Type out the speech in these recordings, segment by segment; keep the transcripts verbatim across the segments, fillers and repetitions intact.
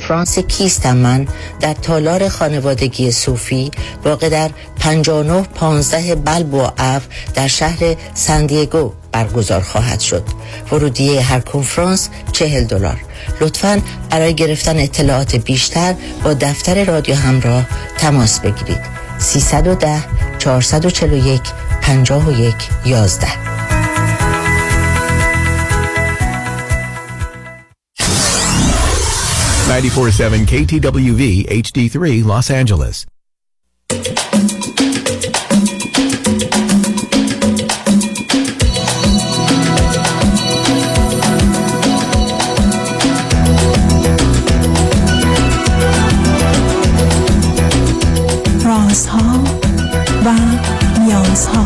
کنفرانس کیستم من در تالار خانوادگی صوفی واقع در پنجاه و نه پانزده بلبوآ او در شهر سندیگو برگزار خواهد شد. ورودیه هر کنفرانس چهل دلار. لطفاً برای گرفتن اطلاعات بیشتر با دفتر رادیو همراه تماس بگیرید. سیصد و ده چهارصد و چهل و یک پنجاه و یک یازده. ninety-four point seven K T W V H D three Los Angeles. رازها و نیازها.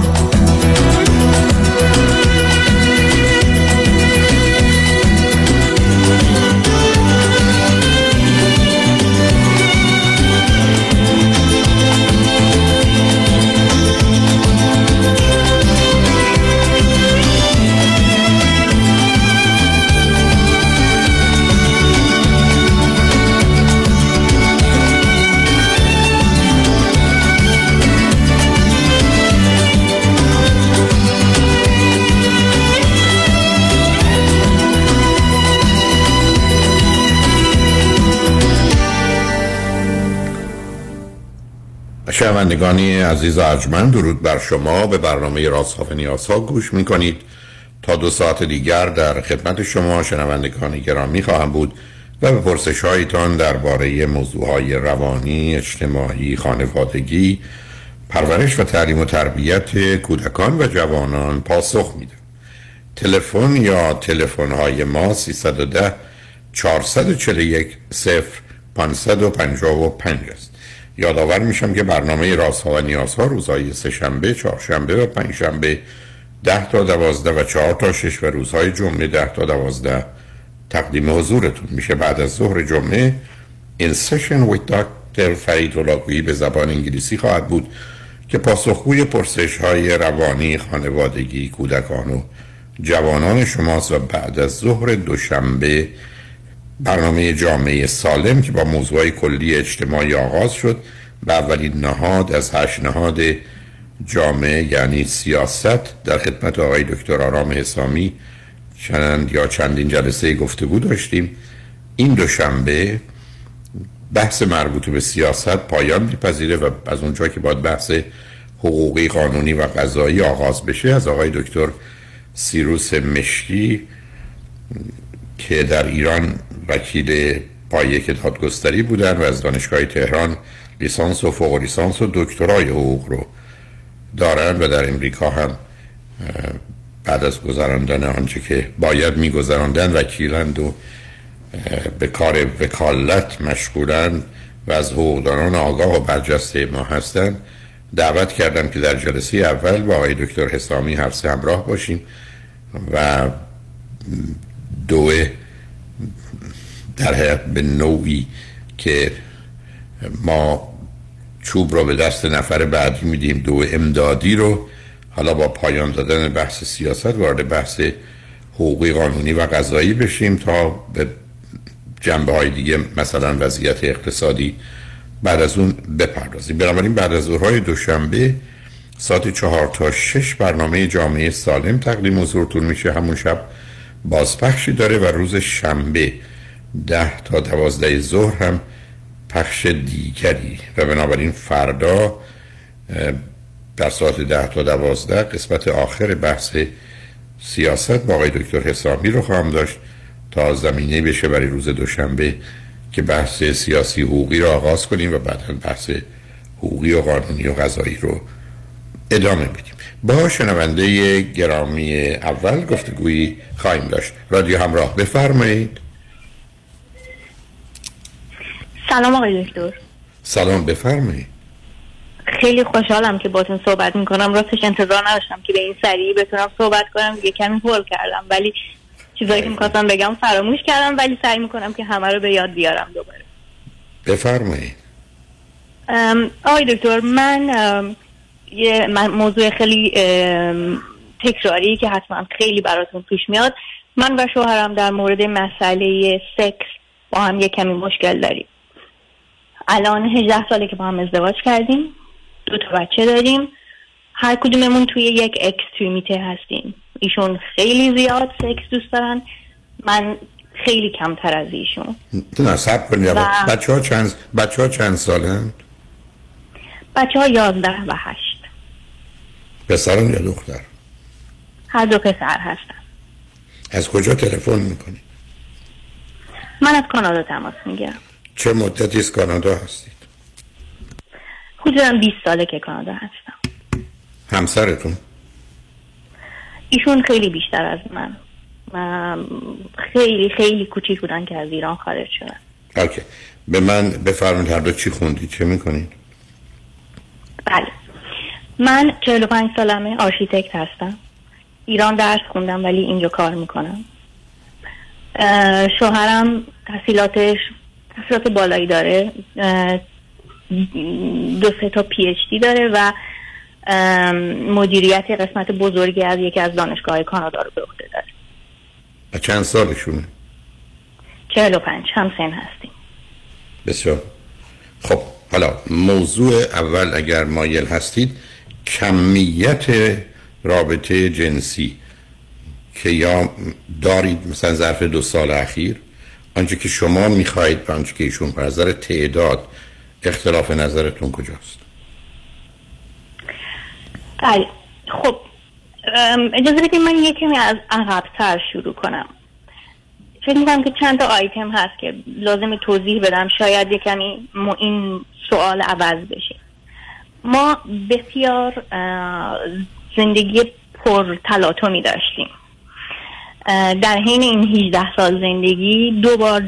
شنوندگانی عزیز و ارجمند، درود بر شما. به برنامه رازها و نیازها گوش میکنید. تا دو ساعت دیگر در خدمت شما شنوندگان گرامی خواهم بود و به پرسش هایتان درباره موضوعهای روانی، اجتماعی، خانوادگی، پرورش و تعلیم و تربیت کودکان و جوانان پاسخ میدم. تلفن یا تلفن های ما سیصد و ده چهارصد و چهل و یک صفر پانصد و پنجاه و پنج است. یادآور میشم که برنامه رازها و نیازها روزهای سه شنبه، چهار شنبه و پنج شنبه ده تا دوازده و چهار تا شش و روزهای جمعه ده تا دوازده تقدیم حضورتون میشه. بعد از ظهر جمعه این سشن with دکتر فرید هلاکویی به زبان انگلیسی خواهد بود که پاسخگوی پرسش های روانی، خانوادگی، کودکان و جوانان شماست. و بعد از ظهر دوشنبه برنامه جامعه سالم که با موضوعی کلی اجتماعی آغاز شد به اولین نهاد از هشت نهاد جامعه یعنی سیاست در خدمت آقای دکتر آرام حسامی چند یا چندین جلسه گفتگو داشتیم. این دوشنبه بحث مربوط به سیاست پایان می‌پذیره و از اونجا که باید بحث حقوقی، قانونی و قضایی آغاز بشه از آقای دکتر سیروس مشکی که در ایران وکیل پایه که دادگستری بودن و از دانشگاه تهران لیسانس و فوق لیسانس و دکترای حقوق رو دارن و در امریکا هم بعد از گذراندن آنچه که باید میگذراندن وکیلند و به کار وکالت مشغولن و از حقوقدانان آگاه و برجسته ما هستن، دعوت کردم که در جلسه اول با آقای دکتر حسامی هر سه همراه باشیم و دو در حقیقت به نوعی که ما چوب رو به دست نفر بعدی میدیم، دو امدادی رو حالا با پایان دادن بحث سیاست وارد بحث حقوقی، قانونی و قضایی بشیم تا به جنبه های دیگه مثلا وضعیت اقتصادی بعد از اون بپردازیم. بنابراین بعد از ظهرهای دوشنبه ساعت چهار تا شش برنامه جامعه سالم تقدیم حضورتون میشه. همون شب بازپخشی داره و روز شنبه ده تا دوازده ظهر هم پخش دیگری و بنابراین فردا در ساعت ده تا دوازده قسمت آخر بحث سیاست با آقای دکتر حسامی رو خواهم داشت تا زمینه بشه برای روز دوشنبه که بحث سیاسی حقوقی رو آغاز کنیم و بعدا بحث حقوقی و قانونی و قضایی رو ادامه بدیم. با شنونده گرامی اول گفتگویی خواهیم داشت. رادیو همراه، بفرمایید. سلام آقای دکتر. سلام، بفرمایید. خیلی خوشحالم که باتون صحبت میکنم. راستش انتظار نداشتم که به این سریعی بتونم صحبت کنم، یه کمی هول کردم ولی چیزایی که میخواستم بگم فراموش کردم، ولی سعی میکنم که همه رو به یاد بیارم دوباره. بفرمایید. آقای دکتر، من یه موضوع خیلی تکراری که حتما خیلی براتون پیش میاد، من و شوهرم در مورد مسئله سکس با هم یک کمی مشکل داریم. الان هجده ساله که با هم ازدواج کردیم، دو تا بچه داریم، هر کدوممون توی یک اکستریمیته هستیم. ایشون خیلی زیاد سکس دوست دارن، من خیلی کمتر از ایشون. نه صبر کنید. و... بچه ها چند بچه ها چند ساله هست؟ بچه ها یازده و هشت. پسران یا دختر؟ هر دو پسر هستن. از کجا تلفن میکنی؟ من از کانادا تماس میگیرم. چه مدتی از کانادا هستید؟ حدوداً بیست ساله که کانادا هستم. همسرتون؟ ایشون خیلی بیشتر از من. من خیلی خیلی کوچیک بودن که از ایران خارج شدن. اوکی. به من بفرمایید هر دو چی خوندید؟ چه میکنید؟ بله. من چهل و پنج سالمه، آرشیتکت هستم. ایران درس خوندم ولی اینجا کار میکنم. شوهرم تحصیلاتش تحصیلات بالایی داره، دو سه تا پی اچ دی داره و مدیریت قسمت بزرگی از یکی از دانشگاه‌های کانادا رو به عهده داره. چند سالشونه؟ چهل و پنج. هم سن هستیم. بسیار خب. حالا موضوع اول اگر مایل هستید، کمیت رابطه جنسی که یا دارید مثلا ظرف دو سال اخیر، آنچه که شما میخواهید و آنچه که ایشون، پر نظر تعداد اختلاف نظرتون کجاست؟ بله. خب اجازه بدید من یک کمی از عقب‌تر شروع کنم. فکر می‌کنم که چند تا آیتم هست که لازم توضیح بدم، شاید یک کمی این سوال عوض بشه. ما بسیار زندگی پر تلاطمی داشتیم. در حین این هجده سال زندگی دو بار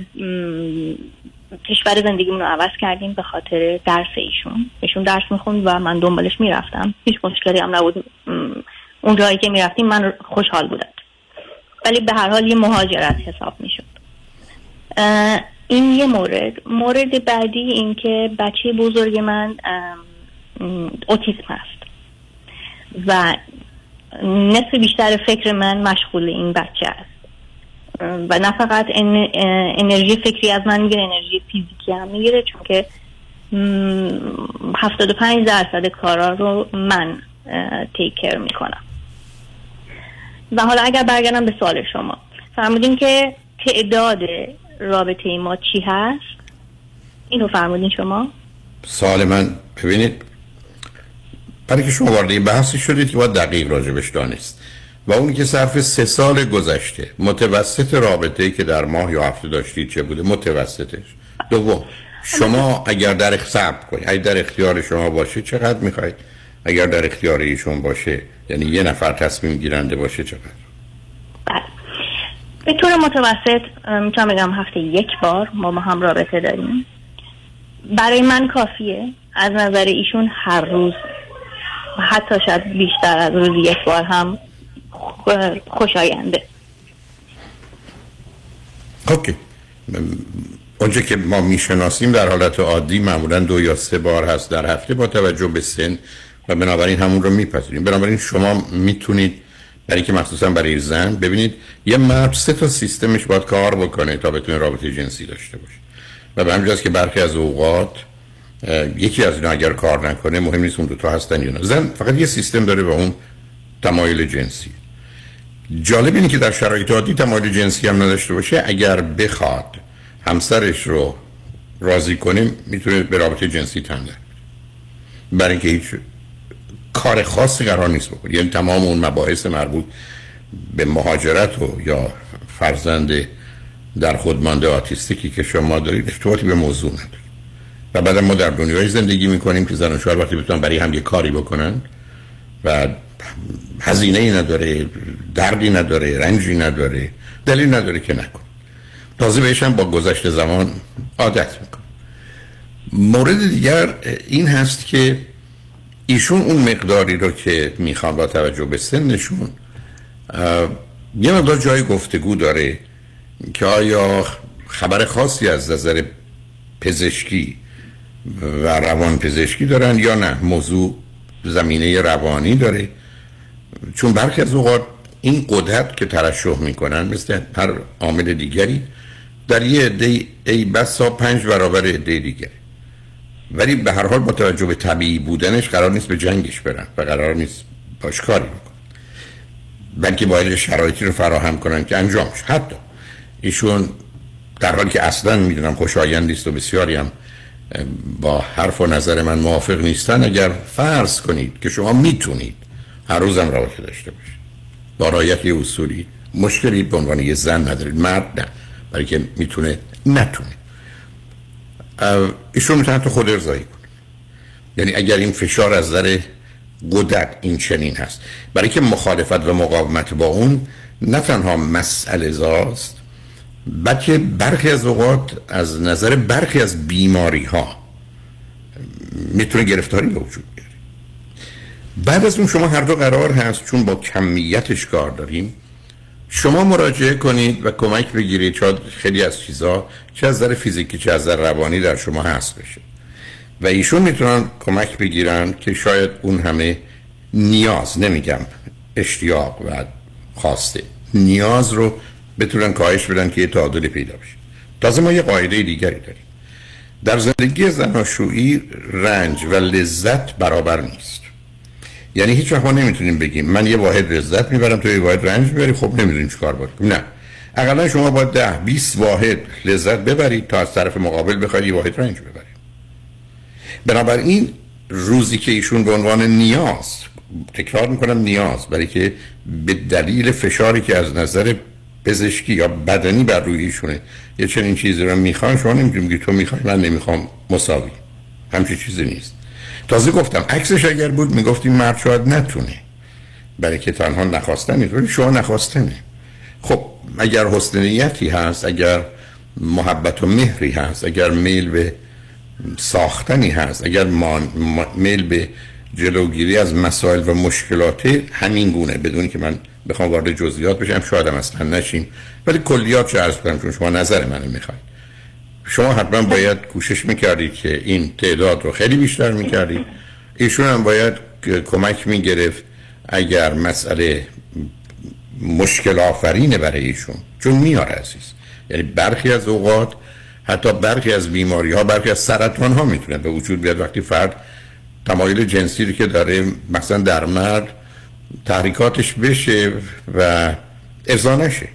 کشور زندگیمون رو عوض کردیم به خاطر درس ایشون. ایشون درس میخوند و من دنبالش میرفتم، هیچ مشکلی هم نبود. اون جایی که میرفتیم من خوشحال بودم، ولی به هر حال یه مهاجرت حساب میشد. این یه مورد. مورد بعدی این که بچه بزرگ من اوتیسم هست و نصف بیشتر فکر من مشغول این بچه است و نه فقط انرژی فکری از من میگیره، انرژی فیزیکی هم میگیره، چون که هفتاد و پنج درصد کارا رو من تیک کر میکنم. و حالا اگر برگردم به سوال شما، فرمودین که تعداد رابطه ما چی هست؟ اینو فرمودین شما؟ سوال من ببینید، برای که شما وارد این بحثی شدید که باید دقیق راجبش دانست و اونی که صرف سه سال گذشته متوسط رابطه‌ای که در ماه یا هفته داشتید چه بوده متوسطش؟ دوم، شما اگر در اختیار کنید، اگر در اختیار شما باشه چقدر میخواید؟ اگر در اختیار ایشون باشه، یعنی یه نفر تصمیم گیرنده باشه، چقدر؟ بله. به طور متوسط میتونم بگم هفته یک بار ما با هم رابطه داریم. برای من کافیه. از نظر ایشون هر روز، حتی شاید بیشتر از روز یک بار هم خوشاینده. اوکی. اونجا که ما میشناسیم در حالت عادی معمولا دو یا سه بار هست در هفته با توجه به سن و بنابراین همون رو میپذیریم. بنابراین شما میتونید، برای که مخصوصا برای زن، ببینید یه مرد سه تا سیستمش باید کار بکنه تا بتونه رابطه جنسی داشته باشه و به همین جاست که برخی از اوقات یکی از اینا اگر کار نکنه، مهم نیست اون دو تا هستن یا نه، زن فقط یه سیستم داره و اون تمایل جنسی. جالب اینه که در شرایط عادی تمایل جنسی هم نداشته باشه، اگر بخواد همسرش رو راضی کنه میتونه به رابطه جنسی تن در، برای اینکه هیچ کار خاصی قرار نیست بکنه. یعنی تمام اون مباحث مربوط به مهاجرت و یا فرزند در خود مانده آتیستیکی که شما دارید ارتباطی به موضوع نداره. و بعد ما در دنیای زندگی میکنیم که زن و شوهر وقتی بتونن برای هم یه کاری بکنن و هزینه‌ای نداره، دردی نداره، رنجی نداره، دلیل نداره که نکن. تازه بهش هم با گذشت زمان عادت میکن. مورد دیگر این هست که ایشون اون مقداری رو که میخوان با توجه به سنشون یه مقدار جای گفتگو داره که آیا خبر خاصی از نظر پزشکی و روان پزشکی دارن یا نه، موضوع زمینه روانی داره. چون برخی از اوقات این قدرت که ترشح میکنن مثل هر عامل دیگری در یه عده ای بسا پنج برابر عده دیگه، ولی به هر حال با توجه به طبیعی بودنش قرار نیست به جنگش برن و قرار نیست باش کاری بکنن، بلکه باید شرایطی رو فراهم کنن که انجام شه. حتی ایشون در حالی که اصلا میدونم خوشایند نیست و بسیاری هم با حرف و نظر من موافق نیستن، اگر فرض کنید که شما میتونید هر روزم رابطه داشته باشید با رعایت یه اصولی، مشکلی به عنوان یه زن ندارید، مرد نه، برای که میتونه نتونه، ایشون میتونه تو خود ارضایی کنه. یعنی اگر این فشار از نظر قدرت این چنین هست، برای که مخالفت و مقاومت با اون نه تنها مسئله زاست، بلکه برخی از اوقات از نظر برخی از بیماری ها میتونه گرفتاری به وجود بیاره. بعد از اون شما هر دو قرار هست، چون با کمیتش کار داریم، شما مراجعه کنید و کمک بگیرید، چون خیلی از چیزا چه از نظر فیزیکی چه از نظر روانی در شما هست بشه و ایشون میتونن کمک بگیرن که شاید اون همه نیاز، نمیگم اشتیاق و خواسته، نیاز رو بتونن کاهش بدن که یه تعادل پیدا بشه. تازه ما یه قاعده دیگری داریم در زندگی زناشویی، رنج و لذت برابر نیست. یعنی هیچ وقت ما نمیتونیم بگیم من یه واحد لذت میبرم تو یه واحد رنج میبری، خب نمیدونیم چیکار بکنیم. نه، اقلا شما باید ده بیست واحد لذت ببرید تا از طرف مقابل بخواید یه واحد رنج ببرید. بنابراین روزی که ایشون به عنوان نیاز، تکرار میکنم نیاز، برای که به دلیل فشاری که از نظر پزشکی یا بدنی بر روی ایشونه یه چنین چیزی رو میخوان، شما نمیتونید بگید تو میخوای من نمیخوام، مساوی، همچین چیزی نیست. تازه گفتم عکسش اگر بود میگفتیم مرد شاید نتونه، برای که تنها نخواستنی، ولی شما نخواستنه. خب اگر حسن نیتی هست، اگر محبت و مهری هست، اگر میل به ساختنی هست، اگر میل به جلوگیری از مسائل و مشکلات همین گونه، بدون که من بخوام وارد جزئیات بشم، شاید هم اصلا نشیم، ولی کلیات چه عرض کنم چون شما نظر منو میخواید. شما حتما باید کوشش میکردید که این تعداد رو خیلی بیشتر میکردید، ایشون هم باید کمک میگرفت اگر مسئله مشکل آفرینه برای ایشون، چون میاره عزیز. یعنی برخی از اوقات حتی برخی از بیماری ها، برخی از سرطان ها میتونه به وجود بیاد وقتی فرد تمایل جنسی رو که داره مثلا در مرد تحریکاتش بشه و ارضا نشه.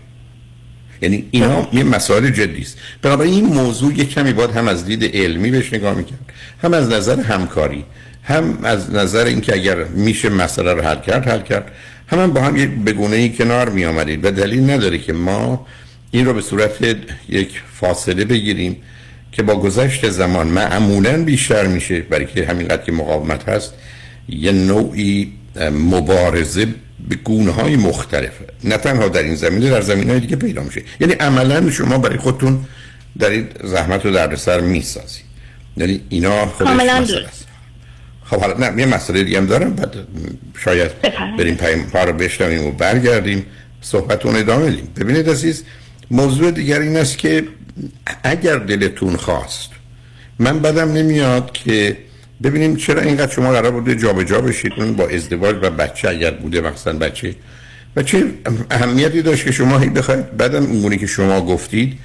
یعنی اینا یه مسائل جدی است. بنابراین این موضوع یک کمی باید هم از دید علمی بهش نگاه میکرد، هم از نظر همکاری، هم از نظر اینکه اگر میشه مسئله رو حل کرد حل کرد، هم, هم با هم یک بگونه‌ای کنار می آمدید و دلیل نداره که ما این رو به صورت یک فاصله بگیریم که با گذشت زمان معمولاً بیشتر میشه، برای که همینقدر که مقاومت هست یه نوعی مبارزه به گونه‌های مختلفه، نه تنها در این زمینه، در زمینه‌های دیگه پیدا میشه. یعنی عملاً شما برای خودتون دارید زحمت و دردسر میسازید. یعنی اینا خودش مسئله است. خب حالا نه یه مسئله دیگه هم دارم، بعد شاید بریم پیام رو بشنویم و برگردیم صحبتون ادامه بدیم. ببینید عزیز، موضوع دیگر این است که اگر دلتون خواست، من بدم نمیاد که ببینیم چرا اینقدر شما قرار بوده جا به جا بشید، اون با ازدواج و بچه اگر بوده مثلا بچه بچه اهمیتی داشت که شما هی بخواید. بعدم اونگونه که شما گفتید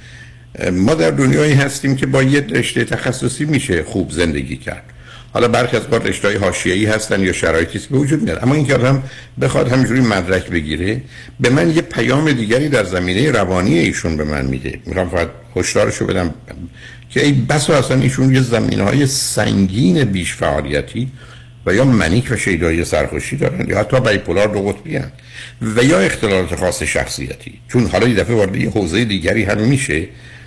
ما در دنیایی هستیم که با یه رشته تخصصی میشه خوب زندگی کرد. حالا برخی از وقت رشته‌های حاشیه‌ای هستن یا شرایطی به وجود میاد، اما اینکه آدم بخواد همینجوری مدرک بگیره، به من یه پیام دیگری در زمینه روانی ایشون به من میده. میخوام فقط هشدارشو بدم که ای بسا اصلا ایشون یه زمینه‌های سنگین بیش فعالیتی و یا منیک و شیدایی سرخوشی دارن یا حتی بایپولار دو قطبی هستن و یا اختلالات خاص شخصیتی، چون حالا یه دفعه وارد یه حوزه دیگری هم میشه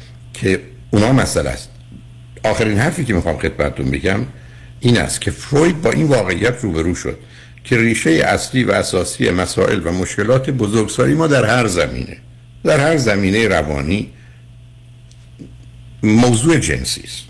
که اونا مسئله است. آخرین حرفی که میخوام خدمتتون بگم این است که فروید با این واقعیت روبرو شد که ریشه اصلی و اساسی مسائل و مشکلات بزرگسالی ما در هر زمینه، در هر زمینه روانی، موضوع جنسی است.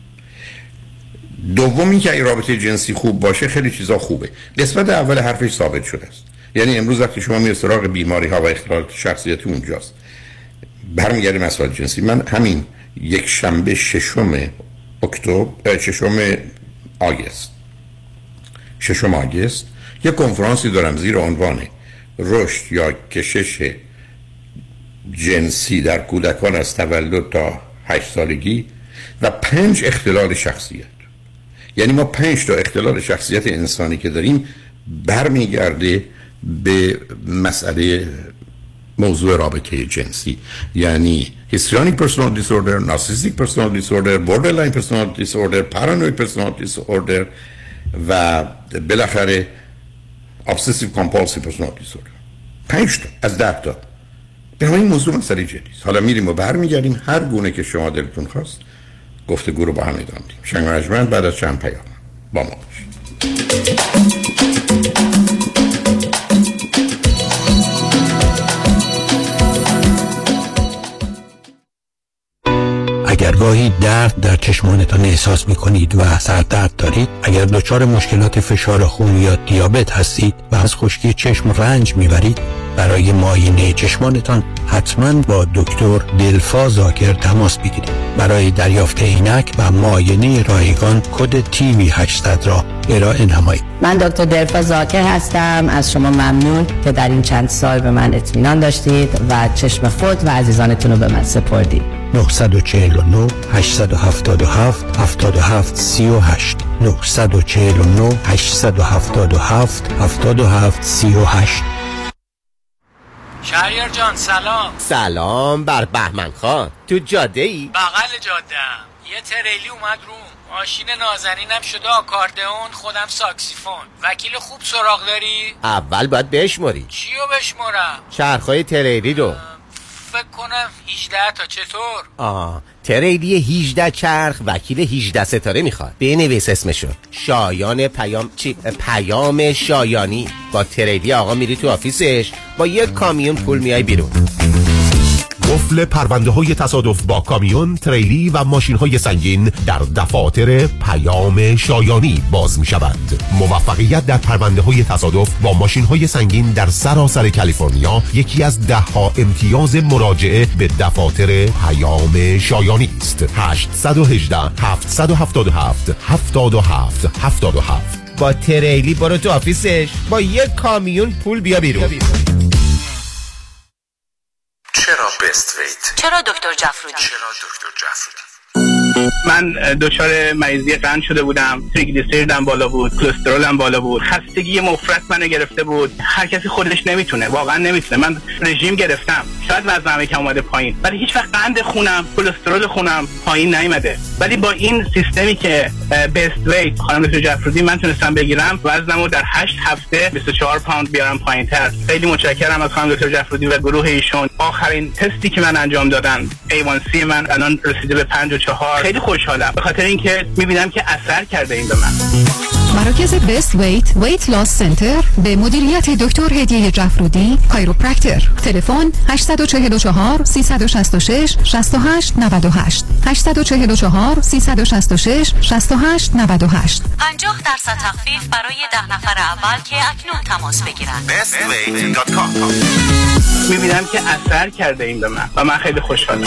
دومی که این رابطه جنسی خوب باشه خیلی چیزا خوبه. قسمت اول حرفش ثابت شده است. یعنی امروز وقتی شما میرید سراغ بیماری ها و اختلالات شخصیتی اونجاست، برمیگرده مسائل جنسی. من همین یک شنبه ششم اکتبر ششم آگست ششم آگست یک کنفرانسی دارم زیر عنوان رشد یا کشش جنسی در کودکان از تولد تا هشت سالگی و پنج اختلال شخصیت. یعنی ما پنج تا اختلال شخصیت انسانی که داریم برمیگرده به مسئله موضوع رابطه جنسی، یعنی histrionic personality disorder, narcissistic personality disorder, borderline personality disorder, paranoid personality disorder و بالاخره obsessive compulsive personality disorder. پنج تا از ده تا. به همین موضوع مسئله جدی است. حالا میریم و برمیگردیم هر گونه که شما دلتون خواست گفتگو رو با هم ادامه میدیم. شنگ رجمند بعد از چند پیام با ما باشید. اگر گاهی درد در چشمانتان احساس می‌کنید و سردرد دارید، اگر دچار مشکلات فشار خون یا دیابت هستید و از خشکی چشم رنج می‌برید، برای معاینه چشمانتان حتما با دکتر دلفا زاکر تماس بگیرید. برای دریافت عینک و معاینه رایگان کد تی وی هشتصد را ارائه نمایید. من دکتر دلفا زاکر هستم. از شما ممنون که در این چند سال به من اطمینان داشتید و چشم خود و عزیزانتون رو به من سپردید. نه چهار نه هشت هفت هفت هفت هفت سه هشت نه چهار نه هشت هفت هفت هفت هفت سه هشت. شهریار جان سلام. سلام بر بهمن خان. تو جاده ای؟ بغل جاده ام. یه تریلی اومد روم، ماشین نازنینم شده آکاردئون، خودم ساکسیفون. وکیل خوب سراغ داری؟ اول باید بشماری. چیو بشمارم؟ چرخهای تریلی رو. فکر کنم هجده تا. چطور؟ آه تریلی هجده چرخ وکیل هجده ستاره میخواد. بنویس اسمشو. شایان پیام چی؟ پیام شایانی. با تریلی آقا میری تو آفیسش، با یک کامیون پول میای بیرون. قفل پرونده های تصادف با کامیون، تریلی و ماشین های سنگین در دفاتر پیام شایانی باز می شود. موفقیت در پرونده های تصادف با ماشین های سنگین در سراسر کالیفرنیا یکی از ده ها امتیاز مراجعه به دفاتر پیام شایانی است. هشت یک هشت هفت هفت هفت هفت هفت هفت هفت. با تریلی برو تو آفیسش، با یک کامیون پول بیا بیرون. چرا بست ویت؟ چرا دکتر جعفرودی؟ چرا دکتر جعفرودی؟ من دچار مریضی قند شده بودم، تریگلیسیریدم بالا بود، کلسترولم بالا بود، خستگی مفرط منو گرفته بود. هر کسی خودش نمیتونه، واقعا نمیتونه. من رژیم گرفتم، شاید وزنم یکم اومده پایین، ولی هیچ وقت قند خونم، کلسترول خونم پایین نیومده. ولی با این سیستمی که بست ویت خانم دکتر جعفرودی من تونستم بگیرم وزنمو در هشت هفته بیست و چهار پوند بیارم پایینتر. خیلی متشکرم از خانم دکتر جعفرودی و گروه ایشون. آخرین تستی که من انجام دادن ای وان سی من الان رسیده به پنجاه و چهار. خیلی خوشحالم به خاطر اینکه میبینم که اثر کرده این به من. مراکز بست ویت ویت لاس سنتر به مدیریت دکتر هدیه جعفرودی کایروپرکتر. تلفن هشت چهار چهار سه شش شش شش هشت نه هشت هشت چهار چهار سه شش شش شش هشت نه هشت. پنجاه درصد تخفیف برای ده نفر اول که اکنون تماس بگیرند. بست ویت دات کام. میبینم که اثر کرده این به من و من خیلی خوشحالم.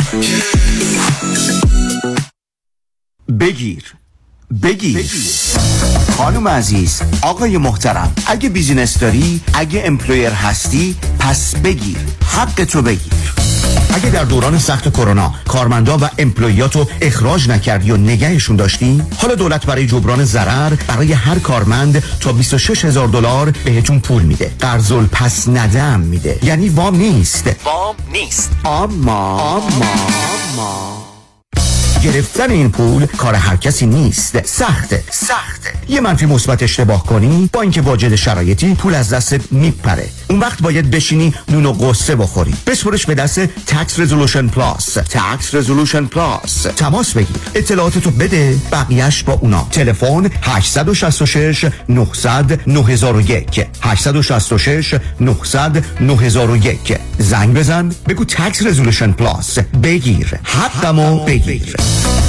بگیر بگیر, بگیر. خانم عزیز، آقای محترم، اگه بیزینس داری، اگه امپلویر هستی، پس بگیر، حق تو بگیر. اگه در دوران سخت کرونا کارمندا و امپلویاتو اخراج نکردی و نگهشون داشتی، حالا دولت برای جبران ضرر برای هر کارمند تا بیست و شش هزار دلار بهتون پول میده. قرض الپس ندم میده، یعنی وام نیست. وام نیست. اما اما اما گرفتن این پول کار هر کسی نیست. سخته سخته یه منفی مثبت اشتباه کنی، با اینکه واجد شرایطی، پول از دست میپره. اون وقت باید بشینی نون و قصه بخوری. بسپرش به دست Tax Resolution Plus. Tax Resolution Plus. تماس بگیر، اطلاعاتتو بده، بقیهش با اونا. تلفن هشت شش شش نه صفر صفر نه صفر یک هشت شش شش نه صفر صفر نه صفر یک. زنگ بزن بگو Tax Resolution Plus. بگیر، حقمو بگیر.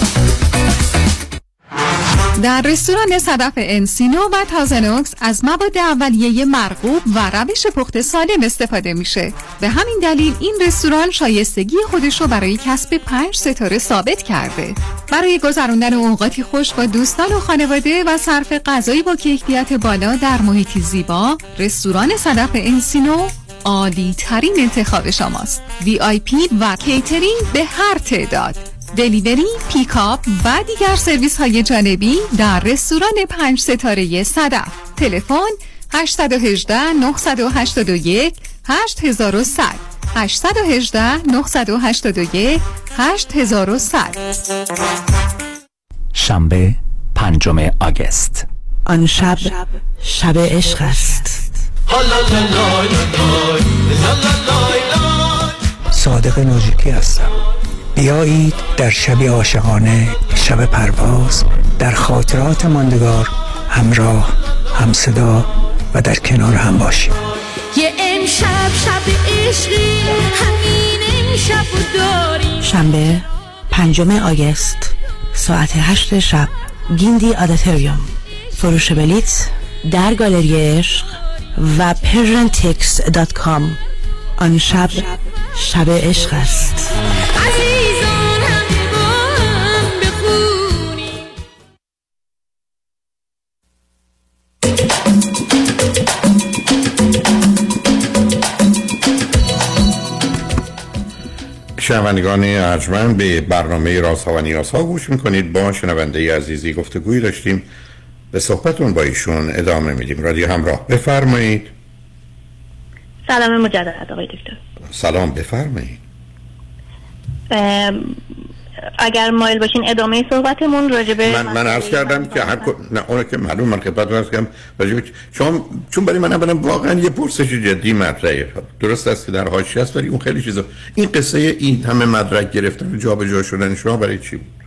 در رستوران صدف انسینو و تازنوکس از مواد اولیه مرغوب و روش پخت سالم استفاده میشه. به همین دلیل این رستوران شایستگی خودش رو برای کسب پنج ستاره ثابت کرده. برای گذراندن اوقاتی خوش با دوستان و خانواده و صرف غذایی با کیفیت بالا در محیطی زیبا، رستوران صدف انسینو عالی ترین انتخاب شماست. وی آی پی و کیترینگ به هر تعداد، دلیوری، پیکاپ و دیگر سرویس های جانبی در رستوران پنج ستاره صدف. تلفن هشت یک هشت نه هشت یک هشت صفر صفر صفر هشت یک هشت نه هشت یک هشت صفر صفر. شنبه پنجم آگوست. آن شب شب عشق است. صادق نوجیکی هستم. بیایید در شب عاشقانه، شب پرواز، در خاطرات ماندگار همراه، همصدا و در کنار هم باشیم. یه امشب شب عشقی، همین امشب داریم. شنبه پنجم آگوست ساعت هشت شب، گیندی آدیتوریوم. فروش بلیط در گالری عشق و پرژن تکس دات کام. آن شب شب عشق است. عزیزان هم با هم بخونیم. شنوندگان ارجمند، به برنامه رازها و نیازها گوش میکنید. با شنونده عزیزی گفتگویی داشتیم، به صحبتون با ایشون ادامه میدیم. رادیو همراه، بفرمایید. سلام مجدد آقای دکتر. سلام، بفرمایید. اگر مایل باشین ادامه صحبتمون راجبه من من عرض کردم که هر کو... نه اون که معلوم من خدمتتون عرض کردم راجبه شما، چون برای من اولا واقعا یه پرسش جدی مطرحه. درست است که در حاشیه است، ولی اون خیلی چیزا، این قصه این همه مدرک گرفتن و جابجا شدن شما برای چی بود؟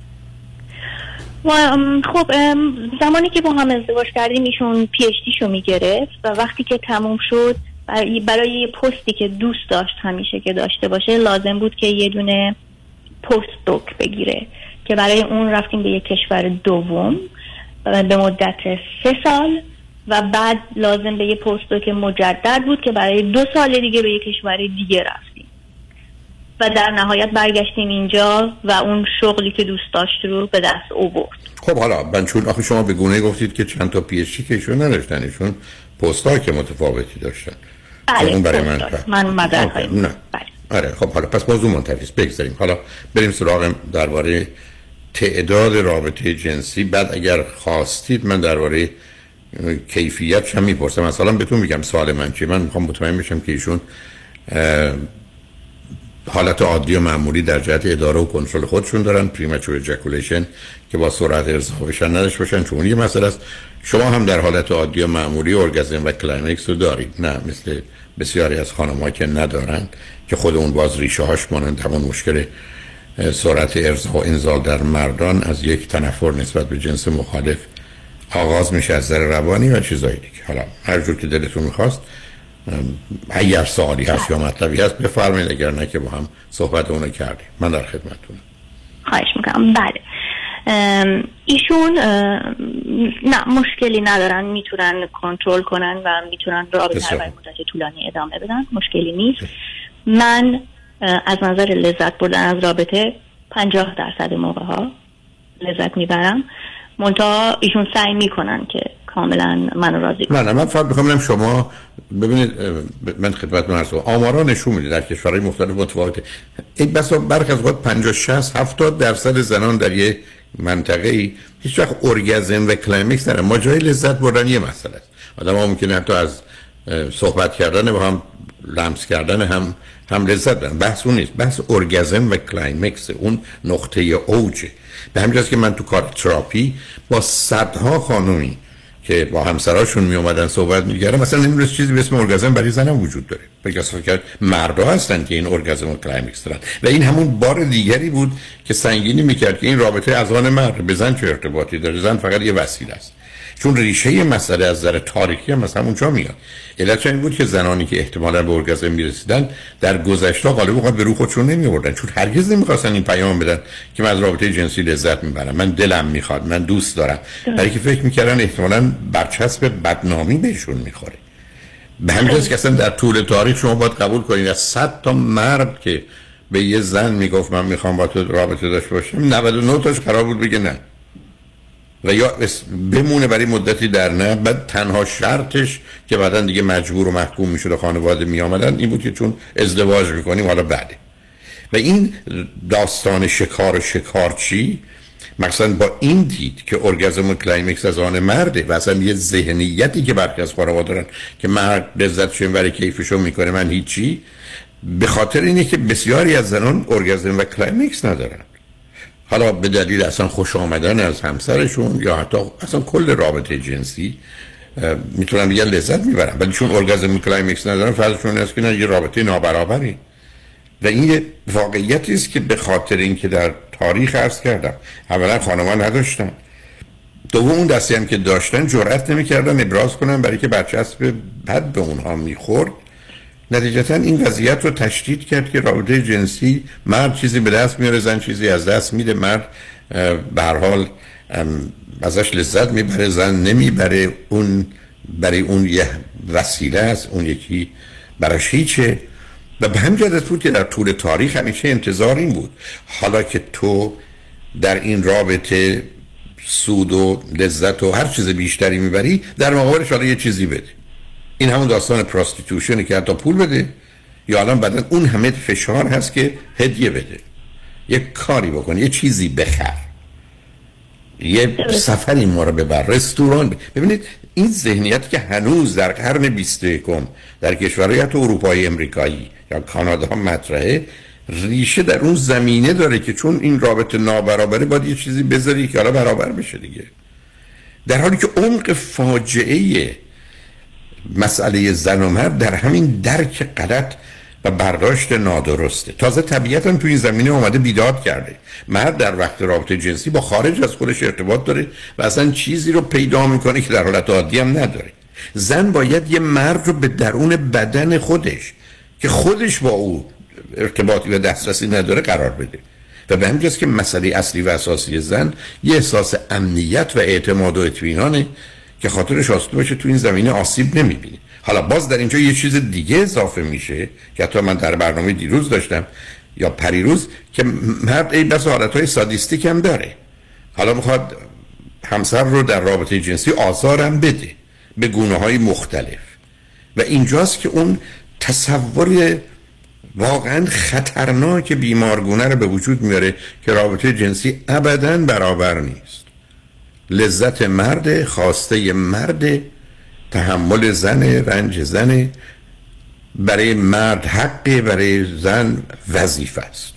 خب زمانی که با هم ازدواج کردیم ایشون پی اچ دی شو میگرفت و وقتی که تموم شد برای یه پستی که دوست داشت همیشه که داشته باشه لازم بود که یه دونه پست دوک بگیره که برای اون رفتیم به یه کشور دوم به مدت سه سال و بعد لازم به یه پست دوک مجدد بود که برای دو سال دیگه به یه کشور دیگه رفتیم و در نهایت برگشتیم اینجا و اون شغلی که دوست داشت رو به دست آورد. خب حالا من چون آخه شما به گونه گفتید که چند تا پی اچ دی که ایشون نداشتن، ایشون پست‌ها که متفاوتی داشتن. بله اون برای من من مدرک‌های نه. آره خب حالا پس موضوع منتفی است، بگذاریم. حالا بریم سراغ درباره تعداد رابطه جنسی. بعد اگر خواستید من درباره کیفیتش هم میپرسم. مثلا بهتون میگم سوال من چیه. من میخوام مطمئن بشم که ایشون حالت عادی و معمولی در جهت اداره و کنترل خودشون دارن، پریمچور اجاکولیشن که با سرعت ارضا بشن نداشته باشن، چون یه مسئله است. شما هم در حالت عادی و معمولی ارگازم و کلایمکس رو دارید، نه مثل بسیاری از خانم‌ها که ندارن که خود اون باز ریشه هاش مانند همون مشکل سرعت ارضا و انزال در مردان از یک تنفر نسبت به جنس مخالف آغاز میشه از نظر روانی و چیزایی دیگه. حالا هر جور که دلتون میخواست اگر سوالی هست یا مطلبی هست بفرمایید، اگر نه که با هم صحبت اونو کردیم. من در خدمتتونم. خواهش میکنم. بله ایشون نه مشکلی ندارن، میتونن کنترل کنن و میتونن رابطه رو برای مدت طولانی ادامه بدن، مشکلی نیست. من از نظر لذت بردن از رابطه پنجاه درصد موقع ها لذت میبرم، منتها ایشون سعی میکنن که کاملا منو راضی کنن. نه نه من فقط میخوام شما ببینید، من خدمتتون عرض کنم آمارا نشون میده در کشورهای مختلف متفاوته. این بسا برخی از وقت پنجاه شصت هفتاد درصد زنان در یک منطقه‌ای هیچ وقت ارگازم و کلایمکس ندارن. ماجرای لذت بردن یه مسئله است. آدم‌ها ممکنه حتی از صحبت کردن با هم، لمس کردن هم هم لذت ببرن. بحث اون نیست، بحث ارگازم و کلایمکس، اون نقطه اوجه. به همین جاست که من تو کار تراپی با صدها خانومی که با همسراشون می اومدن صحبت می‌کردن، مثلا نمی‌دونست چیزی به اسم ارگازم برای زنم وجود داره. بلکه اصلا فکر مردا هستن که این ارگازم و کلایمکس دارن و این همون بار دیگری بود که سنگینی می‌کرد که این رابطه از آن مرد به زن چه ارتباطی داره. زن فقط یه وسیله است. چون ریشه مسئله از نظر تاریخی هم از همونجا میاد. علت این بود که زنانی که احتمالاً به ارگازم میرسیدن در گذشته غالب اوقات به رو خودشون نمیآوردن، چون هرگز نمیخواستن این پیام بدن که من از رابطه جنسی لذت میبرم، من دلم میخواد، من دوست دارم، برای که فکر میکردن احتمالاً برچسب بدنامی بهشون میخوره. به همین جاست که اصلا در طول تاریخ شما باید قبول کنید از صد تا مرد که به یه زن میگفت من میخوام با تو رابطه داشته باشم، نود و نه تاش قرار بود بگه نه. و یا بمونه برای مدتی در نه، بعد تنها شرطش که بعدا دیگه مجبور و محکوم میشد و خانواده می آمدن این بود که چون ازدواج میکنیم حالا بعده. و این داستان شکار و شکارچی مثلا با این دید که ارگازم و کلایمکس از آن مرده و اصلا یه ذهنیتی که برخی از خانواده دارن که مرد لذتشو برای کیفشو میکنه من هیچی، به خاطر اینه که بسیاری از زنان ارگازم و کلایمکس ندارن، حالا به دلیل اصلا خوش آمدن از همسرشون یا حتی اصلا کل رابطه جنسی میتونن دیگه لذت میبرن، ولی چون ارگازم و کلایمکس ندارن فرضشون است که نه یه رابطه نابرابری. و این یه واقعیتی است که به خاطر اینکه در تاریخ عرض کردم اولا خانمان نداشتن، دوم اون دستی هم که داشتن جرئت نمی‌کردن ابراز کنن برای که برچسب بد به اونها میخورد. نتیجتا این وضعیت رو تشدید کرد که رابطه جنسی مرد چیزی به دست میاره زن چیزی از دست میده، مرد به هر حال ازش لذت میبره زن نمیبره، اون برای اون یه وسیله است اون یکی براش هیچه. و به همین جهت بود که در طول تاریخ همیشه انتظار این بود حالا که تو در این رابطه سود و لذت و هر چیز بیشتری میبری در مقابلش حالا یه چیزی بده. این همون داستان پراستیتوشنه که حتی پول بده یا الان بعدن اون همه فشار هست که هدیه بده، یه کاری بکن، یه چیزی بخر، یه سفری ما رو ببر، رستوران ببر. ببینید این ذهنیت که هنوز در قرن بیست و یکم در کشورهای حتی اروپایی امریکایی یا کانادا مطرحه ریشه در اون زمینه داره که چون این رابطه نابرابره باید یه چیزی بذاری که حالا برابر بشه دیگه، در حالی که عمق فاجعه مسئله زن و مرد در همین درک غلط و برداشت نادرسته. تازه طبیعتاً تو این زمینه اومده بیداد کرده، مرد در وقت رابطه جنسی با خارج از خودش ارتباط داره و اصلا چیزی رو پیدا میکنه که در حالت عادی هم نداره. زن باید یه مرد رو به درون بدن خودش که خودش با او ارتباطی و دسترسی نداره قرار بده و به همین جاست که مسئله اصلی و اساسی زن یه احساس امنیت و اعتماد و اطمینانه که خاطرش آسوده باشه تو این زمینه آسیب نمیبینه. حالا باز در اینجا یه چیز دیگه اضافه میشه که حتی من در برنامه دیروز داشتم یا پریروز که مرد ای بس حالتهای سادیستیک هم داره، حالا میخواد همسر رو در رابطه جنسی آزارم بده به گونه‌های مختلف و اینجاست که اون تصور واقعا خطرناک بیمارگونه رو به وجود میاره که رابطه جنسی ابداً برابر نیست. لذت مرد، خواسته مرد، تحمل زن، رنج زن، برای مرد حقه، برای زن وظیفه است.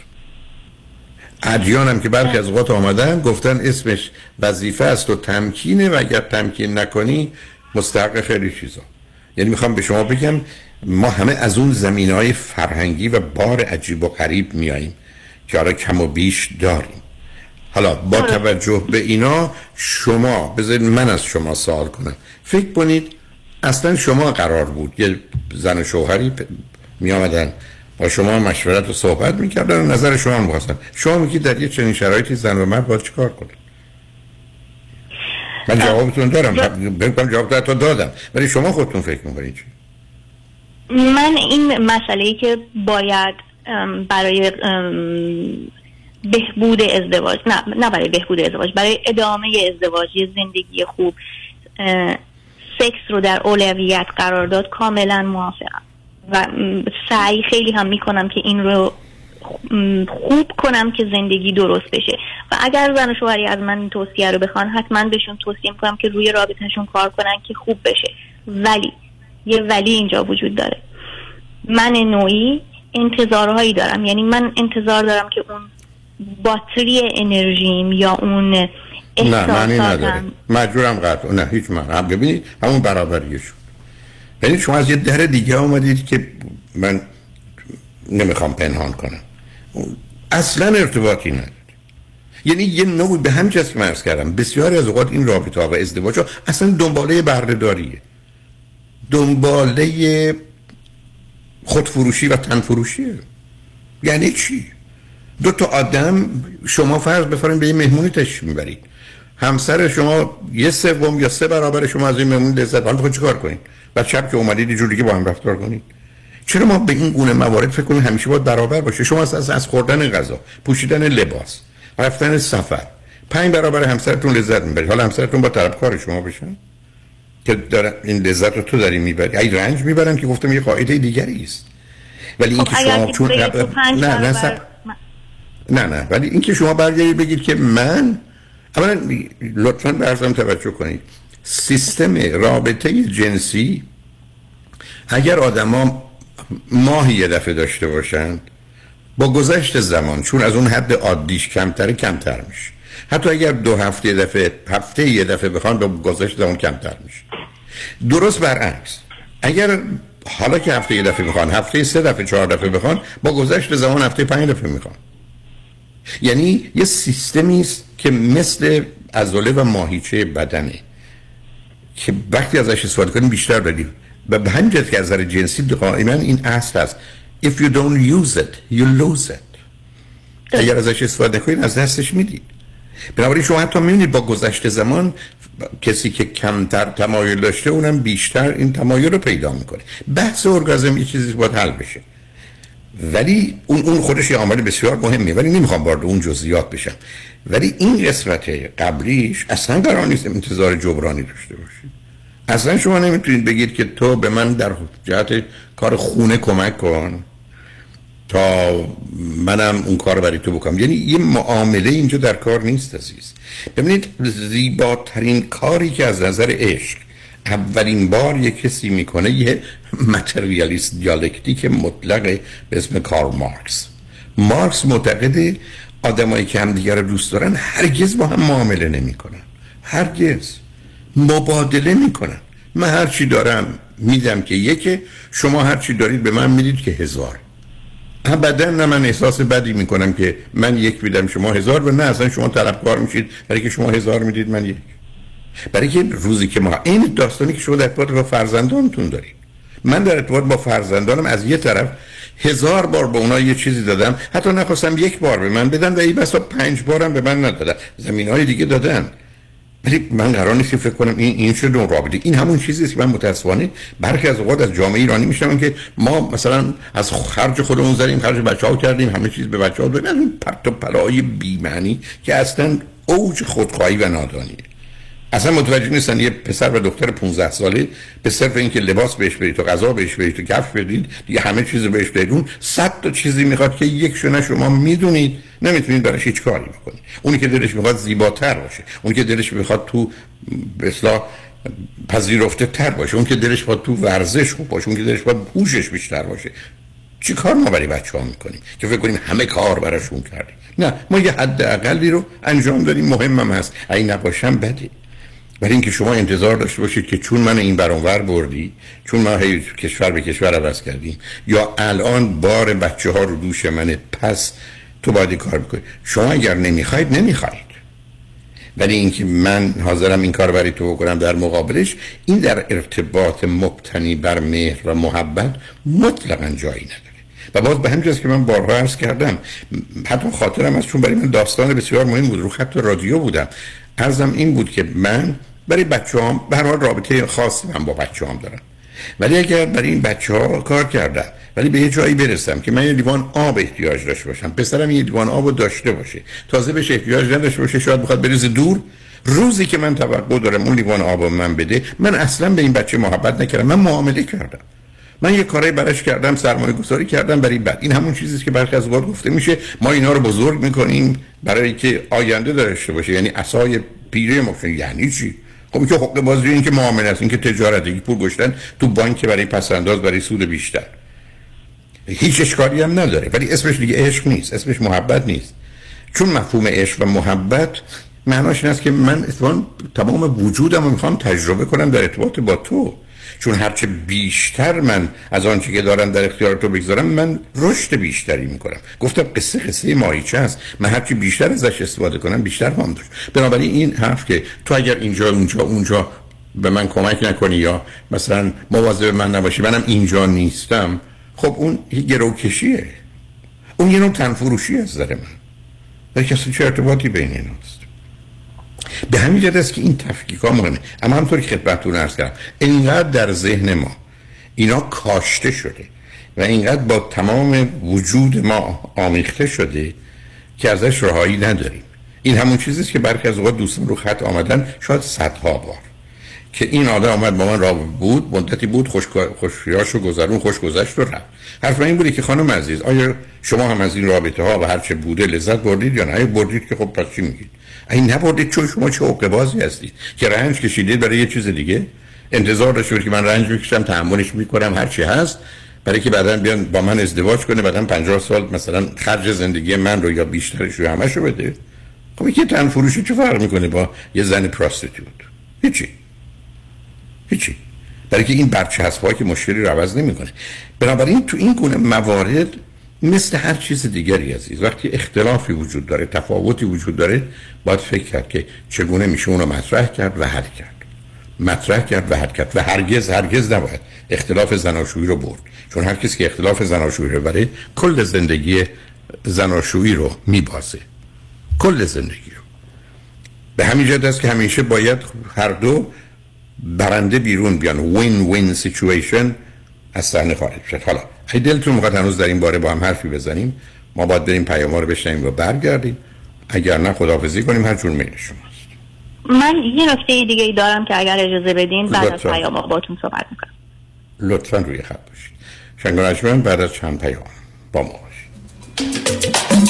ادیان هم که برخی از اوقات آمدن گفتن اسمش وظیفه است و تمکینه و اگر تمکین نکنی مستحق خیلی چیزا. یعنی میخوام به شما بگم ما همه از اون زمینه‌های فرهنگی و بار عجیب و غریب میاییم که حالا کم و بیش داریم. حالا با توجه به اینا شما بذارید من از شما سوال کنم، فکر کنید اصلا شما قرار بود یه زن و شوهری می آمدن با شما مشورت و صحبت میکردن و نظر شما هم بخواستن، شما میگید در یه چنین شرایطی زن و مرد باید چی کار کنن؟ من جوابتون دارم، بکنم جواب تا دادم، ولی شما خودتون فکر میکنید چی؟ من این مسئله‌ای که باید برای بهبود ازدواج، نه نه برای بهبود ازدواج، برای ادامه ازدواج، یه زندگی خوب، سکس رو در اولویت قرار داد، کاملا موافقم و سعی خیلی هم میکنم که این رو خوب کنم که زندگی درست بشه و اگر زن و شوهری از من این توصیه رو بخوان حتما بهشون توصیه میکنم که روی رابطهشون کار کنن که خوب بشه. ولی یه ولی اینجا وجود داره، من نوعی انتظارهایی دارم، یعنی من انتظار دارم که اون باتری انرژیم یا اون نه معنی نداره، مجبورم قطع نه هیچ معنی هم. ببینید همون برابریه شد، یعنی شما از یه در دیگه آمدید که من نمیخوام پنهان کنم اصلا ارتباطی نداره. یعنی یه نوع به هم جست مرز کردم بسیاری از اوقات این رابطه ها و ازدواج ها اصلا دنباله بردهداریه، دنباله خودفروشی و تنفروشیه. یعنی چی؟ دو تا آدم شما فرض بفرمایید به یه مهمونی تشریف میبرید، همسر شما یه سوم یا سه برابر شما از این مهمون لذت برد، میخواید چیکار کنید؟ بعد شب که اومدید یه جوری که با هم رفتار کنید. چرا ما به این گونه موارد فکر کنیم همیشه باید برابر باشه؟ شما از از خوردن غذا، پوشیدن لباس، رفتن سفر، پنج برابر همسرتون لذت میبرید. حالا همسرتون با طلبکار شما بشن که داره این لذت رو تو داری میبری، ای رنج میبرن که گفتم یه قاعده دیگری است. ولی این که شما چون نه نه سب... نه نه ولی این که شما برگردید بگید که من اولا لطفاً به حرفم توجه کنید، سیستم رابطه جنسی اگر آدما ماهی یه دفعه داشته باشند با گذشت زمان چون از اون حد عادیش کمتره کمتر میشه. حتی اگر دو هفته یه دفعه هفته یه دفعه بخوان با گذشت زمان کمتر میشه. درست برعکس اگر حالا که هفته یه دفعه میخوان هفته سه دفعه چهار دفعه بخوان با گذشت زمان هفته پنج دفعه میخوان. یعنی یه سیستمی است که مثل عضله و ماهیچه بدنه که وقتی ازش استفاده کنیم بیشتر بدیم و به همین جهت که از نظر جنسی دائما این اصل هست if you don't use it you lose it. اگر ازش استفاده کنید از دستش میدید. بنابراین شما حتی میبینید با گذشت زمان کسی که کمتر تمایل داشته اونم بیشتر این تمایل رو پیدا میکنه. بحث ارگازم یه چیزی باید حل بشه ولی اون اون خودش یه عامل بسیار مهمه ولی نمیخوام وارد اون جزئیات بشم. ولی این قسمت قبلیش اصلا قرار نیست انتظار جبرانی داشته باشید. اصلا شما نمیتونید بگید که تو به من در جهت کار خونه کمک کن تا منم اون کار برای تو بکنم. یعنی یه معامله اینجا در کار نیست عزیز. ببینید زیباترین کاری که از نظر عشق اولین بار یک کسی میکنه یه متریالیست دیالکتیک مطلق به اسم کارل مارکس. مارکس معتقده آدمایی که همدیگه رو دوست دارن هرگز با هم معامله نمیکنن، هرگز مبادله میکنن. من هر چی دارم میدم که یکه، شما هر چی دارید به من میدید که هزار. ابدا نه من احساس بدی میکنم که من یک میدم شما هزار و نه اصلا شما طلبکار میشید برای که شما هزار میدید من یک. برای که روزی که ما این داستانی که شما در ارتباط با فرزندانتون دارید، من در ارتباط با فرزندانم از یه طرف هزار بار به اونا یه چیزی دادم، حتی نخواستم یک بار به من بدن و این بسا پنج بارم به من ندادن، زمینهای دیگه دادن. ولی من قرار نیست فکر کنم این این چه نوع رابطه. این همون چیزی است که من متأسفانه برخی از اوقات از جامعه ایرانی میشنم که ما مثلا از خرج خودمون زدیم، خرج بچه‌ها کردیم، همه چیز به بچه‌ها دادیم. از اون پرت و پلای بی معنی که اصلا اوج خودخواهی و نادانیه. اصلا متوجه نیستن یه پسر و دختر پانزده ساله به صرف اینکه لباس بهش بدید و غذا بهش بدید و کفش بدید دیگه همه چیز بهش بدید، اون صد تا چیزی میخواد که یک شونه شما میدونید نمیتونید براش هیچ کاری بکنید. اونی که دلش میخواد زیباتر باشه، اونی که دلش میخواد تو به اصطلاح پذیرفته تر باشه، اون که دلش میخواد تو ورزش خوب باشه، اون که دلش میخواد هوشش بیشتر باشه. چی کار ما برای بچه‌ها میکنیم که فکر کنیم همه کار براشون کردیم؟ نه، ما یه حد اقلی رو انجام دادیم، مهمم هست، اگه نباشم بده. برای اینکه شما انتظار داشته باشید که چون من این برانور بردی، چون ما هی کشور به کشور عوض کردیم، یا الان بار بچه ها رو دوش منه پس تو باید کار بکنی. شما اگر نمیخواید نمیخواید، ولی اینکه من حاضرم این کار برای تو بکنم در مقابلش، این در ارتباط مبتنی بر مهر و محبت مطلقاً جایی نداره. و باز به همین جاست که من بارها عرض کردم، حتی خاطرم از چون برای من داستان بسیار مهم بود، رو خط رادیو بودم، عرضم این بود که من برای بچه‌هام به هر حال رابطه خاصی من با بچه‌هام دارم، ولی اگر برای این بچه‌ها کار کردم ولی به یه جایی برسم که من یه لیوان آب احتیاج داشته باشم، پسرم یه لیوان آب رو داشته باشه، تازه بهش احتیاج نداشته باشه، شاید بخواد بریزه دور، روزی که من توقع دارم اون لیوان آب رو من بده، من اصلا به این بچه محبت نکردم، من معامله کردم، من یه کاری براش کردم، سرمایه گذاری کردم برای بعد. این همون چیزیه که برخی از اوقات گفته میشه ما اینا رو بزرگ میکنیم برای که آینده داشته باشه، یعنی عصای پیری ما. یعنی چی؟ خب این که حقوق بازی، این که معامله است، این که تجارت، این پول گشتن تو بانک برای پسنداز برای سود بیشتر، هیچ اشکالی هم نداره، ولی اسمش دیگه عشق نیست، اسمش محبت نیست. چون مفهوم عشق و محبت معناش این است که من اصلا تمام وجودم رو میخوام تجربه کنم در ارتباط با تو، چون هرچه بیشتر من از آنچه که دارم در اختیار تو بگذارم من رشد بیشتری میکنم. گفتم قصه قصه ماهیچه است، من هرچی بیشتر ازش استفاده کنم بیشتر هم داشت. بنابراین این حرف که تو اگر اینجا اونجا اونجا به من کمک نکنی یا مثلا مواظب من نباشی منم اینجا نیستم، خب اون گروکشیه، اون یه نوع تنفروشی از نظر من. در کسی چه ارتباطی بین ایناست؟ به همین جهت است که این تفکیک‌ها مهمه. اما همونطور که خدمتتون عرض کردم اینقدر در ذهن ما اینا کاشته شده و اینقدر با تمام وجود ما آمیخته شده که ازش رهایی نداریم. این همون چیزی است که برخی از اوقات دوستان رو خط آمدن شاید صدها بار که این آدم اومد با من راه بود، مدتی بود، خوش خوشیاشو گذرون، خوش گذشت و رفت. حرف من این بوده که خانم عزیز آیا شما هم از این رابطه ها و هر چه بوده لذت بردید یا نه؟ اگه بردید که خب پس چی میگید؟ اگه نبردید چون شما چه عقبازی هستید که رنج کشیدید برای یه چیز دیگه، انتظار داشتید که من رنج میکشم، تحملش میکنم، هر چی هست، برای که بعداً بیان با من ازدواج کنه، بعداً پنجاه سال مثلا خرج زندگی من رو یا بیشترش رو همشو بده. خب یه تن فروشی چه فرق میکنه با یه زن پراستیتوت؟ هیچی. هیچی. برای که این برچسب‌ها که مشکلی رو عوض نمی‌کنه. بنابراین تو این گونه موارد مثل هر چیز دیگری عزیز، وقتی اختلافی وجود داره، تفاوتی وجود داره، باید فکر کرد که چگونه میشه اون رو مطرح کرد و حل کرد. مطرح کرد و حل کرد و هرگز هرگز نباید اختلاف زناشویی رو برد، چون هر کسی که اختلاف زناشویی رو بره کل زندگی زناشویی رو میبازه، کل زندگی رو. به همین جهت است که همیشه باید هر دو برنده بیرون بیان، وین وین سیچویشن از صحنه خارج شد. حالا اگه دلتون میخواد هنوز در این باره با هم حرفی بزنیم، ما باید بریم پیام‌ها رو بشنویم و برگردیم، اگر نه خداحافظی کنیم، هر جور میل شماست. من یه نکته دیگه ای دارم که اگر اجازه بدین بعد از پیام‌ها باهاتون صحبت می‌کنم. لطفاً روی خط باشید. شنگانجمن بعد از چند پیام با ما باشید.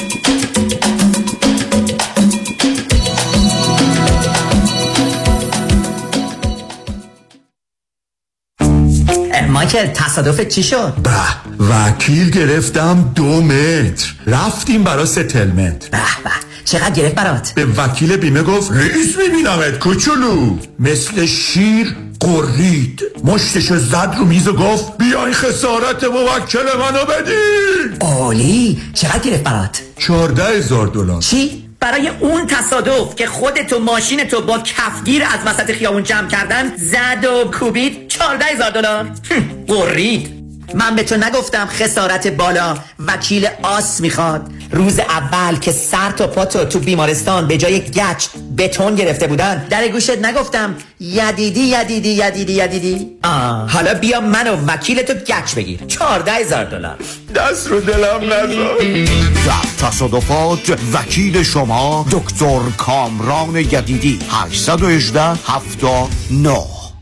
مایکل تصادف چی شد؟ به وکیل گرفتم دو متر، رفتیم برای ستلمنت. به به چقدر گرفت برات؟ به وکیل بیمه گفت رئیس میبینمت کوچولو، مثل شیر قرید، مشتشو زد رو میز و گفت بیای خسارت موکل منو بدین. عالی. چقدر گرفت برات؟ چهارده هزار دلار. چی؟ برای اون تصادف که خودتو ماشینتو با کفگیر از وسط خیابون جمع کردن زد و کوبید چهارده هزار دلار؟ قرید. من به تو نگفتم خسارت بالا وکیل آس میخواد؟ روز اول که سر تا پاتو تو بیمارستان به جای گچ بتون گرفته بودن در گوشت نگفتم یدیدی یدیدی یدیدی یدیدی؟ آه. حالا بیا من و وکیلتو گچ بگیر چهارده هزار دلار. دست رو دلم نذار. در تصادفات وکیل شما دکتر کامران یدیدی. هشت یک هشت هفت نه.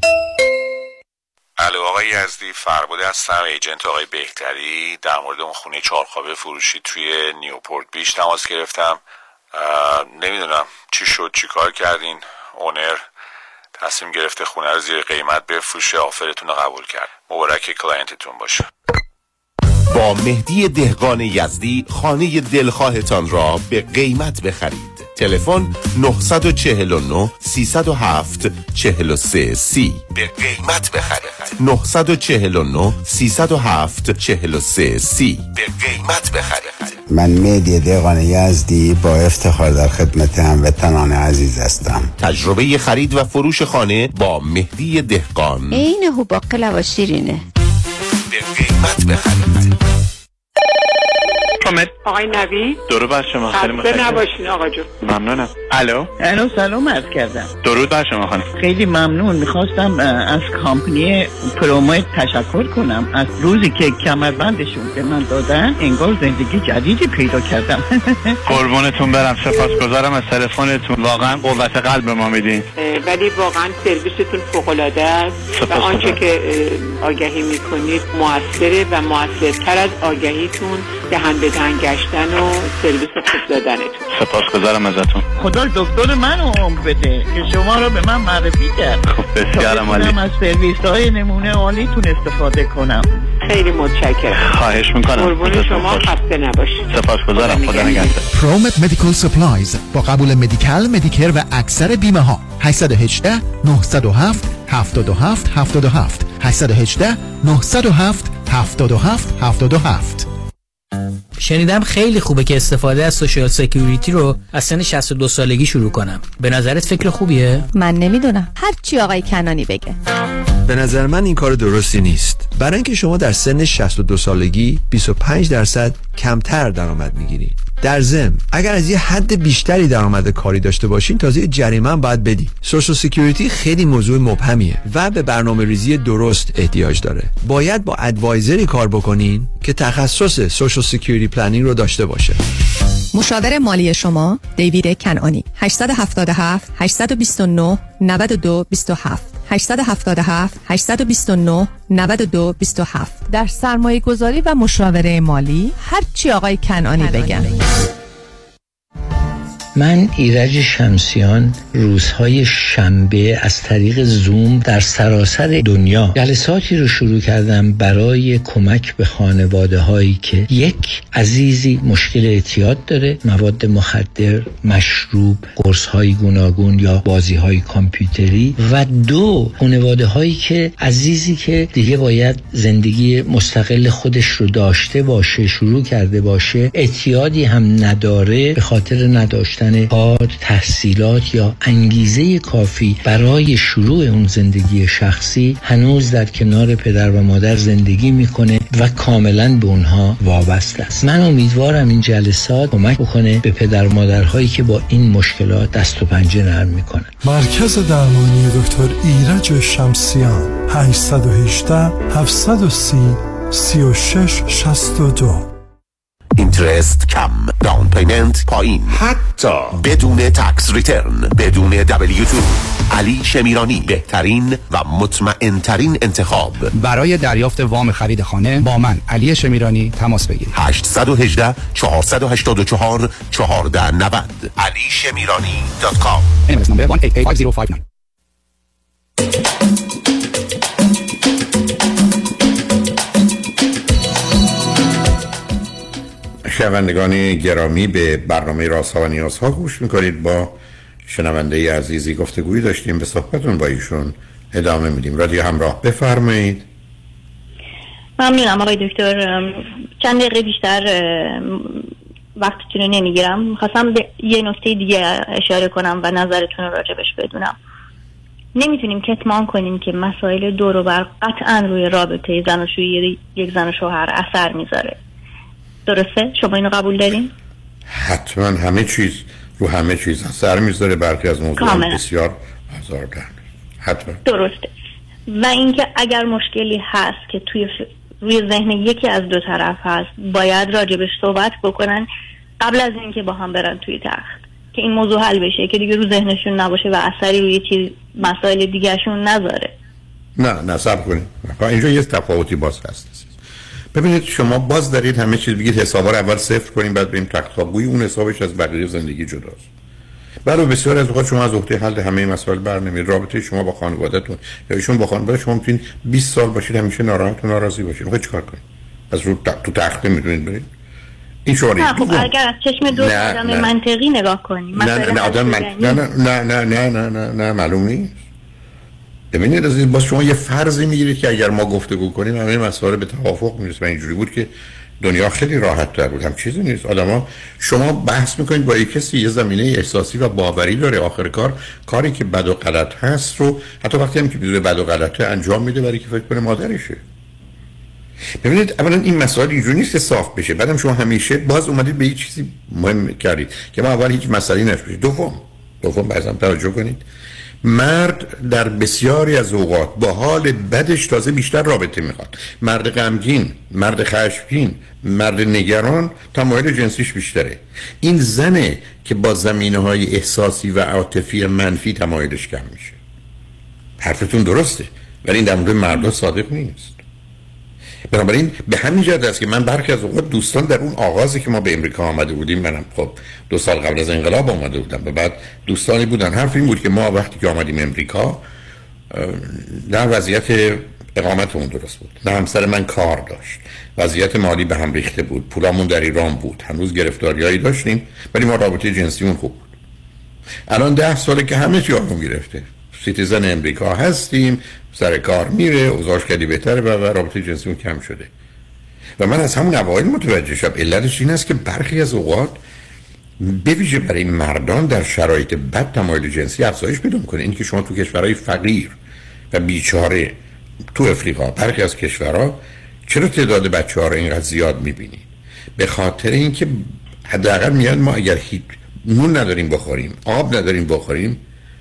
الو آقای یزدی، فرباده هستم، ایجنت آقای بهتری. در مورد اون خونه چهارخوابه فروشی توی نیوپورت بیش تماس گرفتم. نمیدونم چی شد، چی کار کردین. اونر تصمیم گرفته خونه رو زیر قیمت بفروشه، آفرتون رو قبول کرد. مبارک کلاینتتون باشه. با مهدی دهقان یزدی خانه دلخواهتان را به قیمت بخرید. تلفن نه چهار نه سه صفر هفت چهار سه سی. به قیمت بخرید. نه چهار نه سه صفر هفت چهار سه سی. به قیمت بخرید. من مهدی دهقان یزدی با افتخار در خدمت هموطنان عزیز هستم. تجربه خرید و فروش خانه با مهدی دهقان. این هو باقلا و شیرینه. به قیمت بخرید. آقای نوی درود بر شما. خیلی متشکرم. نباشین آقا جون. ممنونم. الو الو سلام عرض کردم. درود بر شما خانم. خیلی ممنون. میخواستم از کامپنی پرومو تشکر کنم. از روزی که کمربندشون به من دادن انگار زندگی جدیدی پیدا کردم. قربونتون برم، سپاسگزارم از تلفنتون، واقعا قوت قلب ما میدین. ولی واقعا سرویستون فوق العاده است و آنچه که آگهی میکنید موثره و موثرتر از آگهیتون دهن به دهن گشتن و سرویس خوب دادنتون. سپاسگزارم ازتون. خدا دکتر منو عمر بده که شما رو به من معرفی کرد. خب بسیارم عالی. من از سرویس های نمونه عالیتون استفاده کنم. خیلی متشکرم. خواهش میکنم. قربون شما، خسته نباشید. سپاسگزارم. خدا نگهدار. پرومت مدیکال سپلایز با قبول مدیکال، مدیکر و اکثر بیمه ها. هشت یک هشت نه صفر هفت هفت هفت هفت هفت هشت یک هشت نه صفر هفت هفت هفت هفت هفت. شنیدم خیلی خوبه که استفاده از سوشال سکیوریتی رو از سن شصت و دو سالگی شروع کنم. به نظرت فکر خوبیه؟ من نمیدونم، هر چی آقای کنانی بگه. به نظر من این کار درستی نیست، برای اینکه شما در سن شصت و دو سالگی بیست و پنج درصد کمتر درآمد میگیرید. در ضمن اگر از یه حد بیشتری درآمد کاری داشته باشین تازه جریمه هم باید بدی. سوشال سکیوریتی خیلی موضوع مبهمیه و به برنامه‌ریزی درست احتیاج داره. باید با ادوایزری کار بکنین که تخصص سوشال سکیوریتی پلنینگ رو داشته باشه. مشاور مالی شما دیوید کنعانی. هشت هفت هفت هشت دو نه نه دو دو هفت هشت هفت هفت هشت دو نه نه دو دو هفت. در سرمایه گذاری و مشاوره مالی هر چی آقای کنعانی بگن. من ایرج شمسیان روزهای شنبه از طریق زوم در سراسر دنیا جلساتی رو شروع کردم برای کمک به خانواده هایی که یک عزیزی مشکل اعتیاد داره، مواد مخدر، مشروب، قرص های گوناگون یا بازی های کامپیوتری، و دو خانواده هایی که عزیزی که دیگه باید زندگی مستقل خودش رو داشته باشه، شروع کرده باشه، اعتیادی هم نداره به خاطر نداشتن کار، تحصیلات یا انگیزه کافی برای شروع اون زندگی شخصی، هنوز در کنار پدر و مادر زندگی میکنه و کاملا به اونها وابسته است. من امیدوارم این جلسات کمک بکنه به پدر و مادرهایی که با این مشکلات دست و پنجه نرم میکنن. مرکز درمانی دکتر ایرج شمسیان هشت یک هشت هفت سه صفر سه شش شش دو. اینترست کم، داون پیمنت پایین، حتی بدون تکس ریترن، بدون دبلیو تو. علی شمیرانی، بهترین و مطمئن ترین انتخاب. برای دریافت وام خرید خانه با من علی شمیرانی تماس بگیرید. هشت یک هشت چهار هشت چهار یک چهار نه صفر علی شمیرانی دات کام. اینوست نمبر یک هشت هشت پنج صفر پنج نه. شنوندگان گرامی، به برنامه رازها و نیازها گوش میکنید. با شنونده عزیزی گفتگویی داشتیم، به صحبتون با ایشون ادامه میدیم. رادیو همراه، بفرمایید. ممنونم آقای دکتر. چند دقیقه بیشتر وقتتون رو نمیگیرم. میخواستم به یه نکته دیگه اشاره کنم و نظرتون رو راجبش بدونم. نمیتونیم کتمان کنیم که مسائل دور و بر قطعا روی رابطه زن و شویی یک زن و شوهر اثر میذاره. درسته؟ شما اینو قبول دارین؟ حتما همه چیز رو همه چیز اثر میذاره. برخی از موضوعات بسیار آزاردهنده. حتما درسته. و اینکه اگر مشکلی هست که توی ف... روی ذهن یکی از دو طرف هست، باید راجبش صحبت بکنن قبل از اینکه با هم برن توی تخت که این موضوع حل بشه، که دیگه رو ذهنشون نباشه و اثری روی چیز مسائل دیگه‌شون نذاره. نه نه صبر کنید. اینجا یه تفاوتی باز هست. ببینید، شما باز دارید همه چیز بگید حسابا رو اول صفر کنیم بعد بریم تخت خوابگویی. اون حسابش از بقیه زندگی جداست. برای بسیار از اوقات شما از عهده حل همه مسائل برنمیاد. رابطه شما با خانواده‌تون یا ایشون با خانواده شما میتونید بیست سال باشید همیشه ناراحت و ناراضی باشید. خب چیکار کنید؟ از رو تو تخت میتونید برید. این شما نه. خب اگر از چشم دو آدم منطقی نگاه کنیم، نه نه نه آدم من... نه نه نه نه نه نه نه نه معلوم نیست. ببینید عزیز، باز شما یه فرضی میگیرید که اگر ما گفتگو کنیم همه مسائل به توافق میرسه. و اینجوری بود که دنیا خیلی راحت تر بود. هم چیزی نیست. آدما شما بحث میکنید با یک کسی یه زمینه احساسی و باوری داره، آخر کار کاری که بد و غلط هست رو حتی وقتی هم که بدون بد و غلطه انجام میده برای که فکر کنه مادرشه. ببینید، اولا این مسائل اینجوری نیست که صاف بشه. بعدم شما همیشه باز اومدید به یه چیزی مهم کردید که ما اول هیچ مسئله نشه. دوم دوم بازم توجه کنید، مرد در بسیاری از اوقات با حال بدش تازه بیشتر رابطه میخواد. مرد غمگین، مرد خشمگین، مرد نگران تمایل جنسیش بیشتره. این زنه که با زمینه‌های احساسی و عاطفی منفی تمایلش کم میشه. حرفتون درسته، ولی این در مورد مردا صادق نیست. بنابراین به همین جهت است که من برخی از اوقات دوستان در اون آغازی که ما به امریکا آمده بودیم، منم خب دو سال قبل از انقلاب آمده بودم و بعد دوستانی بودن، حرف این بود که ما وقتی که آمدیم امریکا در وضعیت اقامتمون درست بود، نه همسر من کار داشت، وضعیت مالی به هم ریخته بود، پولامون در ایران بود، هنوز گرفتاریایی داشتیم، ولی ما رابطه جنسیمون خوب بود. الان ده ساله که همه چی آروم گرفته، سیتیزن امریکا هستیم، سر کار میره، اوضاعش خیلی بهتره و رابطه جنسیمون کم شده. و من از همون اوایل متوجه شدم علتش این است که برخی از اوقات به ویژه برای مردان در شرایط بد تمایل جنسی افزایش پیدا می‌کنه. این که شما تو کشورهای فقیر و بیچاره تو افریقا، برخی از کشورها، چرا تعداد بچه‌ها رو اینقدر زیاد می‌بینید؟ به خاطر اینکه حداقل میاد ما اگر هیچ نون نداریم بخوریم، آب نداریم بخوریم،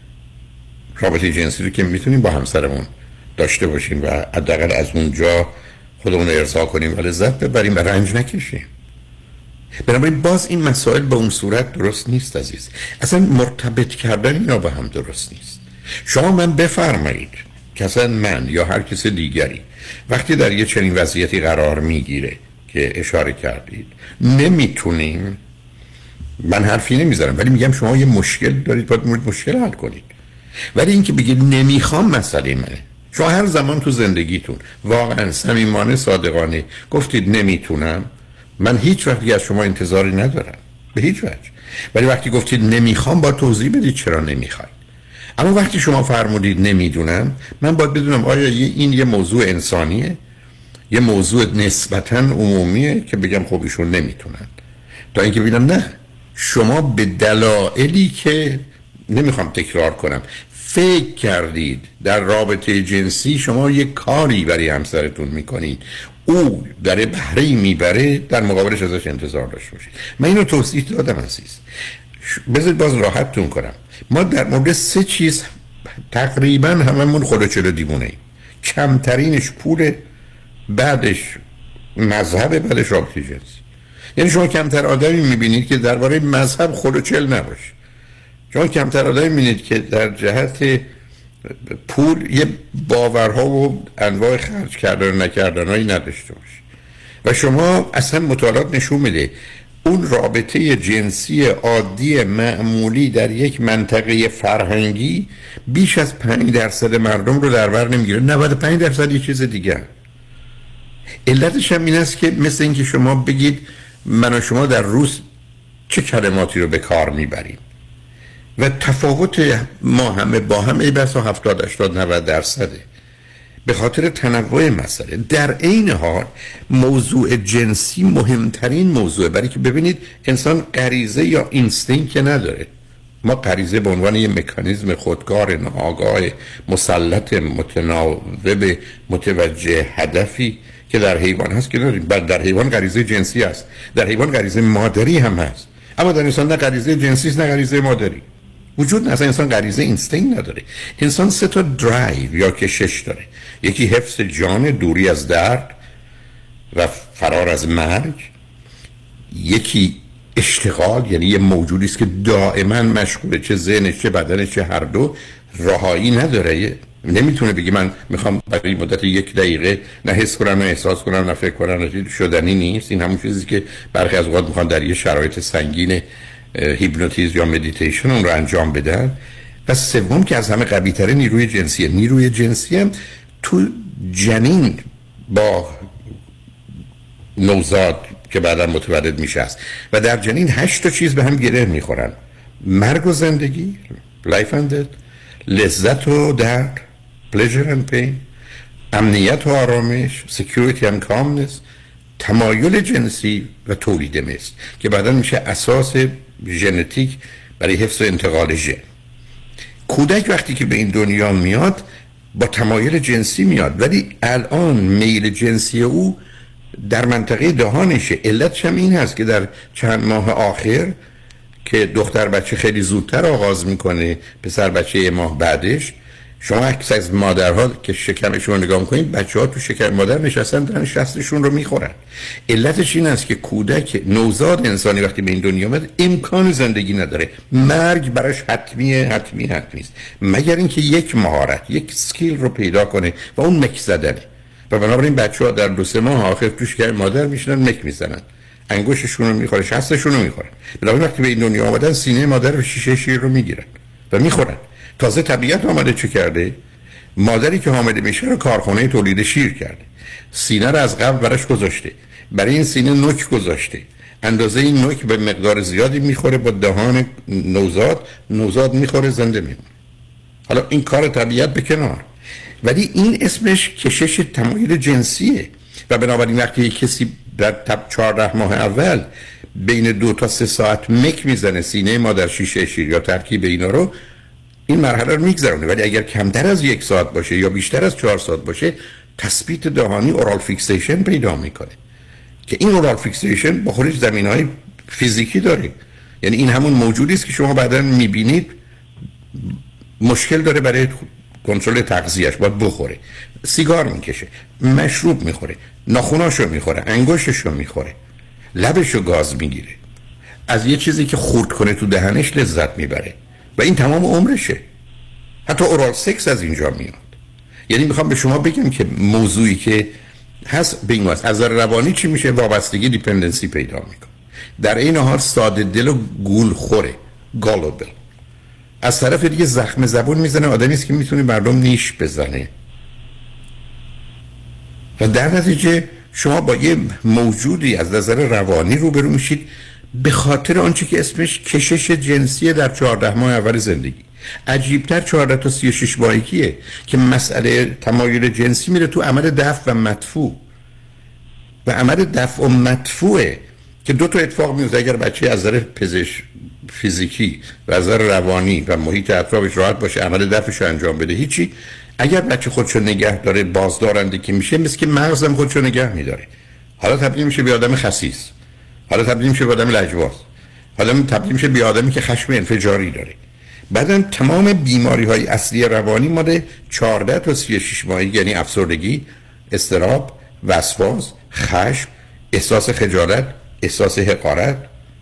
رابطه جنسی رو که میتونیم با همسرمون داشته باشیم و حداقل از اونجا خودمون رو ارضا کنیم و لذت ببریم و رنج نکشیم. بنابراین باز این مسائل به اون صورت درست نیست عزیز. اصلا مرتبط کردن اینا با هم درست نیست. شما من بفرمایید که اصلا من یا هر کس دیگری وقتی در یه چنین وضعیتی قرار میگیره که اشاره کردید نمیتونیم، من حرفی نمیزنم ولی میگم شما یه مشکل دارید باید مورد مشکل حل کنید. ولی اینکه بگید نمیخوام مسئله منه، شما هر زمان تو زندگیتون واقعا صمیمانه صادقانه گفتید نمیتونم، من هیچ وقتی از شما انتظاری ندارم به هیچ وجه، ولی وقتی گفتید نمیخوام با توضیح بدید چرا نمیخواید. اما وقتی شما فرمودید نمیدونم، من باید بدونم آیا این یه موضوع انسانیه، یه موضوع نسبتاً عمومیه که بگم خب ایشون نمیتونن، تا اینکه ببینم نه شما به دلایلی که نمیخوام تکرار کنم فکر کردید در رابطه جنسی شما یک کاری برای همسرتون میکنید، او داره بهره‌ای میبره، در مقابلش ازش انتظار داشته باشید. من اینو توضیح دادم عزیز، بذارید باز راحتتون کنم. ما در مورد سه چیز تقریبا هممون خودچلو دیوونه ایم. کمترینش پول، بعدش مذهب، بعدش رابطه جنسی. یعنی شما کمتر آدمی میبینید که درباره مذهب خودچل نباشه. شما کمتر آدمی میبینید که در جهت پول یه باورها و انواع خرج کردن و نکردنهایی نداشته باشه. و شما اصلا مطالعات نشون میده اون رابطه جنسی عادی معمولی در یک منطقه فرهنگی بیش از پنج درصد مردم رو در بر نمیگیره. نود و پنج درصد یه چیز دیگه. علتش هم این است که مثل اینکه شما بگید من و شما در روز چه کلماتی رو به کار میبریم و تفاوت ما همه با هم ای بسا هفتاد هشتاد نود درصده به خاطر تنوع مسئله. در عین حال موضوع جنسی مهمترین موضوعه، برای که ببینید انسان غریزه یا اینستینکت نداره. ما غریزه به عنوان یه مکانیزم خودکار ناآگاه مسلط متناوب متوجه هدفی که در حیوان هست که نداریم. در حیوان غریزه جنسی هست، در حیوان غریزه مادری هم هست، اما در انسان نه غریزه جنسی است نه غریزه مادری وجود نه. انسان غریزه اینستینکت نداره. انسان سه تا درایو یا کشش داره. یکی حفظ جان، دوری از درد و فرار از مرگ. یکی اشتغال، یعنی یه موجودی است که دائما مشغوله، چه ذهنش چه بدنش چه هر دو، رهایی نداره. نمیتونه بگی من میخوام برای مدت یک دقیقه نه حس کنم نه احساس کنم نه فکر کنم نه شدنی نیست. این همون چیزی که برخی از اوقات میخوان در یه شرایط سنگین هیپنوتیزم یا مدیتیشن اون رو انجام بدن. و سوم که از همه قوی تره نیروی جنسیه. نیروی جنسی هم تو جنین با نوزاد که بعدا متولد میشه است و در جنین هشت تا چیز به هم گره میخورن: مرگ و زندگی، life and death، لذت و درد، pleasure and pain، امنیت و آرامش، security and calmness، تمایل جنسی و تولید مثل که بعدا میشه اساس ژنتیک برای حفظ و انتقال ژن. کودک وقتی که به این دنیا میاد با تمایل جنسی میاد، ولی الان میل جنسی او در منطقه دهانشه. علتش هم این هست که در چند ماه آخر که دختر بچه خیلی زودتر آغاز میکنه، پسر بچه یه ماه بعدش، شما عکس از مادرها که شکمشون رو نگاه میکنید، بچه ها تو شکم مادر نشستن دارن شستشون رو میخورن. علتش این است که کودک نوزاد انسانی وقتی به این دنیا آمد امکان زندگی نداره، مرگ براش حتمیه حتمی حتمی است، مگر اینکه یک مهارت یک سکیل رو پیدا کنه و اون مک زدنه. و بنابراین بچه ها در دو سه ماه آخر تو شکم مادر میشنن مک میزنن، انگشتشون رو میخوره، شستشون رو میخورن. بنابراین وقتی به این دنیا آمدن سینه مادر و شیشه شیر رو میگیرن و میخورن. تازه طبیعت آمده چه کرده؟ مادری که حامله میشه رو کارخانه تولید شیر کرده، سینه رو از قبل براش گذاشته، برای این سینه نوک گذاشته، اندازه این نوک به مقدار زیادی میخوره با دهان نوزاد، نوزاد میخوره زنده میمونه. حالا این کار طبیعت به کنار، ولی این اسمش کشش تمایل جنسیه. و بنابراین وقتی یک کسی در تب چهارده ماه اول بین دو تا سه ساعت مک میزنه سینه مادر شیشه شیر یا ترکیب اینا رو، این مرحله رو میگذرونه. ولی اگر کمتر از یک ساعت باشه یا بیشتر از چهار ساعت باشه، تثبیت دهانی اورال فیکسیشن پیدا میکنه که این اورال فیکسیشن با خودش زمینهای فیزیکی داره. یعنی این همون موجودی است که شما بعدا میبینید مشکل داره برای کنترل تغذیه‌اش، باید بخوره، سیگار میکشه، مشروب میخوره، ناخوناشو میخوره، انگشتشو میخوره. لبشو گاز میگیره، از یه چیزی که خورد کنه تو دهنش لذت میبره و این تمام عمرشه. حتی اورال سکس از اینجا میاد. یعنی میخوام به شما بگم که موضوعی که هست به این واسه از روانی چی میشه؟ وابستگی، دیپندنسی پیدا میکنه. در این حال ساده دل و گول خوره، گالوبل. از طرف دیگه زخم زبون میزنه، آدمی است که میتونه مردم نیش بزنه و در نتیجه شما با یه موجودی از نظر روانی روبرو میشید به خاطر آنچه که اسمش کشش جنسی در چهارده ماه اول زندگی. عجیبتر چهارده تا سی و شش ماهگیه که مسئله تمایل جنسی میره تو عمل دفع و مدفوع و عمل دفع و مدفوعه که دو تا اتفاق میفته. اگر بچه از نظر پزشک فیزیکی و از نظر روانی و محیط اطرافش راحت باشه عمل دفعش رو انجام بده هیچی. اگر بچه خودشو نگه داره بازدارنده که میشه، مثل که مغزم خودشو نگه میداره. حالا تبدیل میشه به آدم خسیس، حالا تبدیل میشه به آدم لجواز، حالا تبدیل میشه به آدمی که خشم انفجاری داره. بعدم تمام بیماری های اصلی روانی مال چهارده تا سی و شش ماهگی، یعنی افسردگی، اضطراب، وسواس، خشم، احساس خجالت، احساس حقارت،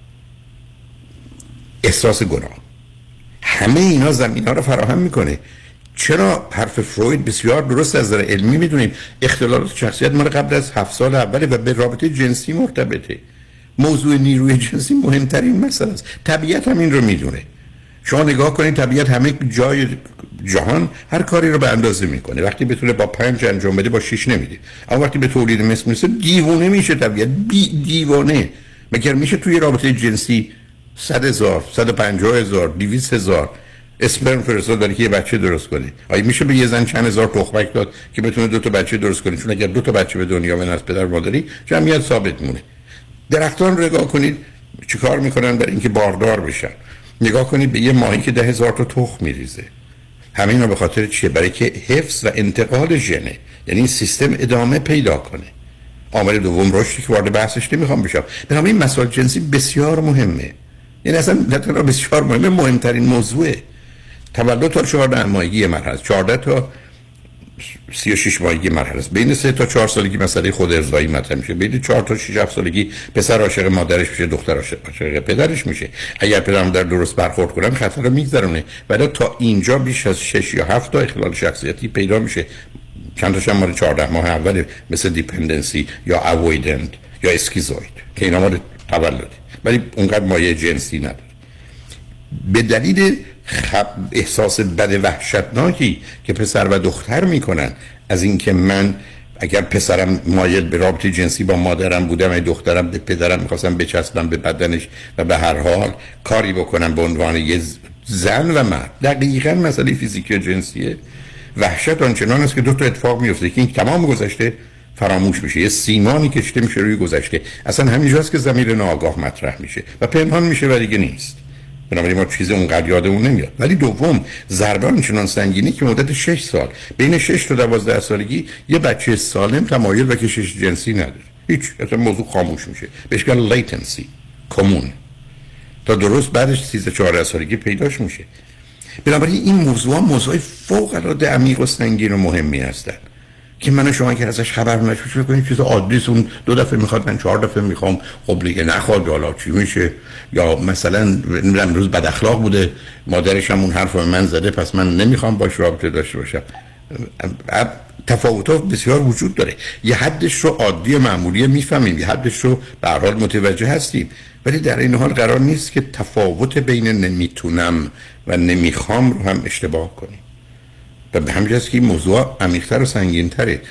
احساس گناه، همه اینا زمینا رو فراهم میکنه. چرا حرف فروید بسیار درست از نظر علمی میدونیم اختلالات شخصیت مال قبل از هفت سال اوله و به رابطه جنسی مرتبطه. موضوع نیروی جنسی مهمترین مسئله است. طبیعت هم این رو میدونه. شما نگاه کنید طبیعت همه جای جهان هر کاری رو به اندازه میکنه. وقتی بتونه با پنج انجام بده با شش نمیده، اما وقتی به تولید مثل میرسه دیوونه میشه. طبیعت بی دیوانه. مگر میشه توی رابطه جنسی صد هزار، صد و پنجاه هزار، دویست هزار اسپرم فرستاد برای که یه بچه درست کنه؟ آیا میشه به یه زن چند هزار تخمک داد که بتونه دو تا بچه درست کنه؟ چون اگر دو تا بچه به دنیا بیان از پدر مادری جمعیت ثابت مونه. درختان رو نگاه کنید چیکار میکنن برای اینکه باردار بشن. نگاه کنید به یه ماهی که ده هزار تا تخم میریزه. همین رو به خاطر چیه؟ برای که حفظ و انتقال ژنه، یعنی سیستم ادامه پیدا کنه. عامل دوم رشدی که وارد بحثش نمیخوام بشم. بنابراین مسائل جنسی بسیار مهمه. یعنی اصلا نه تنها بسیار مهمه، مهمترین موضوعه. تولد تا چهارده ماهگی مرحله است، چهارده تا سی و شش ماهگی مرحله است. بین سه تا چهار سالگی مسئله خود ارضایی مطرح میشه. بین چهار تا شش هفت سالگی پسر عاشق مادرش میشه، دختر عاشق پدرش میشه. اگر پدر مادر درست برخورد کنن خطر رو میگذرونه. ولی تا اینجا بیش از شش یا هفت تا اختلال شخصیتی پیدا میشه. چند تاشم مال چهارده ماه اول، مثل دیپندنسی یا اوایدنت یا اسکیزوید که اینا مال تولده، ولی اونقدر مایه جنسی نداره. به دلیل خب احساس بد وحشتناکی که پسر و دختر میکنن از اینکه من اگر پسرم مایل به رابطه جنسی با مادرم بودم، ای دخترم به پدرم میخواستم بچسبم به بدنش و به هر حال کاری بکنم به عنوان یه زن و مرد. دقیقاً مسئله فیزیکی و جنسیه. وحشت آنچنان است که دو تا اتفاق میفته که این تمام گذشته فراموش میشه. یه سیمانی کشته میشه روی گذشته. اصلا همینجاست که ضمیر ناآگاه مطرح میشه و پنهان میشه و دیگه نیست. بنابراین ما چیز اونقدر یادمون نمیاد. ولی دوم، ضربه آنچنان سنگینی که مدت شش سال، بین شش تا دوازده سالگی یه بچه سالم تمایل و کشش جنسی نداره. هیچ، اصلا موضوع خاموش میشه. بهش میگن لیتنسی، کمون. تا درست بعدش سیزده چهارده سالگی پیداش میشه. بنابراین این موضوع موضوع فوق العاده عمیق و سنگین و مهمی هستند که من و شما که ازش خبر نشود فکر کنید چیز عادی، اون دو دفعه میخواد من چهار دفعه میخوام، خب دیگه نخواد حالا چی میشه؟ یا مثلا امروز بد اخلاق بوده، مادرش هم اون حرف رو من زده پس من نمیخوام باش رابطه داشته باشم. تفاوتات بسیار وجود داره. یه حدش رو عادی معمولی میفهمیم، یه حدش رو به هر حال متوجه هستیم، ولی در این حال قرار نیست که تفاوت بین نمیتونم و نمیخوام رو هم اشتباه کنیم. و به همین جاست که این موضوع عمیق‌تر و سنگین‌تره.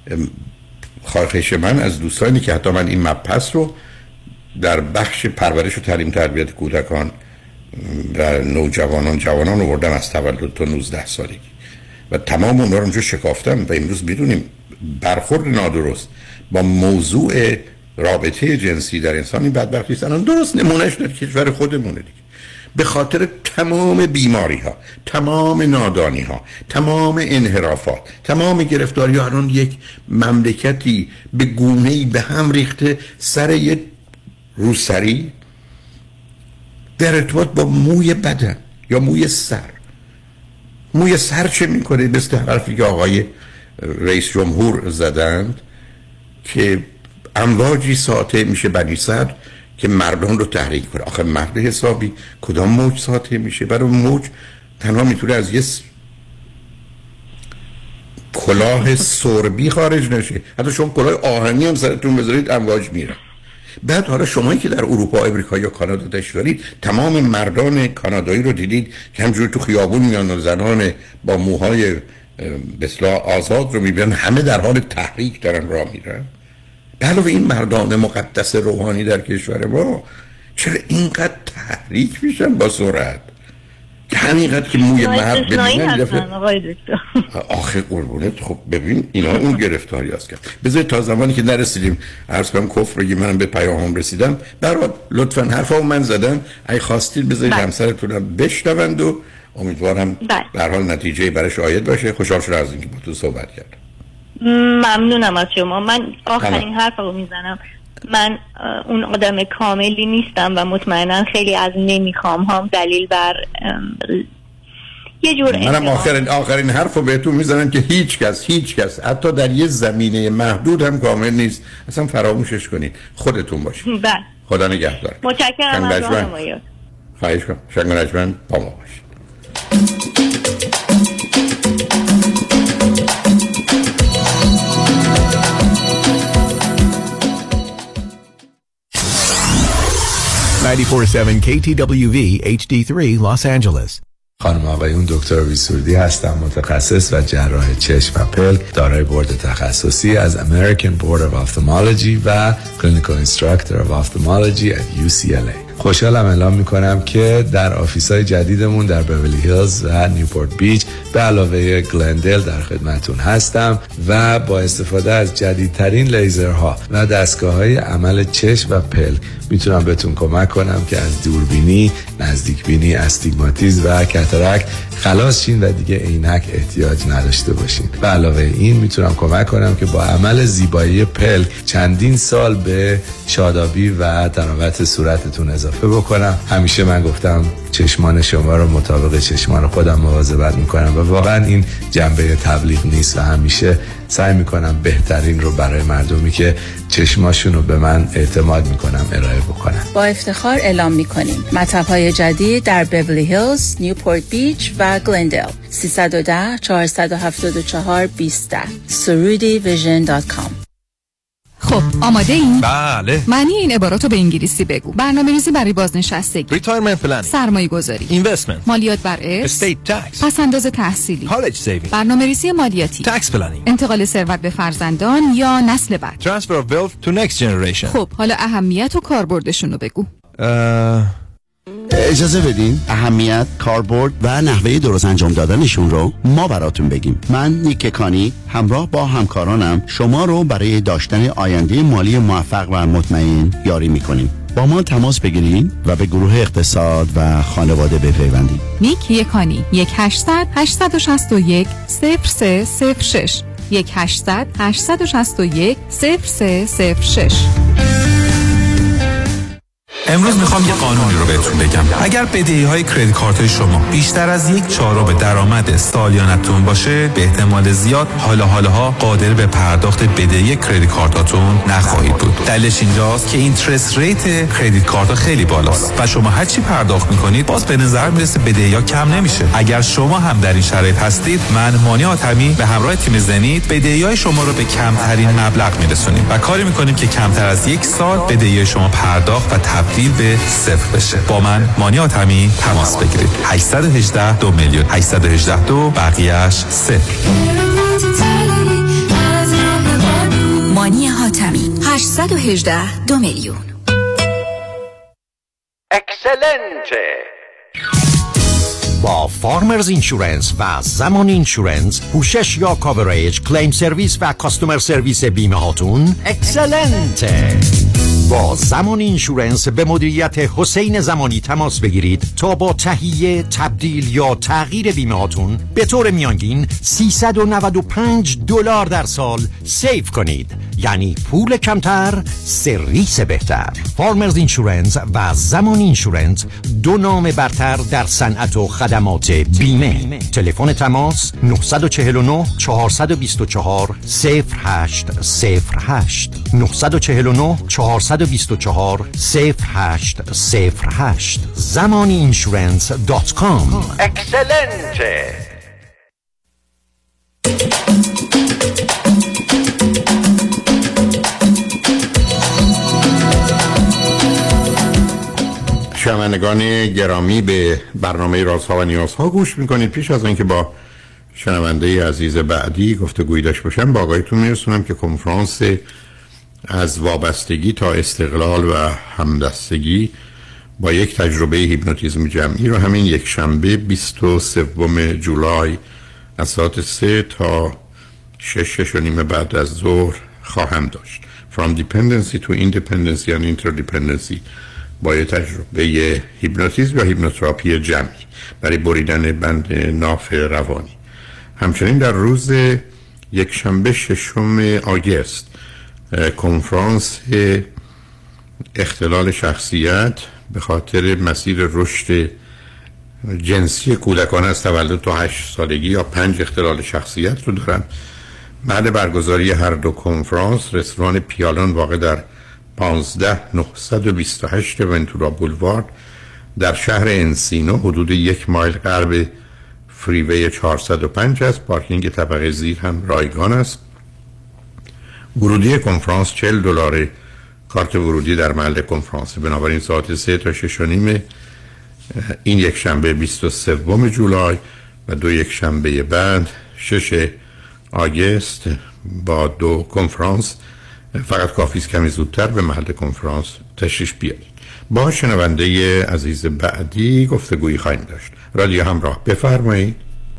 خواهش من از دوستانی که حتی من این مبحث رو در بخش پرورش و تعلیم تربیت کودکان و نوجوانان جوانان آوردم از تولد تا نوزده سالگی و تمام اونها رو اونجا شکافتم و امروز میدونیم برخورد نادرست با موضوع رابطه جنسی در انسان این بدبختی است. الان درست نمونهش در کشور خودمونه دیگه. به خاطر تمام بیماری ها، تمام نادانی ها، تمام انحرافات، تمام گرفتاری ها، الان یک مملکتی به گونه‌ای به هم ریخته سر یک روسری در ارتباط با موی بدن یا موی سر. موی سر چه میکنه؟ مثل حرفی که آقای رئیس جمهور زدند که امواجی ساطع میشه بنی صدر که مردم رو تحریک کنه. آخه مرد حسابی کدام موج ساطع میشه؟ برای موج تنها میتونه از یه کلاه سربی خارج نشه. حتی شما کلاه آهنی هم سرتون بذارید امواج میره. بعد حالا شمایی که در اروپا، امریکا یا کانادا تشریف دارید، تمام مردان کانادایی رو دیدید که همجوری تو خیابون میان و زنان با موهای به اصطلاح آزاد رو میبینن، همه در حال تحریک دارن راه میرن. به علاوه این مردان مقدس روحانی در کشور ما چرا اینقدر تحریک میشن با سرعت که همینقدر که موی مرد ببینن آخه قربونت. خب ببین اینا اون گرفتاری هست کرد. بذارید تا زمانی که نرسیدیم عرض کنم کفر بگی منم به پیامم رسیدم، برات لطفا حرفامو من زدم، اگه خواستید بذارید همسرتونم بشنوند و امیدوارم به هر حال نتیجه براش عاید باشه. خوشحال شدم از اینکه با تو صحبت کردم. ممنونم از شما. من آخرین حرف رو میزنم. من اون آدم کاملی نیستم و مطمئنا خیلی از نمیخوام هم دلیل بر یه جور منم آخرین آخرین حرف رو بهتون میزنم که هیچ کس هیچ کس حتی در یه زمینه محدود هم کامل نیست. اصلا فراموشش کنید. خودتون باشید. بله. خدا نگهدار. متشکرم از راهنمایی. خواهش کنم. شنگ نجمن با ما باشید. نود و چهار ممیز هفت کی تی دبلیو وی اچ دی سه Los Angeles. خانم آقایون، دکتر ویسوردی هستم، متخصص و جراح چشم و پلک، دارای بورد تخصصی از American Board of Ophthalmology و Clinical Instructor of Ophthalmology at یو سی ال ای. خوشحالم اعلام میکنم که در آفیس‌های جدیدمون در بیولی هیلز و نیوپورت بیچ به علاوه گلندل در خدمتون هستم و با استفاده از جدیدترین لیزرها و دستگاه‌های عمل چشم و پلک میتونم بهتون کمک کنم که از دوربینی، نزدیکبینی، استیگماتیسم و کاتاراکت خلاص شین و دیگه عینک احتیاج نداشته باشین. به علاوه این میتونم کمک کنم که با عمل زیبایی پلک چندین سال به شادابی و تراوت صورتتون اضافه بکنم. همیشه من گفتم چشمان شما رو مطابق چشمان خودم مواظبت میکنم و واقعا این جنبه تبلیغ نیست و همیشه سعی میکنم بهترین رو برای مردمی که چشماشون رو به من اعتماد میکنم ارائه بکنم. با افتخار اعلام میکنیم مطب‌های جدید در بیولی هیلز، نیوپورت بیچ و گلندل. سه یک صفر چهار هفت چهار دو صفر سرودی ویژن دات کام. خب آماده این؟ بله. معنی این عبارات رو به انگلیسی بگو. برنامه‌ریزی برای بازنشستگی، ریتایرمنت پلنینگ، سرمایه گذاری، اینوستمنت، مالیات بر ارث، استیت تکس، پس‌انداز تحصیلی، کالج سیوینگ، برنامه‌ریزی مالیاتی، تکس پلنینگ، انتقال ثروت به فرزندان یا نسل بعد، ترانسفر اف ویلث تو نکست جنریشن. خب حالا اهمیت و کاربردشون رو بگو. اه... اجازه بدین اهمیت، کاربرد و نحوه درست انجام دادنشون رو ما براتون بگیم. من نیک کانی همراه با همکارانم شما رو برای داشتن آینده مالی موفق و مطمئن یاری میکنیم. با ما تماس بگیرین و به گروه اقتصاد و خانواده بپیوندید. نیک یکانی یک هشتصد هشتصد شصت و یک صفر سه صفر شش یک هشتصد هشتصد شصت و یک صفر سه صفر شش. امروز میخوام یه قانونی رو بهتون بگم. اگر بدهی‌های کریدیت کارت شما بیشتر از یک چهارم درآمد سالیانتون باشه، به احتمال زیاد حالا حالاها قادر به پرداخت بدهی کریدیت کارتاتون نخواهید بود. دلیلش اینجاست که اینترست ریت کریدیت کارت خیلی بالاست و شما هر چی پرداخت میکنید باز به نظر میرسه بدهی‌ها کم نمیشه. اگر شما هم در این شرایط هستید، من مانی حاتمی به همراه تیم زنید بدهی‌های شما رو به کمترین مبلغ میرسونیم و کاری میکنیم که کمتر از یک سال بدهی شما پرداخت و تبدیل به صفر بشه. با من مانی حاتمی تماس بگیرید. هشت یک هشت دو میلیون هشت یک هشت دو بقیه‌اش صفر. مانی حاتمی هشت یک هشت دو میلیون. اکسلنته. با فارمرز اینشورنس و زمان اینشورنس پوشش یا کاوریج، کلیم سرویس و کاستومر سرویس بیمه هاتون اکسلنته. با زمان اینشورنس به مدیریت حسین زمانی تماس بگیرید تا با تهیه، تبدیل یا تغییر بیمه هاتون به طور میانگین سیصد و نود و پنج دلار در سال سیو کنید. یعنی پول کمتر، سرویس بهتر. فارمرز اینشورنس و زمان اینشورنس، دو نام برتر در صنعت و خدمات خدمات بیمه. تلفن تماس نه چهار نه چهار دو چهار صفر هشت صفر هشت نه چهار نه چهار دو چهار صفر هشت صفر هشت زمانی اینشورنس دات کام. اکسلنته. شنوندگان گرامی، به برنامه رازها و نیازها گوش میکنید. پیش از اینکه با شنونده عزیز بعدی گفتگویی داشته باشم، با آقایتون میرسونم که کنفرانس از وابستگی تا استقلال و همدستگی با یک تجربه هیپنوتیزم جمعی رو همین یک شنبه بیست و سوم جولای از ساعت سه تا شش شش و نیم بعد از ظهر خواهم داشت. From Dependency to Independency and Interdependency، با یه تجربه هیپنوتیزم یا هیپنوتراپی جمعی برای بریدن بند ناف روانی. همچنین در روز یک شنبه ششم آگوست کنفرانس اختلال شخصیت به خاطر مسیر رشد جنسی کودکان از تولد تا هشت سالگی یا پنج اختلال شخصیت رو دارم. بعد برگزاری هر دو کنفرانس، رستوران پیالون واقع در پانزده نهصد و بیست و هشت ونتورا بولوارد در شهر انسینو حدود یک مایل غرب فریوی چهارصد و پنج است. پارکینگ طبقه زیر هم رایگان است. ورودی کنفرانس چهل دلار. کارت ورودی در محل کنفرانس. بنابراین ساعت سه تا شش و نیم این یک شنبه بیست و سوم جولای و دو یک شنبه بعد شش آگوست با دو کنفرانس. فقط کافی است کمی زودتر به محل کنفرانس تشریف بیارید. با شنونده عزیز بعدی گفتگویی خواهیم داشت. رادیو همراه، بفرمایید.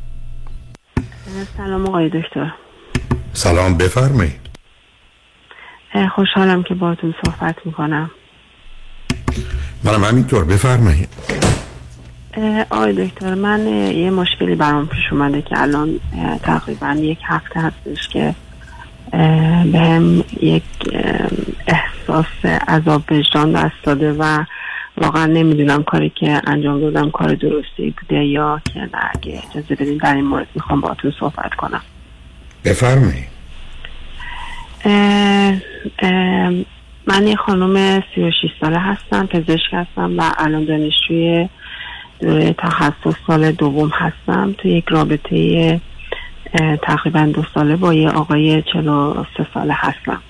سلام آقای دکتر. سلام، بفرمایید. خوشحالم که باهاتون صحبت میکنم. منم همینطور، بفرمایید. آقای دکتر، من یه مشکلی برام پیش اومده که الان تقریبا یک هفته هستش که به هم یک احساس عذاب وجدان دست داده و واقعا نمیدونم کاری که انجام دادم کار درستی بوده یا که نه. اگه اجازه بدین در این مورد میخوام باهاتون صحبت کنم. بفرمایید. من یه خانم سی و شش ساله هستم، پزشک هستم و الان دانشجوی دوره تخصص سال دوم هستم. تو یک رابطه تقریبا دو ساله با یه آقای چهل و سه ساله هستم.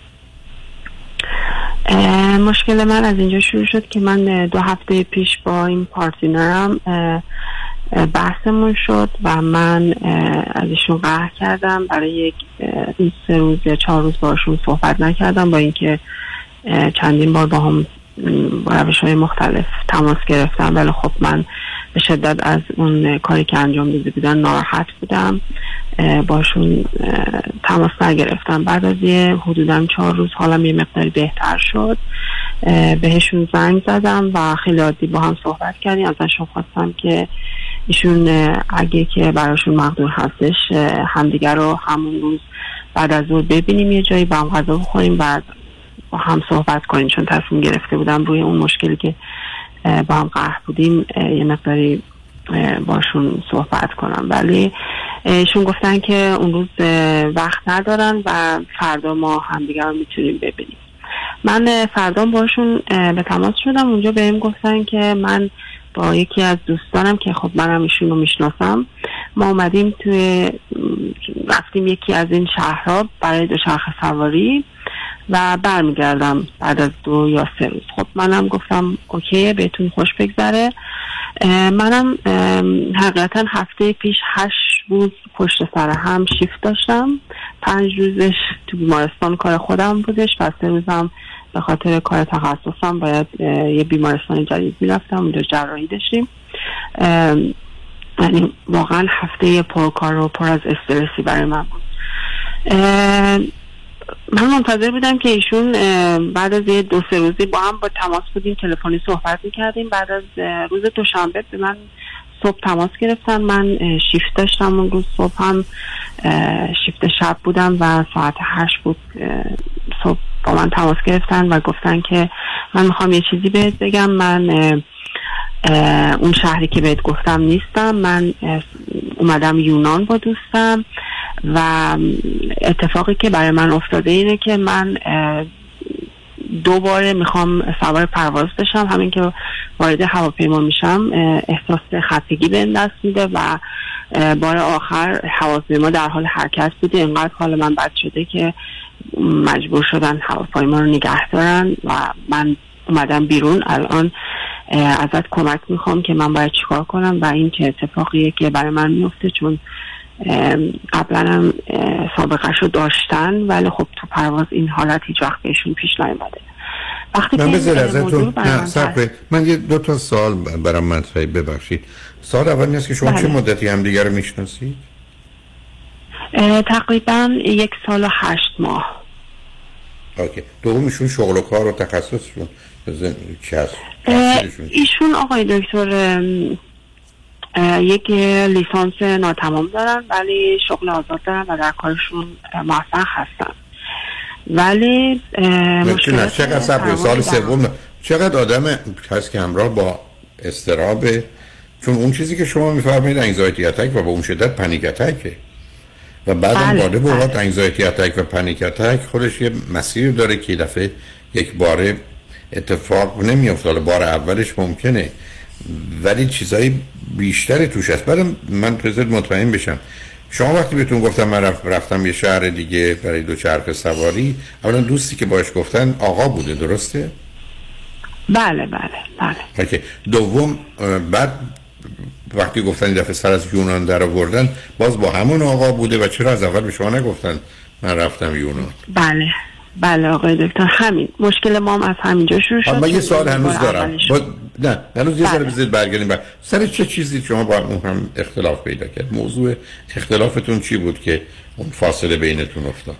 مشکل من از اینجا شروع شد که من دو هفته پیش با این پارتنرم بحثمون شد و من از ایشون قهر کردم. برای یک سه روز یا چهار روز باشون صحبت نکردم، با اینکه چندین بار با هم با روش‌های مختلف تماس گرفتم، ولی خب من به شدت از اون کاری که انجام داده بودن ناراحت بودم، باشون تماس نگرفتم. بعد از یه حدوداً چهار روز حالم یه مقداری بهتر شد. بهشون زنگ زدم و خیلی عادی با هم صحبت کردیم. ازشون خواستم که ایشون اگه که براشون مقدور هستش همدیگر رو همون روز بعد از ظهر ببینیم یه جایی با هم غذا بخوریم، بعد با هم صحبت کنیم، چون تصمیم گرفته بودم روی اون مشکلی که با هم قهر بودیم یه مقداری باشون صحبت کنم. ولی ایشون گفتن که اون روز وقت ندارن و فردا ما همدیگر رو میتونیم ببینیم. من فردا باشون به تماس شدم. اونجا بهم گفتن که من با یکی از دوستانم که خب منم ایشون رو میشناسم، ما اومدیم توی رفتیم یکی از این شهرها برای دوچرخه سواری و برمیگردم بعد از دو یا سه روز. خب منم گفتم اوکی، بهتون خوش بگذره. منم حقیقتا هفته پیش هشت روز پشت سر هم شیفت داشتم. پنج روزش تو بیمارستان کار خودم بودش و سه روزم به خاطر کار تخصصم باید یه بیمارستان جدید میرفتم، اونجا جراحی داشتیم. یعنی واقعا هفته پرکار و پر از استرسی برای من بود. من منتظر بودم که ایشون بعد از یه دو سه روزی با هم با تماس بودیم، تلفنی صحبت میکردیم. بعد از روز دوشنبه به من صبح تماس گرفتن. من شیفت داشتم اون روز، صبح هم شیفت شب بودم و ساعت هشت بود. صبح با من تماس گرفتن و گفتن که من میخوام یه چیزی بهت بگم. من اون شهری که بهت گفتم نیستم. من اومدم یونان با دوستم و اتفاقی که برای من افتاده اینه که من دوباره میخوام سوار پرواز بشم. همین که وارد هواپیما میشم احساس خستگی به دست میده و بار آخر هواپیما در حال حرکت بوده، اینقدر حال من بد شده که مجبور شدن هواپیما رو نگه دارن و من اومدم بیرون. الان ازت کمک میخوام که من باید چیکار کنم و این چه اتفاقیه که برای من میفته، چون قبلا هم سابقه شو داشتن ولی خب تو پرواز این حالت هیچ وقت بهشون پیش نیامده. وقتی من بذار ازتون نه صرفه من یه دو تا سوال برام مطرحه، ببخشید. سوال اول این است که شما بله. چه مدتی هم دیگر رو میشناسید؟ تقریبا یک سال و هشت ماه. اوکی. دومیشون شغل و کار و تخصصشون چی هست؟ ایشون آقای دکتر یک لیسانس ناتمام دارن ولی شغل آزاد دارن و در کارشون موفق هستن. ولی مشکل چقدر صبر سال سوم چقدر آدم هست که همراه با اضطرابه، چون اون چیزی که شما میفرمایید انگزایتی اتک و با اون شدت پنیک اتکه و بعدم باده به اوقات انگزایتی اتک و پنیک اتک خودش یه مسیر داره که دفعه یک باره اتفاق نمیفته. بار اولش ممکنه ولی چیزایی بیشتری توش هست. بعدم من پرزید مطمئن بشم، شما وقتی بهتون گفتم من رفت رفتم یه شهر دیگه برای دو چرخ سواری، اولا دوستی که باش گفتن آقا بوده، درسته؟ بله بله بله. اوکی. دوم بعد وقتی گفتن این دفعه سر از یونان در آوردن باز با همون آقا بوده و چرا از اول به شما نگفتن من رفتم یونان؟ بله بله آقای دکتر، همین مشکل ما هم از همینجا شروع شد. من یه سوال هنوز دارم با... نه هنوز یه ذره بذارید برگردیم بر سر چه چیزی شما با اون هم اختلاف پیدا کرد؟ موضوع اختلافتون چی بود که اون فاصله بینتون افتاد؟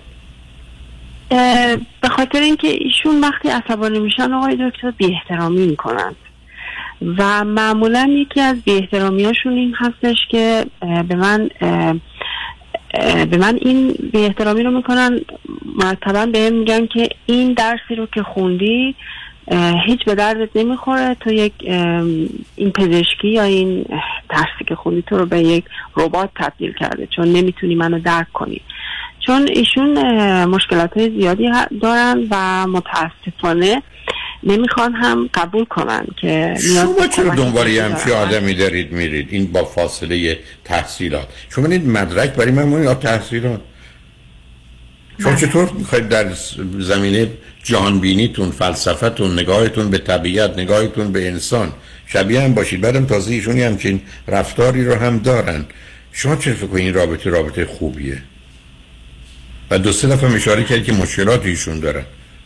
به خاطر اینکه ایشون وقتی عصبانی میشن آقای دکتر بی احترامی میکنن و معمولا یکی از بی احترامی هاشون این هستش که به من به من این بی احترامی رو میکنن، مرتبا بهم میگن که این درسی رو که خوندی هیچ به دردت نمیخوره، تو یک این پزشکی یا این درسی که خوندی تو رو به یک ربات تبدیل کرده چون نمیتونی منو درک کنی. چون ایشون مشکلات زیادی دارن و متاسفانه نمیخوان هم قبول کنن که شما چرا دنبال یه همچی آدمی دارید میرید این با فاصله تحصیلات؟ شما این مدرک برای من مونید یا تحصیلات؟ شما چطور میخواید در زمینه جهانبینیتون، فلسفتون، نگاهتون به طبیعت، نگاهتون به انسان شبیه هم باشید؟ بعدم تازه ایشونی همچین رفتاری رو هم دارن. شما چرا فکر کنید این رابطه رابطه خوبیه؟ و دو سه دفعه اشاره کردید که مشکلات ایشون دارن.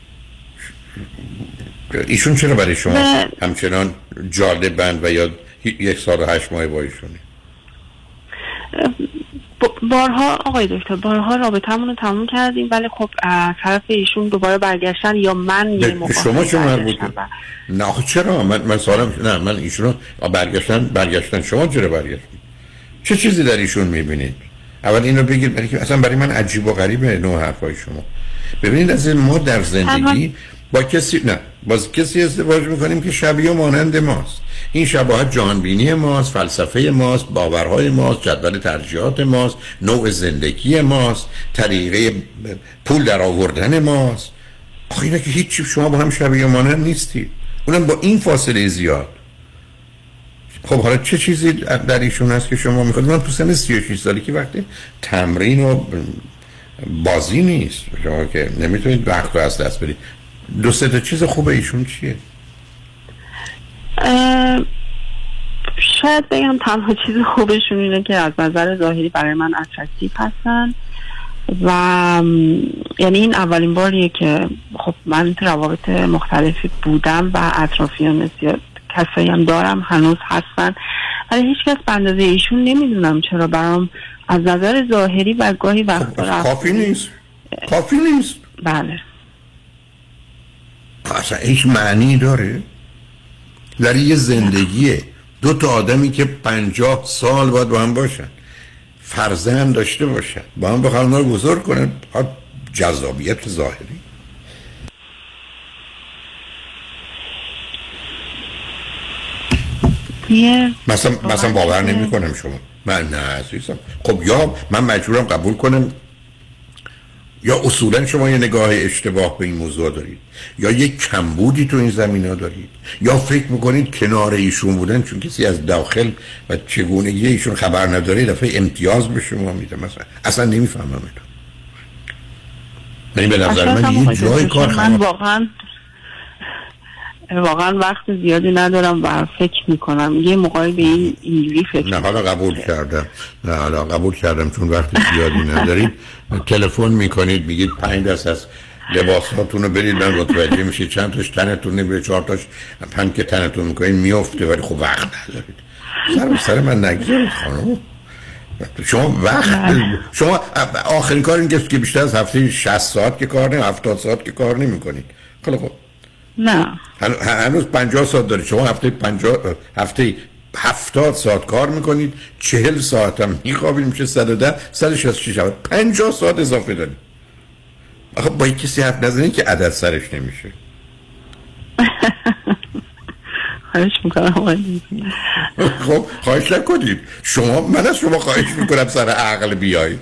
ایشون چرا برای شما ب... همچنان جالبند و یا یک سال و هشت ماه با ایشونی؟ بارها آقای دکتر بارها رابطه‌مون رو تموم کردیم ولی خب طرف ایشون دوباره برگشتن یا من یه موقع شما چون مربوط و... نه چرا من من سوالم نه من ایشون برگشتن برگشتن شما چرا برگشتن؟ چه چیزی در ایشون می‌بینید؟ اول اینو بگید برای که اصلا برای من عجیب و غریبه نوع حرفای شما. ببینید از ما در زندگی با کسی نه با کسی ازدواج میکنیم که شبیه و مانند ماست. این شباهت جهانبینی ماست، فلسفه ماست، باورهای ماست، جدول ترجیحات ماست، نوع زندگی ماست، طریقه پول در آوردن ماست. آخه اینا که هیچی شما با هم شبیه و مانند نیستید، اونم با این فاصله زیاد. خب حالا چه چیزی در ایشون هست که شما میخواید؟ من تو سن سی و شش سالی که وقتی تمرین و بازی نیست شما که نمیتونید وقت رو از دست بدید. دو سه تا چیز خوب ایشون چیه؟ شاید بگم تنها چیز خوبشون اینه که از نظر ظاهری برای من اترکتیو هستن و یعنی این اولین باریه که خب من تو روابط مختلفی بودم و اطرافیان زیاد کسایی هم دارم هنوز هستن ولی هیچ کس به اندازه ایشون نمیدونم چرا برام از نظر ظاهری و گاهی وقتا خب کافی نیست کافی نیست بله اصلا هیچ معنی داره؟ در یه زندگیه دو تا آدمی که پنجاه سال باید با هم باشن، فرزند داشته باشن، با هم بخوان اونا رو بزرگ کنن، جذابیت ظاهری. توی مثلا مثلا باور نمی کنم شما. من نه عزیزم. خب یا من مجبورم قبول کنم یا اصولا شما یه نگاه اشتباه به این موضوع دارید یا یک کمبودی تو این زمینا دارید یا فکر میکنید کنار ایشون بودن چون کسی از داخل و چگونگی ایشون خبر نداره دفعه امتیاز به شما میده. مثلا اصلا نمیفهمم اینو. یعنی به نظر من یه جای کار خواهم. من واقعا واقعا وقت زیادی ندارم و فکر میکنم یه موقعی به این اینجوری فکر نه حالا قبول کردم نه حالا قبول کردم چون وقت زیادی ندارید تلفن میکنید میگید پنج دست از لباساتون رو برید من متوجه میشید چند تاش تنتون نمیره چهار تاش هم که تنتون میکنید میفته ولی خب وقت ندارید. سر سر من نگذارید خانم. شما وقت شما آخرین کار این که بیشتر از هفته شصت ساعت که کار نمی هفتاد ساعت که کار نمی کنید. خیلی خب نه هنوز پنجاه ساعت دارید. شما هفته پنجاه هفته هفتاد ساعت کار میکنید چهل ساعت هم میخوابید میشه صد و ده صد و شصت و شش پنجاه ساعت اضافه دارید. آخه با یک کسی حرف نزنید که عدد سرش نمیشه. خواهش میکنم. خب خواهش نکنید. شما من از شما خواهش میکنم سر عقل بیایید.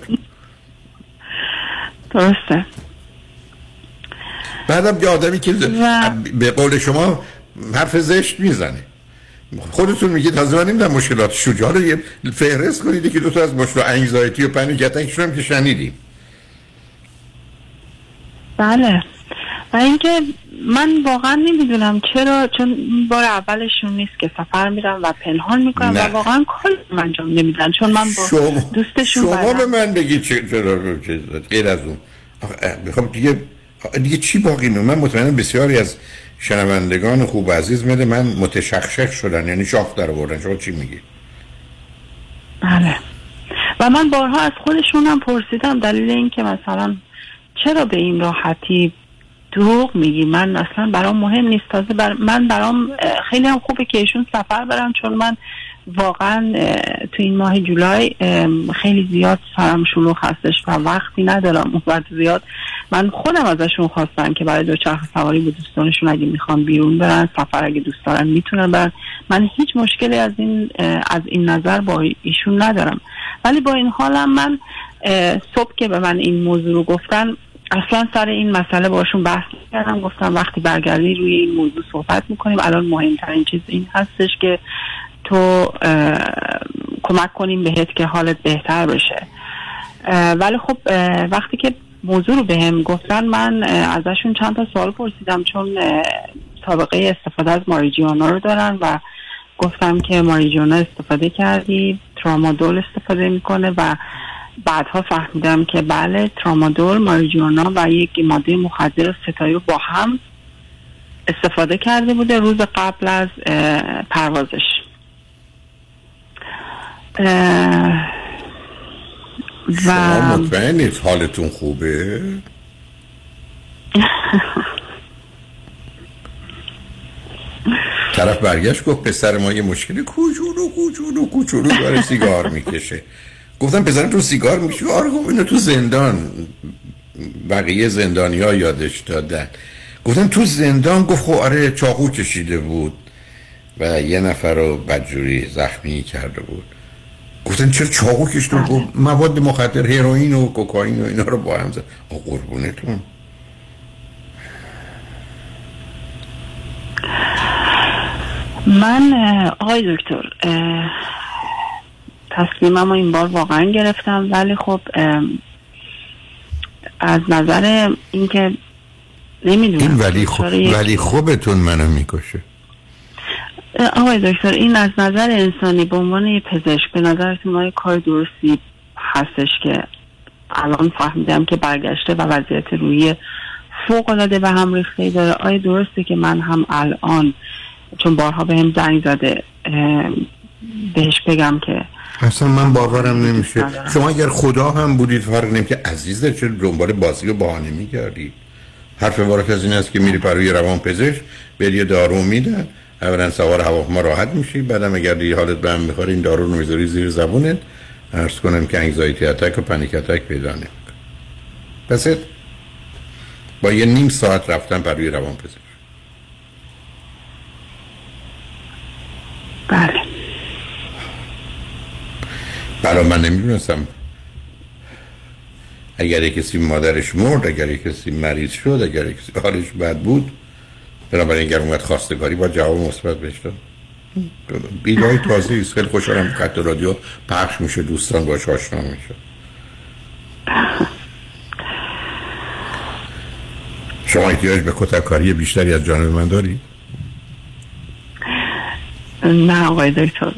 درسته. بعدم یه آدمی که به قول شما حرف زشت میزنه خودتون میگید تازه من نمیدونم مشکلات شجاع رو یه فهرست کنید که دو تا از مشکل انگزایتی و پنیک اتکشون هم که شنیدیم. بله و اینکه من واقعا نمیدونم چرا چون بار اولشون نیست که سفر میرم و پنهان میکنم و واقعا کاری انجام نمیدن چون من با شما دوستشون شما برم. به من بگید چرا غیر از اون میخوام دیگه دیگه چی باقی نمونه. من مطمئنم بسیاری از شنوندگان خوب و عزیز میده من متشخشخ شدن یعنی شاخ در آوردن. شما چی میگی؟ بله و من بارها از خودشونم پرسیدم دلیل این که مثلا چرا به این راحتی دروغ میگی. من اصلا برام مهم نیست. تازه بر من برام خیلی هم خوبه که ایشون سفر برن چون من واقعا تو این ماه جولای خیلی زیاد سرم شلوغ هستش و وقتی ندارم اون وقت زیاد. من خودم ازشون خواستم که برای دوچرخه سواری با دوستانشون اگه میخوان بیرون برن سفر اگه دوست دارن میتونن برن. من هیچ مشکلی از این از این نظر با ایشون ندارم ولی با این حالم من صبح که به من این موضوع رو گفتن اصلا سر این مسئله باشون بحث کردم. گفتم وقتی برگردی روی این موضوع صحبت میکنیم. الان مهمترین چیز این هستش که تو کمک کنیم بهت که حالت بهتر بشه. ولی خب وقتی که موضوع رو بهم گفتن من ازشون چند تا سوال پرسیدم چون سابقه استفاده از ماریجوانا رو دارن و گفتم که ماریجوانا استفاده کردی ترامادول استفاده میکنه و بعدها فهمیدم که بله ترامادول ماریجوانا و یک ماده مخدر ستایی رو با هم استفاده کرده بوده روز قبل از پروازش. و مطمئنید حالتون خوبه؟ طرف برگشت گفت پسر ما یه مشکل کوچولو کوچولو کوچولو داره سیگار میکشه. گفتم پسرتون سیگار میکشه؟ آره گفت اینو تو زندان بقیه زندانی ها یادش دادن. گفتم تو زندان؟ گفت خب آره چاقو کشیده بود و یه نفر رو بدجوری زخمی کرده بود. گفتن چرا چاقو کشیده بود؟ مواد مخدر هروئین و کوکائین و اینا رو با هم زد. قربونتون. من آقای دکتر تصمیمم این بار واقعا گرفتم ولی خب از نظر اینکه نمیدونم این ولی خوب ولی خوبتون منو میکشه. آقای دکتر این از نظر انسانی به عنوان یه پزشک به نظرتون ما کار درستی هستش که الان فهمیدم که برگشته و وضعیت روحی فوق العاده به هم ریخته داره. آیا درسته که من هم الان چون بارها به هم زنگ زده بهش بگم که اصلا من باورم نمیشه. شما اگر خدا هم بودید فرق نمیکنه عزیزه چرا دنبال بازی و بهانه میگردید؟ حرف وارد از این است که میری برای روان پزشک بهت یه دارو میدن اولا سوار هواپیما راحت میشی بعدم اگر دیگه حالت به هم میخوره این دارو رو میذاری زیر زبونت عرض کنم که انگزایتی اتک و پنیک اتک پیدا نمیکنه. پس با یه نیم ساعت رفتن برای روان پزشک. بله حالا من نمیدونستم اگر کسی مادرش مرد، اگر کسی مریض شد، اگر کسی حالش بد بود، بنابراین اگر اومد خواستگاری با جواب مثبت بهش داد. بیدای تازه است. خیلی خوشحالم خط رادیو پخش میشه، دوستان باش آشنا میشه. شما احتیاج به کتککاری بیشتری از جانب من داری؟ نه آقای دکتر،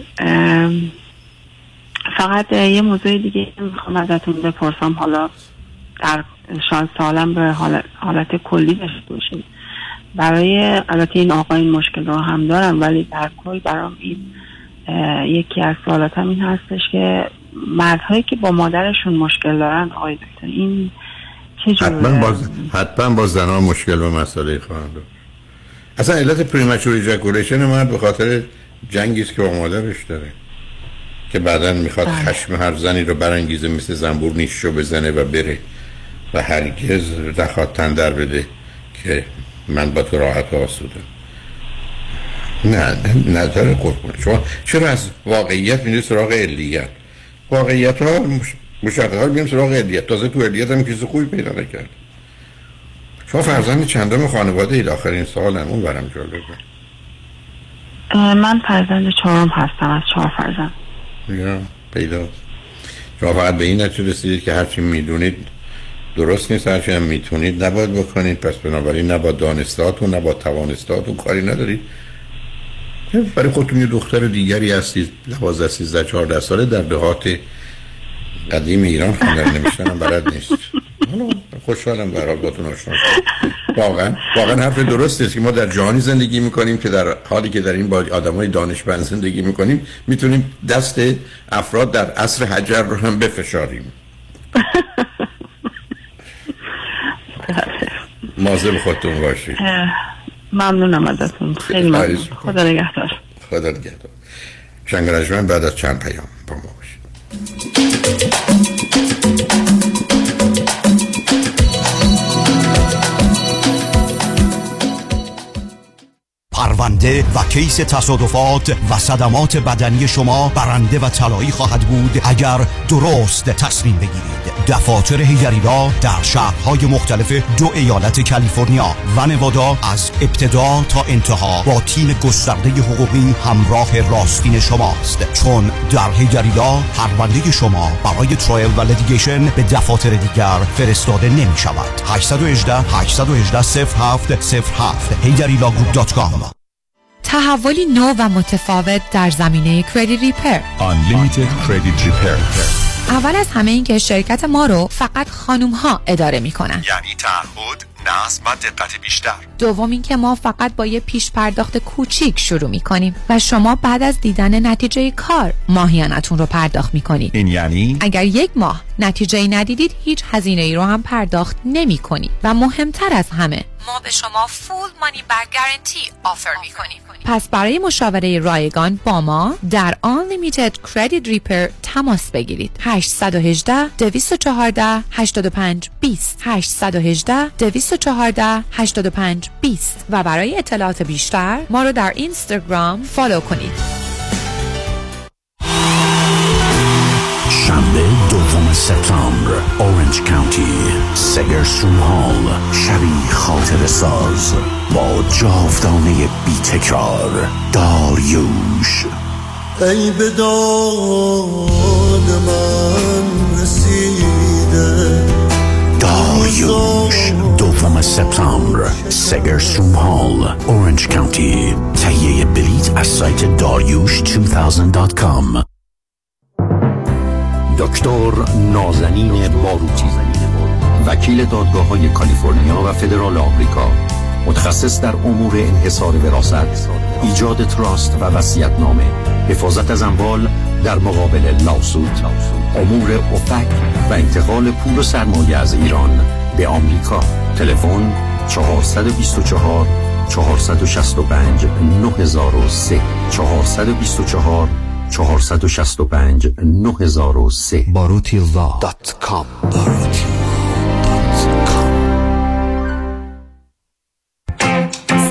فقط یه موضوع دیگه میخوام ازتون بپرسم، حالا در شاید سالم به حالت, حالت کلی داشته باشیم. برای البته این آقا این مشکل رو هم دارم، ولی در کل برام این یکی از سوالاتم این هستش که مردهایی که با مادرشون مشکل دارن آقای دکتر، این چه جوره؟ حتما باز حتما با زنها مشکل و مسئله خواهند داشت. اصلا علت پریمچور ایجاکولیشن مرد به خاطر جنگی است که با مادرش داره، که بعداً میخواد خشم هر زنی رو برانگیزه، مثل زنبور نیششو بزنه و بره و هرگز نخواد تن در بده که من با تو راحت و آسوده. نه نداره قربونه. شما چرا از واقعیت میره سراغ علیت؟ واقعیت ها مشخصا میریم سراغ علیت. تازه تو علیت هم کسی خوبی پیدا نکرد. شما فرزند چندم خانواده اید؟ آخرین سوالم اون برم جالبه. من فرزند چهارم هستم از چهار فرزند. یا پیداست. شما فقط به این نتیجه رسیدید که هرچی میدونید درست نیست، هرچی هم میتونید نباید بکنید، پس بنابراین نه با دانستهاتون نه با توانستهاتون کاری ندارید. برای خودتون یه دختر دیگری هستید دوازده سیزده چهارده ساله در دهات قدیم ایران خواندن نمیشتن هم بلد نیست. خوشحالم به هر حال باتون آشنا شدم. واقعا واقعا حرف درستی است که ما در جهانی زندگی میکنیم که در حالی که در این با آدمای دانشمند زندگی میکنیم میتونیم دست افراد در عصر حجر رو هم بفشاریم. مواظب خودتون باشید. ممنونم ازتون، خیلی ممنون. خدا نگهدار. خدا نگهدار. شنگرجمن بعد از چند پیام با ما باشید. پرونده و کیس تصادفات و صدمات بدنی شما برنده و طلایی خواهد بود اگر درست تصمیم بگیرید. دفاتر هیجریلا در شهرهای مختلف دو ایالت کالیفرنیا و نوادا از ابتدا تا انتها با تیم گسترده حقوقی همراه راستین شماست، چون در هیجریلا پرونده شما برای ترایل و لیتیگیشن به دفاتر دیگر فرستاده نمی شود. هشت یک هشت هشت یک هشت صفر هفت صفر هفت هیجریلا گروپ دات کام. تحولی نو و متفاوت در زمینه کردیت ریپر. Unlimited Credit Repair. اول از همه این که شرکت ما رو فقط خانوم ها اداره می کنن. یعنی تعهد، نظم و دقت بیشتر. دوم این که ما فقط با یه پیش پرداخت کوچیک شروع می کنیم و شما بعد از دیدن نتیجه کار ماهیانتون رو پرداخت می کنید. این یعنی اگر یک ماه نتیجه ندیدید هیچ هزینه ای رو هم پرداخت نمی کنید و مهمتر از همه ما به شما فول مانی بک گارانتی آفر می کنیم. پس برای مشاوره رایگان با ما در Unlimited Credit Repair تماس بگیرید. هشت یک هشت دو یک چهار هشت پنج دو صفر هشت یک هشت دو یک چهار هشت پنج دو صفر و برای اطلاعات بیشتر ما رو در اینستاگرام فالو کنید. شنبه دوم سپتامبر، اورنج کانتی، سگرسون هال، شبی خاطر ساز با جاودانه بی تکرار داریوش. ای به داد من رسیده داریوش. دوم سپتامبر، سگرسون هال، اورنج کانتی. تهیه بلیط از سایت داریوش دو هزار دات کام. دکتر نازنین باروتی، وکیل دادگاه‌های کالیفرنیا و فدرال آمریکا، متخصص در امور انحصار وراثت، ایجاد تراست و وصیت‌نامه، حفاظت از اموال در مقابل لاسوت، امور اوپک و انتقال پول و سرمایه از ایران به آمریکا. تلفن چهار دو چهار چهار شش پنج نه صفر سه چهار دو چهار چهار شش پنج نه صفر سه باروتی لا دات کام.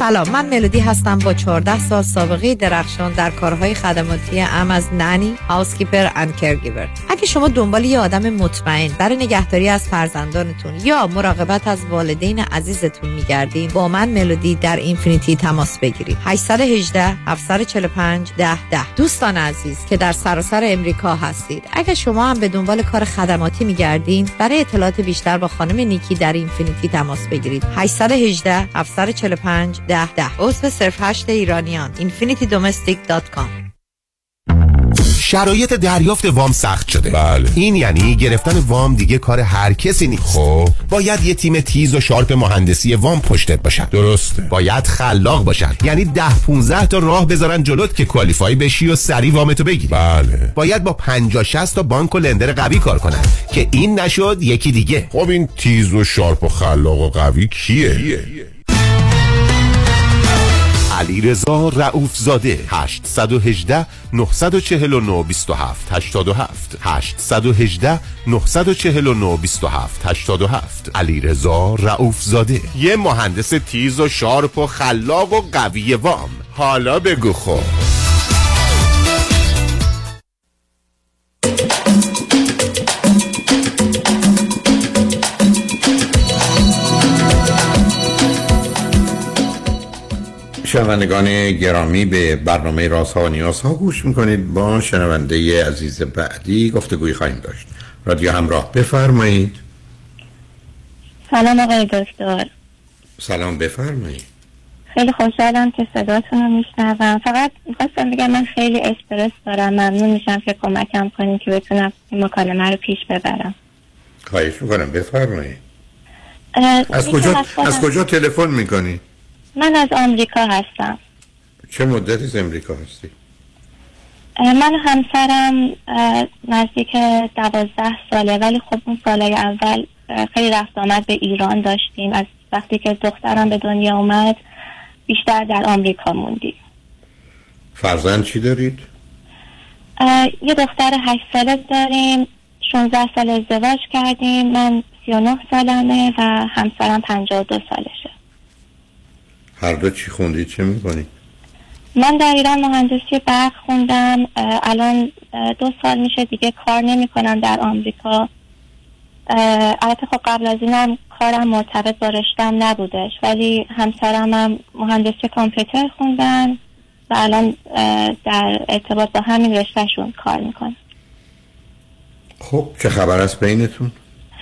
سلام، من ملودی هستم با چهارده سال سابقه درخشان در کارهای خدماتی ام از نانی، هاوسکیپر اند کرگیور. اگه شما دنبال یه آدم مطمئن برای نگهداری از فرزندانتون یا مراقبت از والدین عزیزتون میگردین، با من ملودی در اینفینیتی تماس بگیرید. هشت یک هشت هفت چهار پنج ده ده. دوستان عزیز که در سراسر امریکا هستید، اگه شما هم به دنبال کار خدماتی میگردین، برای اطلاعات بیشتر با خانم نیکی در اینفینیتی تماس بگیرید. هشت یک هشت هفت چهار پنج ده ده. عضو صرف هشت ایرانیان. اینفینیتی دومستیک دات کام. شرایط دریافت وام سخت شده. بله. این یعنی گرفتن وام دیگه کار هر کسی نیست. خب باید یه تیم تیز و شارپ مهندسی وام پشتت باشن. درسته. باید خلاق باشن، یعنی ده پونزده تا راه بذارن جلوت که کوالیفای بشی و سریع وامتو بگیری. بله. باید با پنجاه شصت تا بانک و لندر قوی کار کنن که این نشد یکی دیگه. خب این تیز و شارپ و خلاق و قوی کیه؟ کیه؟ علیرضا رؤوف زاده. هشت یک هشت نه چهار نه دو هفت هشت هفت هشت یک هشت نه چهار نه دو هفت هشت هفت. علیرضا رؤوف زاده، یه مهندس تیز و شارپ و خلاق و قوی وام. حالا بگو خب شنوندگان گرامی، به برنامه رازها و نیازها گوش میکنید. با شنونده عزیز بعدی گفتگوی خواهیم داشت. رادیو همراه، بفرمایید. سلام آقای دکتر. سلام، بفرمایید. خیلی خوشحالم که صداتون رو میشنوم. فقط میخواستم بگم من خیلی استرس دارم. ممنون میشم که کمکم کنید که بتونم این مکالمه رو پیش ببرم. خواهش میکنم، بفرمایید. از کجا از کجا تلفن میکنید؟ من از آمریکا هستم. چه مدتی از آمریکا هستی؟ من و همسرم نزدیک دوازده ساله، ولی خب اون سالهای اول خیلی رفت آمد به ایران داشتیم. از وقتی که دخترم به دنیا اومد بیشتر در آمریکا موندیم. فرزند چی دارید؟ یه دختر هشت ساله داریم. شانزده سال ازدواج کردیم. من سی و نه سالمه و همسرم پنجاه و دو سالشه. هر دو چی خوندید؟ چه میکنید؟ من در ایران مهندسی برق خوندم. الان دو سال میشه دیگه کار نمی کنم در آمریکا. البته خب قبل از اینم کارم مرتبط با رشتم نبودش، ولی همسرم هم مهندسی کامپیوتر خوندن و الان در ارتباط با همین رشتهشون کار میکنم. خب چه خبر است بینتون؟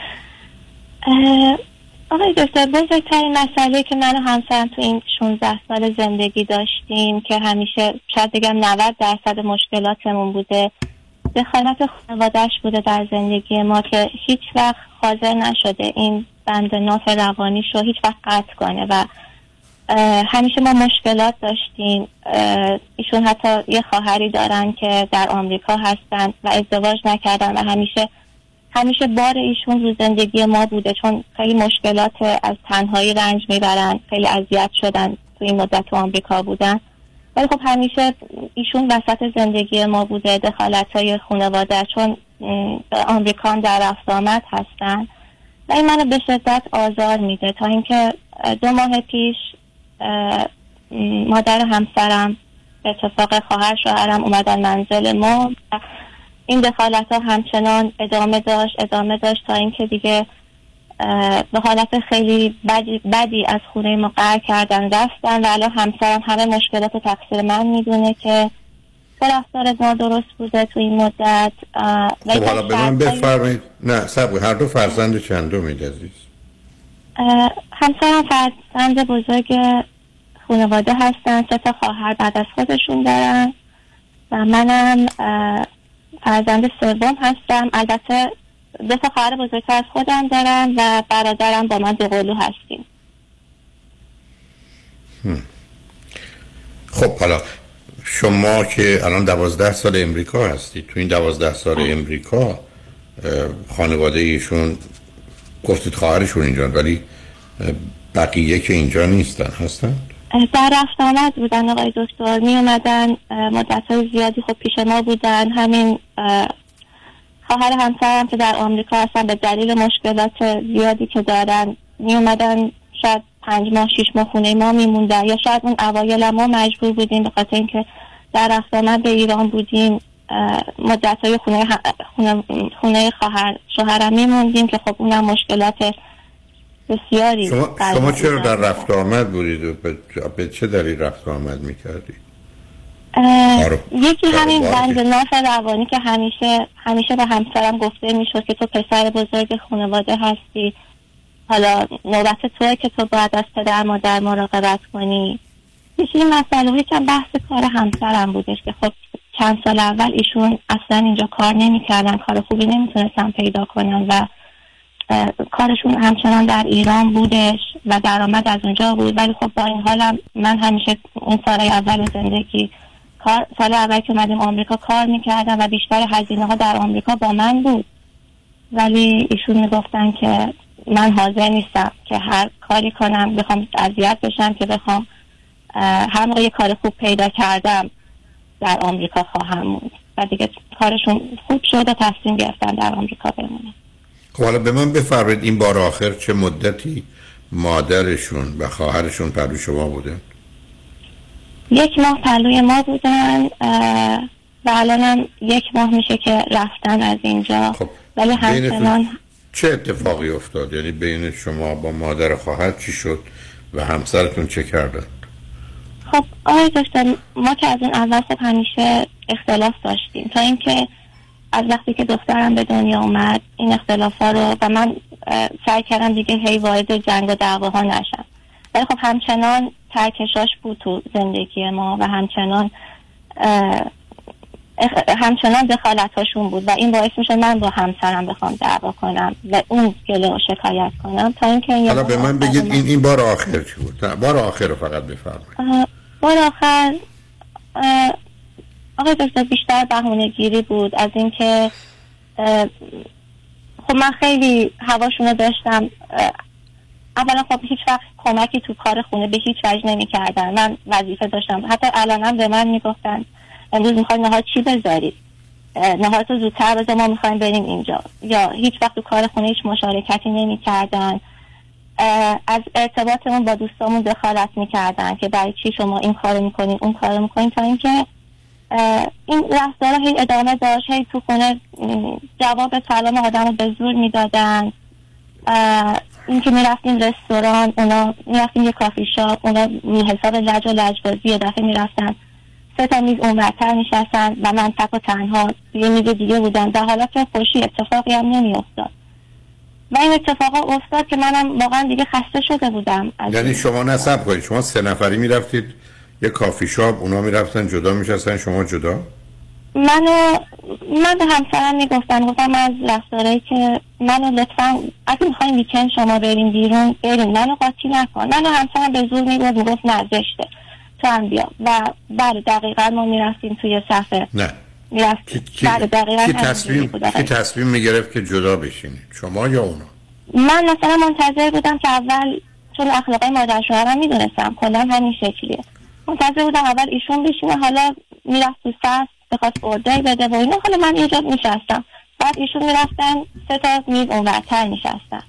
آقای دکتر، بزرگترین مسئله که من و همسرم تو این شانزده سال زندگی داشتیم که همیشه شاید بگم نود درصد مشکلاتمون بوده، دخالت خانواده‌اش بوده در زندگی ما که هیچ وقت حاضر نشده این بند ناف روانیشو هیچ وقت قطع کنه و همیشه ما مشکلات داشتیم. ایشون حتی یه خواهری دارن که در آمریکا هستن و ازدواج نکردن و همیشه همیشه بار ایشون رو زندگی ما بوده، چون خیلی مشکلات از تنهایی رنج میبرن، خیلی اذیت شدن تو این مدت تو آمریکا بودن. ولی خب همیشه ایشون وسط زندگی ما بوده، دخالت‌های خانواده، چون آمریکا در رفت آمد هستن و این منو به شدت آزار میده. تا اینکه دو ماه پیش مادر همسرم به اتفاق خواهر شوهرم اومدن منزل ما. این دخالت ها همچنان ادامه داشت ادامه داشت تا اینکه دیگه به حالت خیلی بدی, بدی از خونه ما قهر کردن رفتن و الان همسرم همه مشکلات تقصیر من میدونه که رفتار نادرست بوده تو این مدت. خب حالا به من بفرمایید. نه صبر، هر دو فرزند چندمید عزیز؟ همسرم فرزند بزرگ خانواده هستن، سه تا خواهر بعد از خودشون دارن و منم فرزند سوم هستم. البته دو تا خواهر بزرگتر از خودم دارم و برادرم با من دوقلو هستیم. خب حالا شما که الان دوازده سال امریکا هستید، تو این دوازده سال امریکا خانواده ایشون گفتید خواهرشون اینجا، ولی بقیه که اینجا نیستن هستن؟ در رفت آمد بودن آقای دکتر، می اومدن مدت زیادی خب پیش ما بودن. همین خواهر همسرم که در آمریکا هستن به دلیل مشکلات زیادی که دارن می اومدن، شاید پنج ماه شش ماه خونه ما میموندن، یا شاید اون اوایل ما مجبور بودیم به خاطر اینکه در رفت آمد به ایران بودیم مدت‌های خونه خونه خونه خواهر شوهرم میموندیم که خب اونم مشکلات بسیاری. شما, شما چرا در رفت آمد بودید و به چه دلیل رفت آمد میکردید؟ یکی همین بند ناف روانی که همیشه همیشه به همسرم گفته میشد که تو پسر بزرگ خانواده هستی، حالا نوبت توئه که تو باید از پدر مادر مراقبت کنی. یکی این مسئله بود که بحث کار همسرم بودش که خب چند سال اول ایشون اصلا اینجا کار نمی‌کردن، کار خوبی نمیتونستن پیدا کنن و کارشون همچنان در ایران بودش و درآمد از اونجا بود. ولی خب با این حالم من همیشه اون سال اول زندگی کار سال اول که اومدیم آمریکا کار میکردم و بیشتر هزینه ها در آمریکا با من بود، ولی ایشون میگفتن که من حاضر نیستم که هر کاری کنم بخوام اذیت بشم که بخوام هر موقع یه کار خوب پیدا کردم در آمریکا خواهم موند و دیگه کارشون خوب شد و تصمیم گرفتن در آمریکا بمونن. خب حالا به من بفرمایید این بار آخر چه مدتی مادرشون و خواهرشون پلو شما بودن؟ یک ماه پلوی ما بودن و الانم یک ماه میشه که رفتن از اینجا. خب ولی همچنان چه اتفاقی افتاد؟ یعنی بین شما با مادر خواهر چی شد و همسرتون چه کردن؟ خب آقای دکتر ما که از اون اول خب همیشه اختلاف داشتیم تا اینکه از وقتی که دخترم به دنیا اومد این اختلافا رو و من سعی کردم دیگه هی وارد جنگ و دعواها نشم، ولی خب همچنان ترکشاش بود تو زندگی ما و همچنان همچنان دخالتاشون بود و این باعث میشه من با همسرم بخوام دعوا کنم و اون گله و شکایت کنم تا اینکه حالا به من بگید این این بار آخر چی بود؟ بار آخر رو فقط بفرمایید. بار آخر آقای دکتر بیشتر بهونه‌گیری بود از اینکه خب من خیلی هواشونو داشتم. اولا خب هیچ وقت کمکی تو کار خونه به هیچ وجه نمی کردن، من وظیفه داشتم. حتی الانم به من میگفتن امروز میخواید نهار چی بذارید، نهار تو زودتر بذار ما میخوایم بریم اینجا، یا هیچ وقت تو کار خونه هیچ مشارکتی نمی کردن. از ارتباطمون با دوستامون دخالت میکردن که برای چی شما این کارو میکنین اون کارو میکنین، تا اینکه این رفتارها هی ادامه داشت. هی تو خونه جواب سلام آدم رو به زور میدادن. این که میرفتیم رستوران، اونا میرفتیم یه کافی شاپ، اونا حساب لج و لجبازی یه دفعه میرفتن سه تا میز اونورتر میشستن و من تک و تنها یه میز دیگه بودم، در حالت خوشی اتفاقی هم نمیافتاد و این اتفاقا افتاد که منم واقعا دیگه خسته شده بودم. یعنی شما نصب کنید شما سه نفری میرفتید یه کافی شاپ، اونا میرفتن جدا میشستن شما جدا؟ منو من به همسرم میگفتم گفتم من از رفتارهایی که منو لطفا اگه میخوایم ویکند شما بریم بیرون بریم، منو قاطی نکن. منو همسرم به زور میگفت میگفت نه زشته تو هم بیا و بعد دقیقا ما میرفتیم توی صفحه. نه میرفتیم بعد دقیقا کی تصمیم کی تصمیم میگرفت که جدا بشینید شما یا اونا؟ من مثلا منتظر بودم که اول، چون اخلاقای مادر شوهرم میدونستم کلا همین شکلیه، منتظر بودم اول ایشون بشینه، حالا میرفت تو صف بخواست اوردر بده و اینا، حالا من اینجا میشستم، بعد ایشون میرفتن سه تا میز اونورتر میشستن.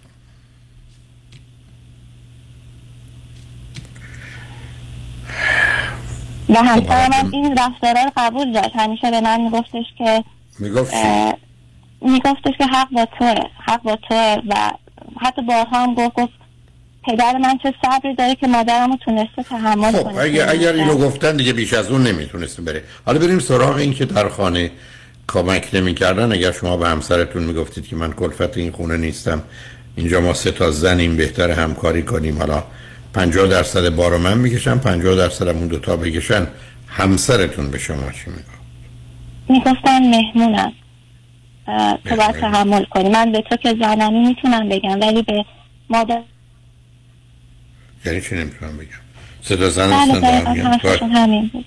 و همسرم هم این رفتارا رو قبول داشت، همیشه به من میگفتش که میگفت میگفتش که حق با توه حق با توه و حتی بارها هم گفت گفت پدر من چه صبری داره که مادرمو تونسته تحمل خب کنه. اگر, اگر اینو گفتن دیگه بیش از اون نمیتونسته بره. حالا بریم سراغ این که در خانه کمک نمیکردن. اگر شما به همسرتون میگفتید که من کلفت این خونه نیستم، اینجا ما سه تا زنیم، بهتر همکاری کنیم، حالا پنجاه درصد بارو من میکشم پنجاه درصد اون دو تا بکشن، همسرتون به شما چی میگه؟ میگفتن مهمونم تو باید تحمل کنی. من به تو که زنمی میتونم بگم ولی به مادر یعنی چی نمیتونم بگم؟ صدا زن هستن همین بود.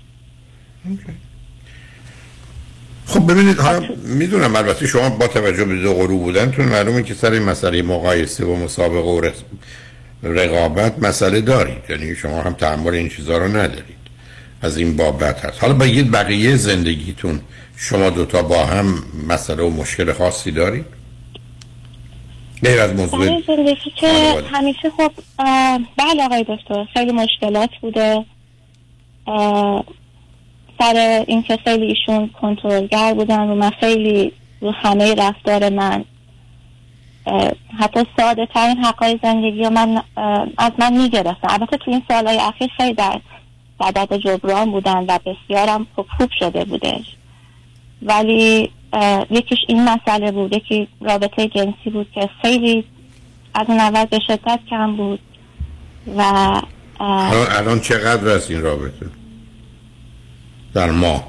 خب ببینید حالا میدونم البته شما با توجه به دو قرو بودنتون معلومه که سر این مسئله مقایسه و مسابقه و رقابت مسئله دارید، یعنی شما هم تحمل این چیزا رو ندارید، از این بابت هست. حالا بگید بقیه زندگیتون شما دوتا با هم مسئله و مشکل خاصی دارید؟ غیر از موضوع زندگی که همیشه خب بله آقای دکتر خیلی مشکلات بوده سر این که خیلی ایشون کنترلگر بودن و من خیلی رو همه رفتار من حتی ساده ترین حقای زندگی و من از من میگرفتن. البته تو این سالهای اخیر خیلی در صدد جبران بودن و بسیارم خوب خوب شده بودش، ولی یکیش این مسئله بود، یکی رابطه جنسی بود که خیلی از اون اول به شدت کم بود. و الان, الان چقدر است این رابطه در ماه؟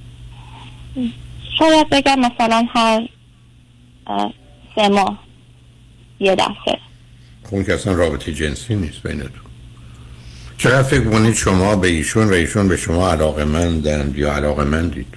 شاید بگم مثلا هر سه ماه یه دفعه. اون که اصلا رابطه جنسی نیست بینتون. چقدر فکر کنید شما به ایشون و ایشون به شما علاقه‌مندند یا علاقه‌مندید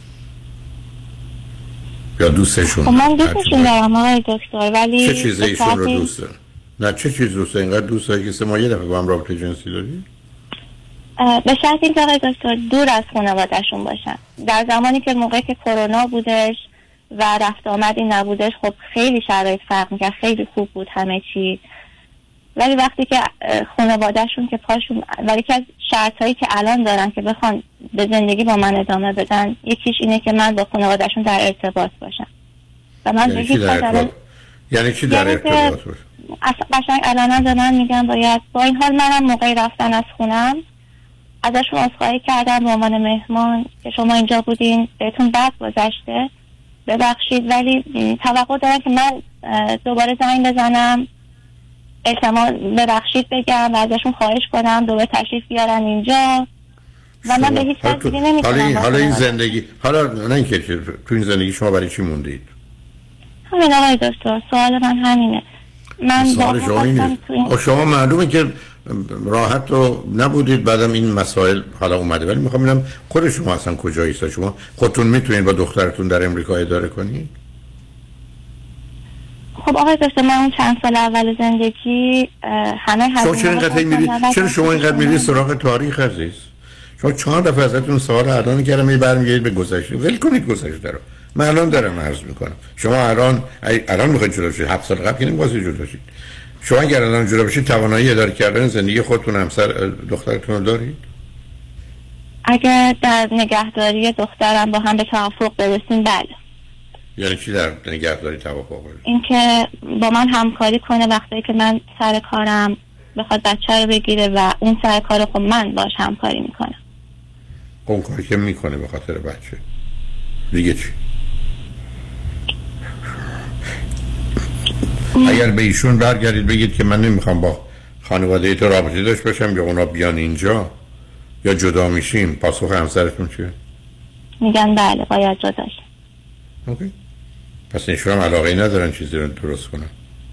یا دوستشون؟ من دوستشون دارم آقای دکتر، ولی چه چیزی ایشون رو دوست دارن؟ نه چه چیز دوست دارن؟ اینقدر دوست داری که سه ماه یه دفعه با هم رابطه جنسی دارید؟ به شرط اینکه آقای دکتر دور از خانواده‌شون باشن. در زمانی که موقعی که کرونا بودش و رفت آمدی نبودش خب خیلی شرایط فرق می‌کرد، خیلی خوب بود همه چی، ولی وقتی که خانواده‌شون که پاشون، ولی که از شرطایی که الان دارن که بخوان به زندگی با من ادامه بدن، یکیش اینه که من با خانواده‌شون در ارتباط باشم. و من یعنی چی در ارتباط؟ یعنی چی در ارتباط باشم؟ قشنگ الان دارن میگن باید با این حال منم موقعی رفتن از خونم ازشون عذرخواهی کردم به عنوان مهمان که شما اینجا بودین بهتون بد گذشته، ببخشید، ولی توقع دارن که من دوباره زنگ بزنم التماس ببخشید بگم و ازشون خواهش کنم دوباره تشریف بیارن اینجا و من به هیچ وجه دیگه نمیتونم. حالا این حالا این زندگی حالا نه اینکه تو این زندگی شما برای چی موندید؟ همین آقای دکتر سوال من همینه. من سوال شما اینه این... شما معلومه که راحت رو نبودید، بعدم این مسائل حالا اومده، ولی میخوام ببینم خود شما اصلا کجایید؟ شما خودتون میتونید با دخترتون در امریکا اداره کنید؟ خب آقای دکتر من اون چند سال اول زندگی همه شما چرا اینقدر میرید؟ چرا شما اینقدر میرید سراغ تاریخ عزیز؟ شما چهار دفعه ازتون سوال الان کردم می برمیگردید به گذشته. ول کنید گذشته رو. من الان دارم عرض میکنم. شما الان الان میخواید جدا بشید. هفت سال قبل که نمی‌خواستید جدا بشید. شما اگر الان جدا بشید توانایی اداره کردن زندگی خودتون همسر دخترتون رو دارید؟ اگر در نگهداری دخترم با هم به توافق برسیم بله. یعنی چی در نگهداری توافق برسیم؟ اینکه با من همکاری کنه وقتی که من سر کارم بخواد بچه رو بگیره و اون سر کار خب من باش همکاری میکنم. اون کاری که میکنه به خاطر بچه دیگه چی؟ اگر به ایشون برگردید بگید که من نمیخوام با خانواده تو رابطه داشت باشم یا اونا بیان اینجا یا جدا میشیم، پاسخ همسرتون چیه؟ میگن بله باید جدا شیم. اوکی. پس ایشون هم علاقه ندارن چیزی رو درست کنن.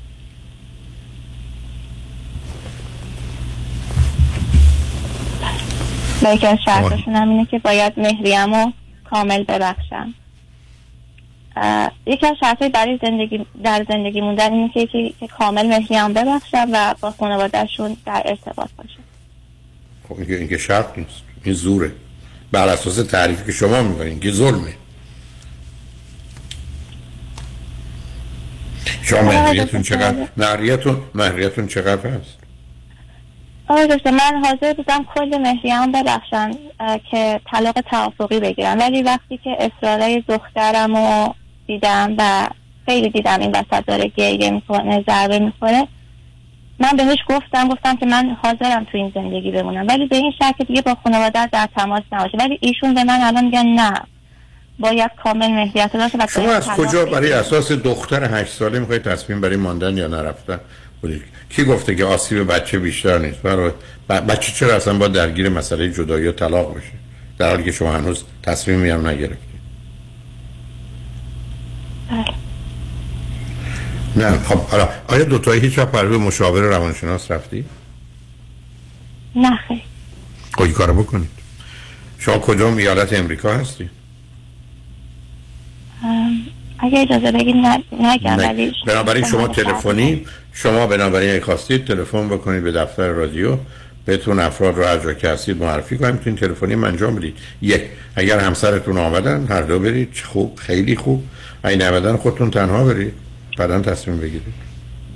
و یکی از شرطشون هم اینه که باید مهریم رو کامل ببخشم. یکی از شرطهای برای زندگی در زندگی موندن اینه که, که, که کامل مهریم ببخشم و با خانواده‌شون در ارتباط باشم. خب این که, این که شرط نیست، این زوره. بر اساس تعریفی که شما میکنین که ظلمه. شما مهریتون چقدر مهریتون مهریتون چقدر هست؟ آقای دکتر من حاضر بودم کل مهریم ببخشم که طلاق توافقی بگیرم، ولی وقتی که اصرارای دخترم رو دیدم و خیلی دیدم این وسط داره گریه میکنه ضربه میخوره، من بهش گفتم گفتم که من حاضرم تو این زندگی بمونم ولی به این شرط دیگه با خانواده در تماس نباشه. ولی ایشون به من الان میگن نه باید کامل مهریت داشته. و شما از کجا برای اساس دختر هشت ساله میخواید تصمیم برای ماندن یا نرفتن بودید؟ کی گفته که آسیب بچه بیشتر نیست؟ برای بچه چرا اصلا باید درگیر مسئله جدایی و طلاق بشه در حالی که شما هنوز تصمیمی هم نگرفتید؟ نه خب حالا آیا دو تایی هیچ وقت برای مشاور روانشناس رفتی؟ نه خیلی. خب این کارو بکنید. شما کدوم ایالت امریکا هستی؟ اگه اجازه بگید نگم ولی بنابراین شما تلفنی شما بنابراین اگه خواستید تلفن بکنید به دفتر رادیو، بهتون افراد رو هر جا که هستید معرفی کنید، میتونید تلفنی انجام بدید. یک، اگر همسرتون آمدن هر دو برید، خوب خیلی خوب. اگه نمیدن خودتون تنها برید، بعداً تصمیم بگیرید.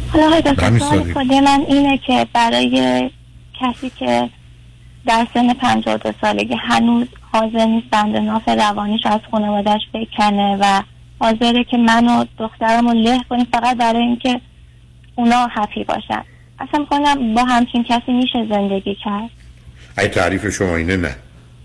حالا های دکتر سوال کلی من اینه که برای کسی که در سن پنجاه و دو سالگی هنوز حاضر نیست بند ناف روانیش از خانواده‌اش بکنه و حاضره که من و دخترمو له کنیم فقط برای اینکه اونا هپی باشن، اصلا می‌خوام با همچین کسی میشه زندگی کرد؟ ای تعریف شما اینه؟ نه.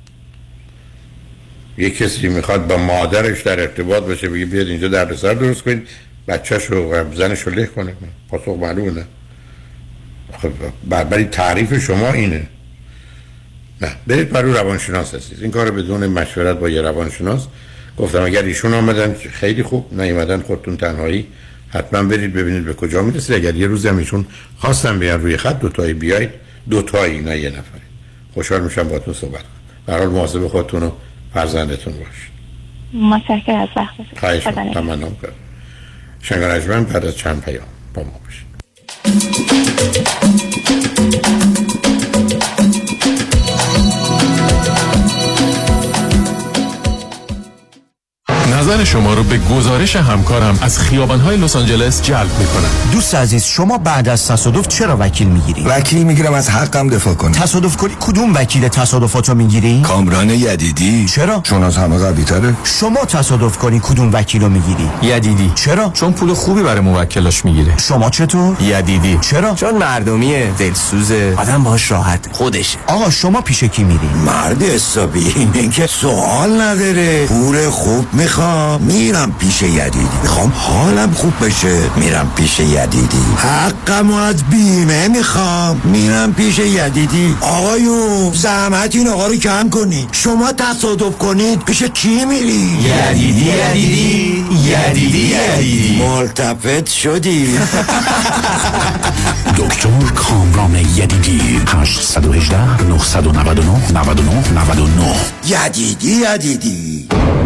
یک کسی میخواد با مادرش در ارتباط باشه بگه بیاد اینجا دردسر درست کنید بچه‌شو و زنشو له کنه، پاسخ معلومه نه. خب برای تعریف شما اینه. نه، برید برای روانشناس هستید. این کار بدون مشورت با یه روانشناس. گفتم اگر ایشون آمدن خیلی خوب، نیومدن خودتون تنهایی حتما برید ببینید به کجا میرسید. اگر یه روزی هم ایشون خواستن بیان روی خط دو تایی بیاید، دو تایی نه یه نفری. خوشحال میشم باهاتون صحبت کنم. به هر حال مواظب خودتون و فرزندتون باشید. متشکرم از وقتتون. خواهش می‌کنم. ممنون می‌کنم. شنگ رجمن بعد از چند پیام با ما باشید. نظر شما رو به گزارش همکارم از خیابان‌های لس آنجلس جلب می‌کنم. دوست عزیز، شما بعد از تصادف چرا وکیل میگیری؟ وکیل میگیرم از حقم دفاع کنم. تصادف کنی کدوم وکیل تصادفاتو میگیری؟ کامران یدیدی. چرا؟ چون از همه قوی‌تره. شما تصادف کنی کدوم وکیلو میگیری؟ یدیدی. چرا؟ چون پول خوبی برای موکلاش میگیره. شما چطور؟ یدیدی. چرا؟ چون مردمیه، دلسوزه، آدم باهاش راحت، خودشه. آقا شما پیش کی میری؟ مرد حسابی. این که سوال نداره. پول خوب میخوام، میرم پیش یدیدی. میخوام حالم خوب بشه، میرم پیش یدیدی. حقم از بیمه میخوام، میرم پیش یدیدی. آقایون زحمت این آقا رو کم کنید. شما تصادف کنید پیش کی میری؟ یدیدی یدیدی یدیدی یدیدی. ملتفت شدی. دکتر کامران یدیدی. هشت یک هشت نه نه نه نه نه نه نه. یدیدی یدیدی.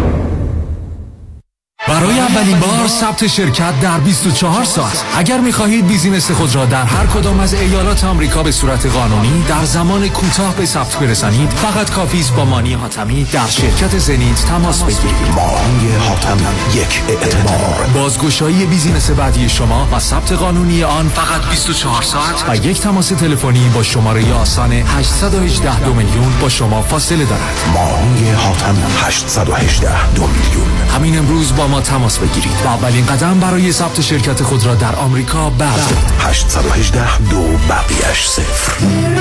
برای اولین بار ثبت شرکت در بیست و چهار ساعت. اگر می‌خواهید بیزینس خود را در هر کدام از ایالات آمریکا به صورت قانونی در زمان کوتاه به ثبت برسانید، فقط کافی است با مانی حاتمی در شرکت زنیت تماس بگیرید. مانی حاتمی، یک اعتبار. بازگشایی بیزینس بعدی شما و ثبت قانونی آن فقط بیست و چهار ساعت و یک تماس تلفنی با شماره آسان هشت یک هشت دو میلیون با شما فاصله دارد. مانی حاتمی، هشت یک هشت دو میلیون. همین امروز با ما تماس بگیرید و اولین قدم برای ثبت شرکت خود را در آمریکا بردارید. هشت یک هشت دو بقیه‌اش صفر.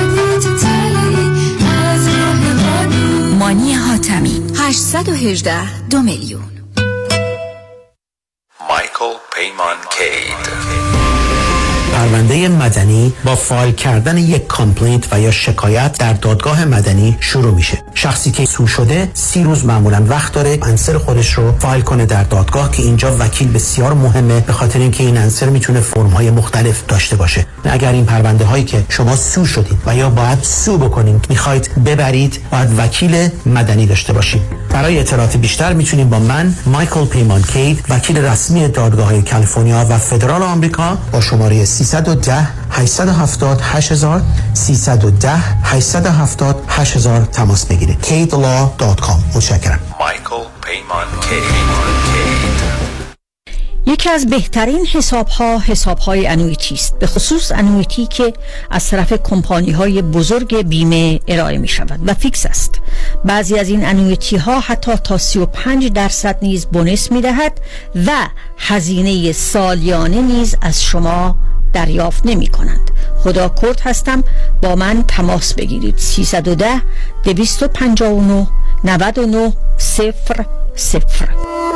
مانی حاتمی، هشت یک هشت دو میلیون. مایکل پیمان کید. پرونده مدنی با فایل کردن یک کامپلینت و یا شکایت در دادگاه مدنی شروع میشه. شخصی که سو شده سی روز معمولا وقت داره انسر خودش رو فایل کنه در دادگاه که اینجا وکیل بسیار مهمه، به خاطر اینکه این انسر میتونه فرم‌های مختلف داشته باشه. اگر این پرونده هایی که شما سو شدید و یا باید سو بکنید میخواید ببرید، باید وکیل مدنی داشته باشید. برای اطلاعات بیشتر میتونید با من مایکل پیمان کید، وکیل رسمی دادگاه‌های کالیفرنیا و فدرال آمریکا، با شماره سیصد و ده هشتصد و هفتاد هشت هزار سیصد و ده هشتصد و هفتاد هشت هزار تماس بگیرید. کید لا دات کام. متشکرم. مایکل پیمان کید. یکی از بهترین حساب‌ها حساب‌های انویتی است، به خصوص انویتی که از طرف کمپانی‌های بزرگ بیمه ارائه می‌شود و فیکس است. بعضی از این انویتی‌ها حتی تا سی و پنج درصد نیز بونس می‌دهد و هزینه سالیانه نیز از شما دریافت نمی‌کنند. خدا کرد هستم، با من تماس بگیرید. سیصد و ده دویست و پنجاه و نه نود و نه صفر صفر.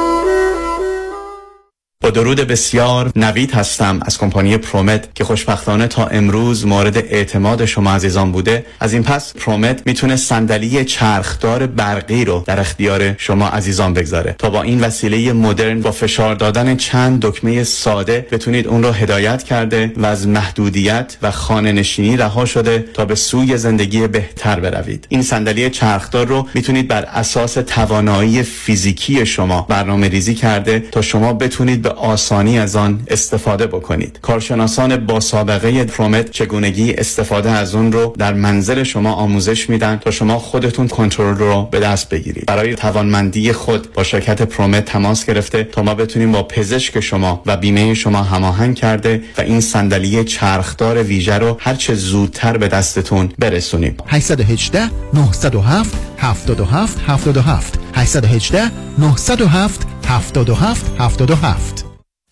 با درود بسیار، نوید هستم از کمپانی پرومت که خوشبختانه تا امروز مورد اعتماد شما عزیزان بوده. از این پس پرومت میتونه صندلی چرخدار برقی رو در اختیار شما عزیزان بگذاره تا با این وسیله مدرن با فشار دادن چند دکمه ساده بتونید اون رو هدایت کرده و از محدودیت و خانه نشینی رها شده تا به سوی زندگی بهتر بروید. این صندلی چرخدار رو میتونید بر اساس توانایی فیزیکی شما برنامه ریزی کرده تا شما بتونید به به آسانی از آن استفاده بکنید. کارشناسان با سابقه پرومت چگونگی استفاده از اون رو در منزل شما آموزش میدن تا شما خودتون کنترل رو به دست بگیرید. برای توانمندی خود با شرکت پرومت تماس گرفته تا ما بتونیم با پزشک شما و بیمه شما هماهنگ کرده و این صندلی چرخدار ویژه رو هر چه زودتر به دستتون برسونیم. هشت یک هشت نه صفر هفت هفت هفت هفت هفت هشت یک هشت نه صفر هفت هفت هفت هفت هفت.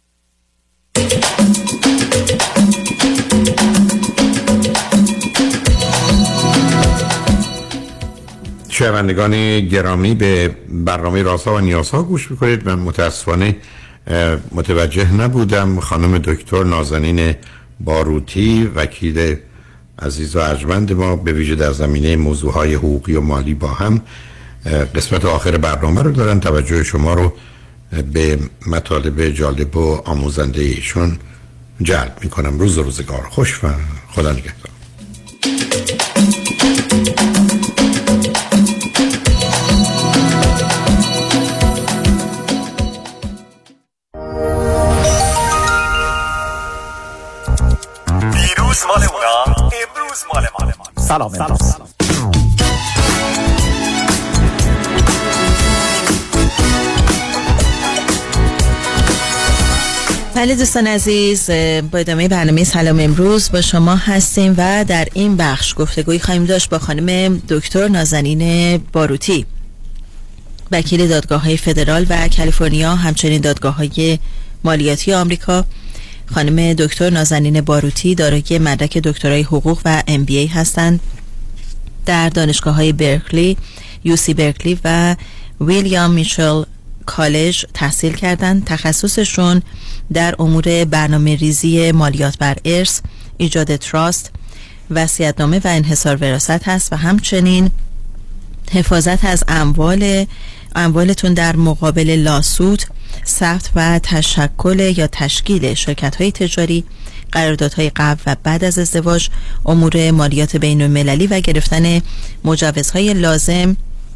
شنوندگان گرامی، به برنامه رازها و نیازها گوش میکنید. من متاسفانه متوجه نبودم خانم دکتر نازنین باروتی، وکیل عزیز و ارجمند ما، به ویژه در زمینه موضوعهای حقوقی و مالی با هم قسمت آخر برنامه رو دارن. توجه شما رو به مطالب جالب و آموزنده ایشون جلب میکنم. روز و روزگار خوش و خدا نگهدار. دیروز مال اونا، امروز مال مال ما. سلام سلام سلام. بله دوستان عزیز، با ادامه برنامه سلام امروز با شما هستیم و در این بخش گفتگویی خواهیم داشت با خانم دکتر نازنین باروتی، وکیل دادگاه‌های فدرال و کالیفرنیا، همچنین دادگاه‌های مالیاتی آمریکا. خانم دکتر نازنین باروتی دارای مدرک دکترای حقوق و ام بی ای هستند. در دانشگاه‌های برکلی، یو سی برکلی و ویلیام میچل کالج تحصیل کردند. تخصصشون در امور برنامه ریزی مالیات بر ارث، ایجاد تراست، وصیت‌نامه و انحصار وراثت هست و همچنین حفاظت از اموال اموالتون در مقابل لاسود، ثبت و تشکل یا تشکیل شرکت‌های تجاری، قراردادهای قبل و بعد از ازدواج، امور مالیات بین المللی و گرفتن مجوزهای لازم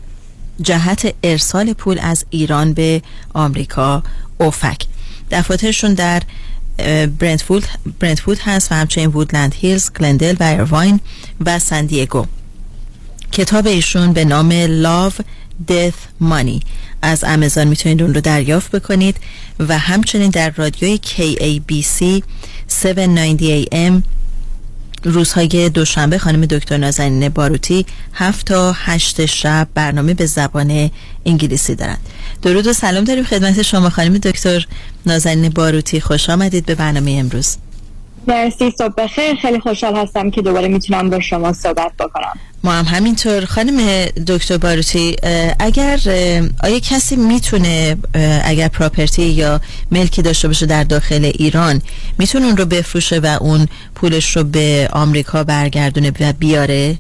جهت ارسال پول از ایران به آمریکا اوفک. دفاترشون در برنتفورد برنتفورد هست و همچنین وودلند هیلز، گلندل و ایرواین و سان دیگو. کتاب ایشون به نام لاو دث مانی از آمازون میتونید اون رو دریافت بکنید و همچنین در رادیوی کی ای بی سی هفتصد و نود ای ام روزهای دوشنبه خانم دکتر نازنین باروتی هفت تا هشت شب برنامه به زبان انگلیسی دارند. درود و سلام داریم خدمت شما خانم دکتر نازنین باروتی، خوش آمدید به برنامه امروز. مرسی، صبح بخیر. خیلی خوشحال هستم که دوباره میتونم با شما صحبت بکنم. ما هم همینطور. خانم دکتر باروتی، اگر آیا کسی میتونه اگر پراپرتی یا ملکی داشته باشه در داخل ایران میتونه اون رو بفروشه و اون پولش رو به آمریکا برگردونه و بیاره؟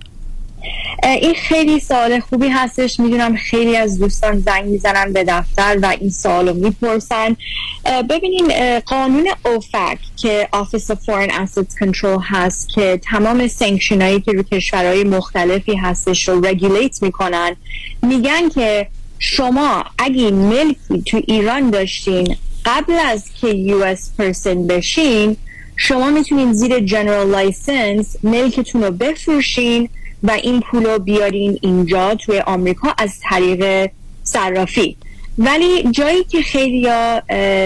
این خیلی سوال خوبی هستش. میدونم خیلی از دوستان زنگ میزنن به دفتر و این سوالو میپرسن. ببینین، قانون اوفک که Office of Foreign Assets Control هست که تمام سانکشن هایی که رو کشورهای مختلفی هستش رو رگولیت میکنن، میگن که شما اگه ملکی تو ایران داشتین قبل از که یو اس پرسن بشین، شما میتونین زیر جنرال لایسنس ملکتون رو بفروشین و این پول رو بیارین اینجا توی آمریکا از طریق صرافی. ولی جایی که خیلی ها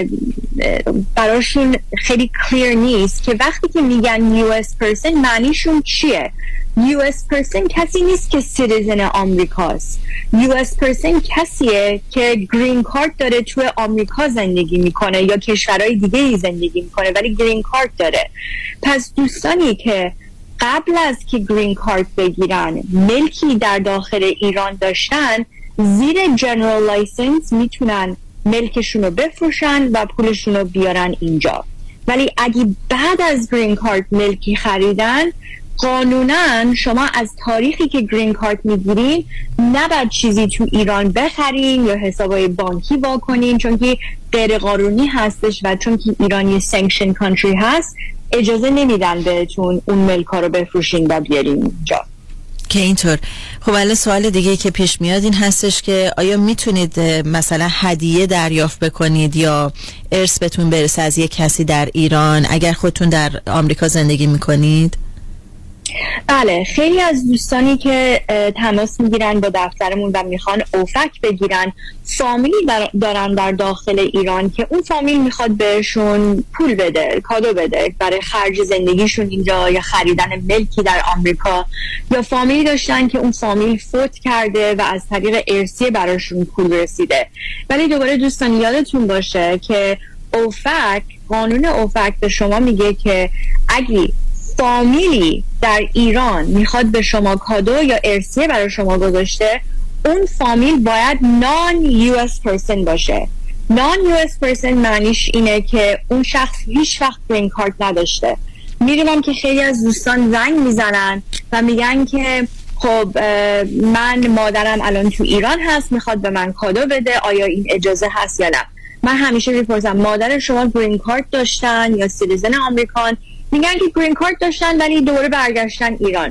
براشون خیلی کلیر نیست که وقتی که میگن یو اس پرسن معنیشون چیه. یو اس پرسن کسی نیست که سیتیزن آمریکاست. یو اس پرسن کسیه که گرین کارت داره توی آمریکا زندگی میکنه یا کشورهای دیگه ای زندگی میکنه ولی گرین کارت داره. پس دوستانی که قبل از که گرین کارت بگیرن ملکی در داخل ایران داشتن، زیر جنرال لایسنس میتونن ملکشون رو بفروشن و پولشون رو بیارن اینجا. ولی اگه بعد از گرین کارت ملکی خریدن، قانونا شما از تاریخی که گرین کارت میگیرین نباید چیزی تو ایران بخرین یا حسابای بانکی واکنین، چون که غیر قانونی هستش و چون که ایران یه سانکشن کانتری هست اجازه نمیدن بهتون اون ملکا رو بفروشین و بیارین اینجا. که اینطور. خب الان سوال دیگه که پیش میاد این هستش که آیا میتونید مثلا هدیه دریافت بکنید یا ارث بهتون برسه از یک کسی در ایران اگر خودتون در آمریکا زندگی میکنید؟ بله، خیلی از دوستانی که تماس میگیرن با دفترمون و میخوان اوفک بگیرن فامیلی دارن در داخل ایران که اون فامیل میخواد بهشون پول بده، کادو بده برای خرج زندگیشون اینجا یا خریدن ملکی در آمریکا، یا فامیلی داشتن که اون فامیل فوت کرده و از طریق ارثی براشون پول رسیده. ولی دوباره دوستان یادتون باشه که اوفک، قانون اوفک به شما میگه که اگه فامیلی در ایران میخواد به شما کادو یا ارثیه برای شما گذاشته، اون فامیل باید نان یو اس پرسن باشه. نان یو اس پرسن معنیش اینه که اون شخص هیچ وقت گرین کارت نداشته. میدونم که خیلی از دوستان زنگ میزنن و میگن که خب من مادرم الان تو ایران هست میخواد به من کادو بده، آیا این اجازه هست یا نه؟ من همیشه میپرسم مادر شما گرین کارت داشتن یا سیتیزن آمریکان؟ میگن که گرین کارت داشتن ولی دوباره برگشتن ایران.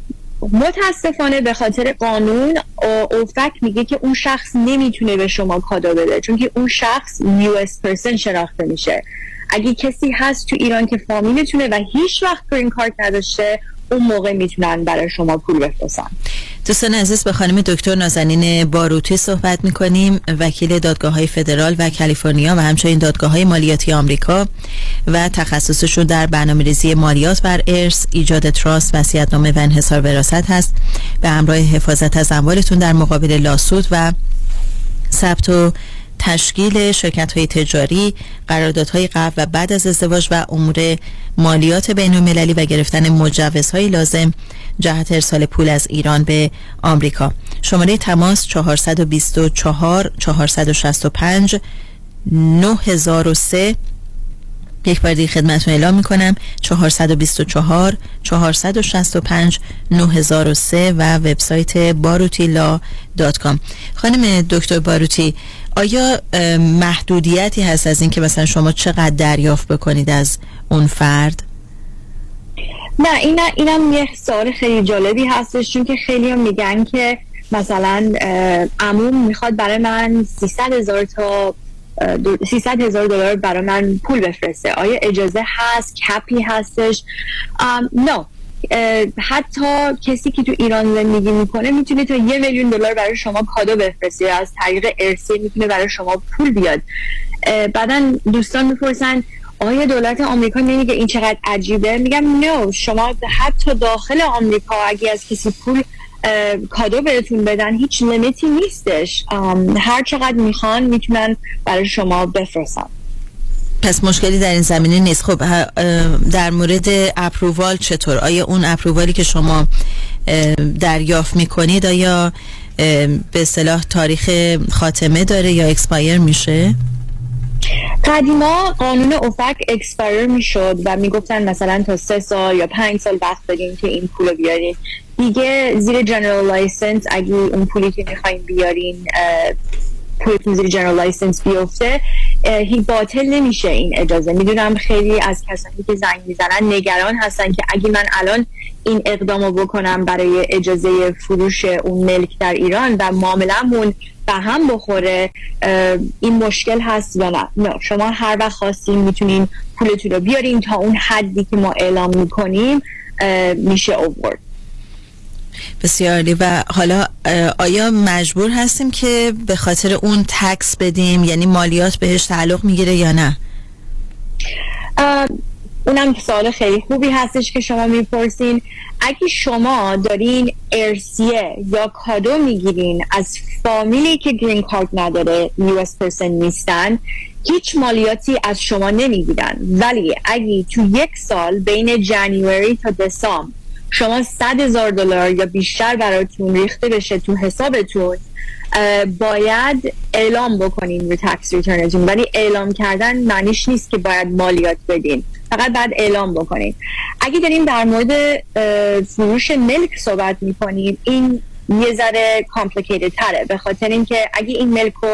متاسفانه به خاطر قانون اوفک میگه که اون شخص نمیتونه به شما کادو بده چون که اون شخص یو اس پرسن شناخته میشه. اگه کسی هست تو ایران که فامیلتونه و هیچ وقت گرین کارت نداشته، اون موقع میتونن برای شما پول بفرستن. دوستان عزیز، به خانم دکتر نازنین باروتی صحبت میکنیم، وکیل دادگاه‌های فدرال و کالیفرنیا و همچنین دادگاه‌های مالیاتی آمریکا و تخصصشون در برنامه‌ریزی مالیات بر ارث، ایجاد تراست، وصیت‌نامه و انحصار وراثت هست، به همراه حفاظت از اموالتون در مقابل لاسود و ثبت و تشکیل شرکت‌های تجاری، قراردادهای قبل و بعد از ازدواج و امور مالیات بین‌المللی و گرفتن مجوزهای لازم جهت ارسال پول از ایران به آمریکا. شماره تماس چهارصد و بیست و چهار چهارصد و شصت و پنج نه هزار و سه. یک بار دیگه خدمتتون اعلام میکنم چهارصد و بیست و چهار چهارصد و شصت و پنج نه هزار و سه و وبسایت باروتیلا دات کام. خانم دکتر باروتی، آیا محدودیتی هست از این که مثلا شما چقدر دریافت بکنید از اون فرد؟ نه، این اینم یه سوال خیلی جالبی هستش، چون که خیلی هم میگن که مثلا عموم میخواد برای من سیصد هزار تا سیصد هزار دلار برای من پول بفرسته. آیا اجازه هست؟ کپی هستش؟ نه. حتی کسی که تو ایران زندگی میکنه میتونه تا یه میلیون دلار برای شما کادو بفرسته، از طریق ارثی میتونه برای شما پول بیاد. بعدن دوستان میپرسن آیا دولت آمریکا نمیگه این چقدر عجیبه؟ میگم نه، شما حتی داخل آمریکا اگه از کسی پول کادو بهتون بدن هیچ لیمیتی نیستش، هر چقدر میخوان میتونن برای شما بفرستن. پس مشکلی در این زمینه نیست. خب در مورد اپرووال چطور؟ آیا اون اپرووالی که شما دریافت میکنید آیا به اصطلاح تاریخ خاتمه داره یا اکسپایر میشه؟ قدیما قانون اوفک اکسپایر میشد و میگفتن مثلا تا سه سال یا پنج سال وقت دارین که این پول رو بیارین. دیگه زیر جنرال لایسنس اگه اون پولی که میخواین بیارین پولتون زیر جنرال لایسنس بیفته، هیچ باطل نمیشه این اجازه. میدونم خیلی از کسانی که زنگ میزنن نگران هستن که اگه من الان این اقدامو بکنم برای اجازه فروش اون ملک در ایران و معاملمون به هم بخوره، این مشکل هست یا نه. نه، شما هر وقت خواستین میتونین پولتون رو بیارین تا اون حدی که ما اعلام میکنیم میشه اوورد. بسیار عالی. و حالا آیا مجبور هستیم که به خاطر اون تکس بدیم، یعنی مالیات بهش تعلق میگیره یا نه؟ اونم سوال خیلی خوبی هستش که شما میپرسین. اگه شما دارین ارثیه یا کادو میگیرین از فامیلی که گرین کارت نداره، یو اس پرسن نیستن، هیچ مالیاتی از شما نمیگیرن. ولی اگه تو یک سال بین جنوری تا دسامبر شما صد هزار دلار یا بیشتر براتون ریخته بشه تو حسابتون، باید اعلام بکنین رو تکس ریترنتون. ولی اعلام کردن معنیش نیست که باید مالیات بدین، فقط باید اعلام بکنین. اگه داریم در مورد فروش ملک صحبت میکنیم، این یه ذره کامپلیکیتد تره، به خاطر اینکه اگه این ملک رو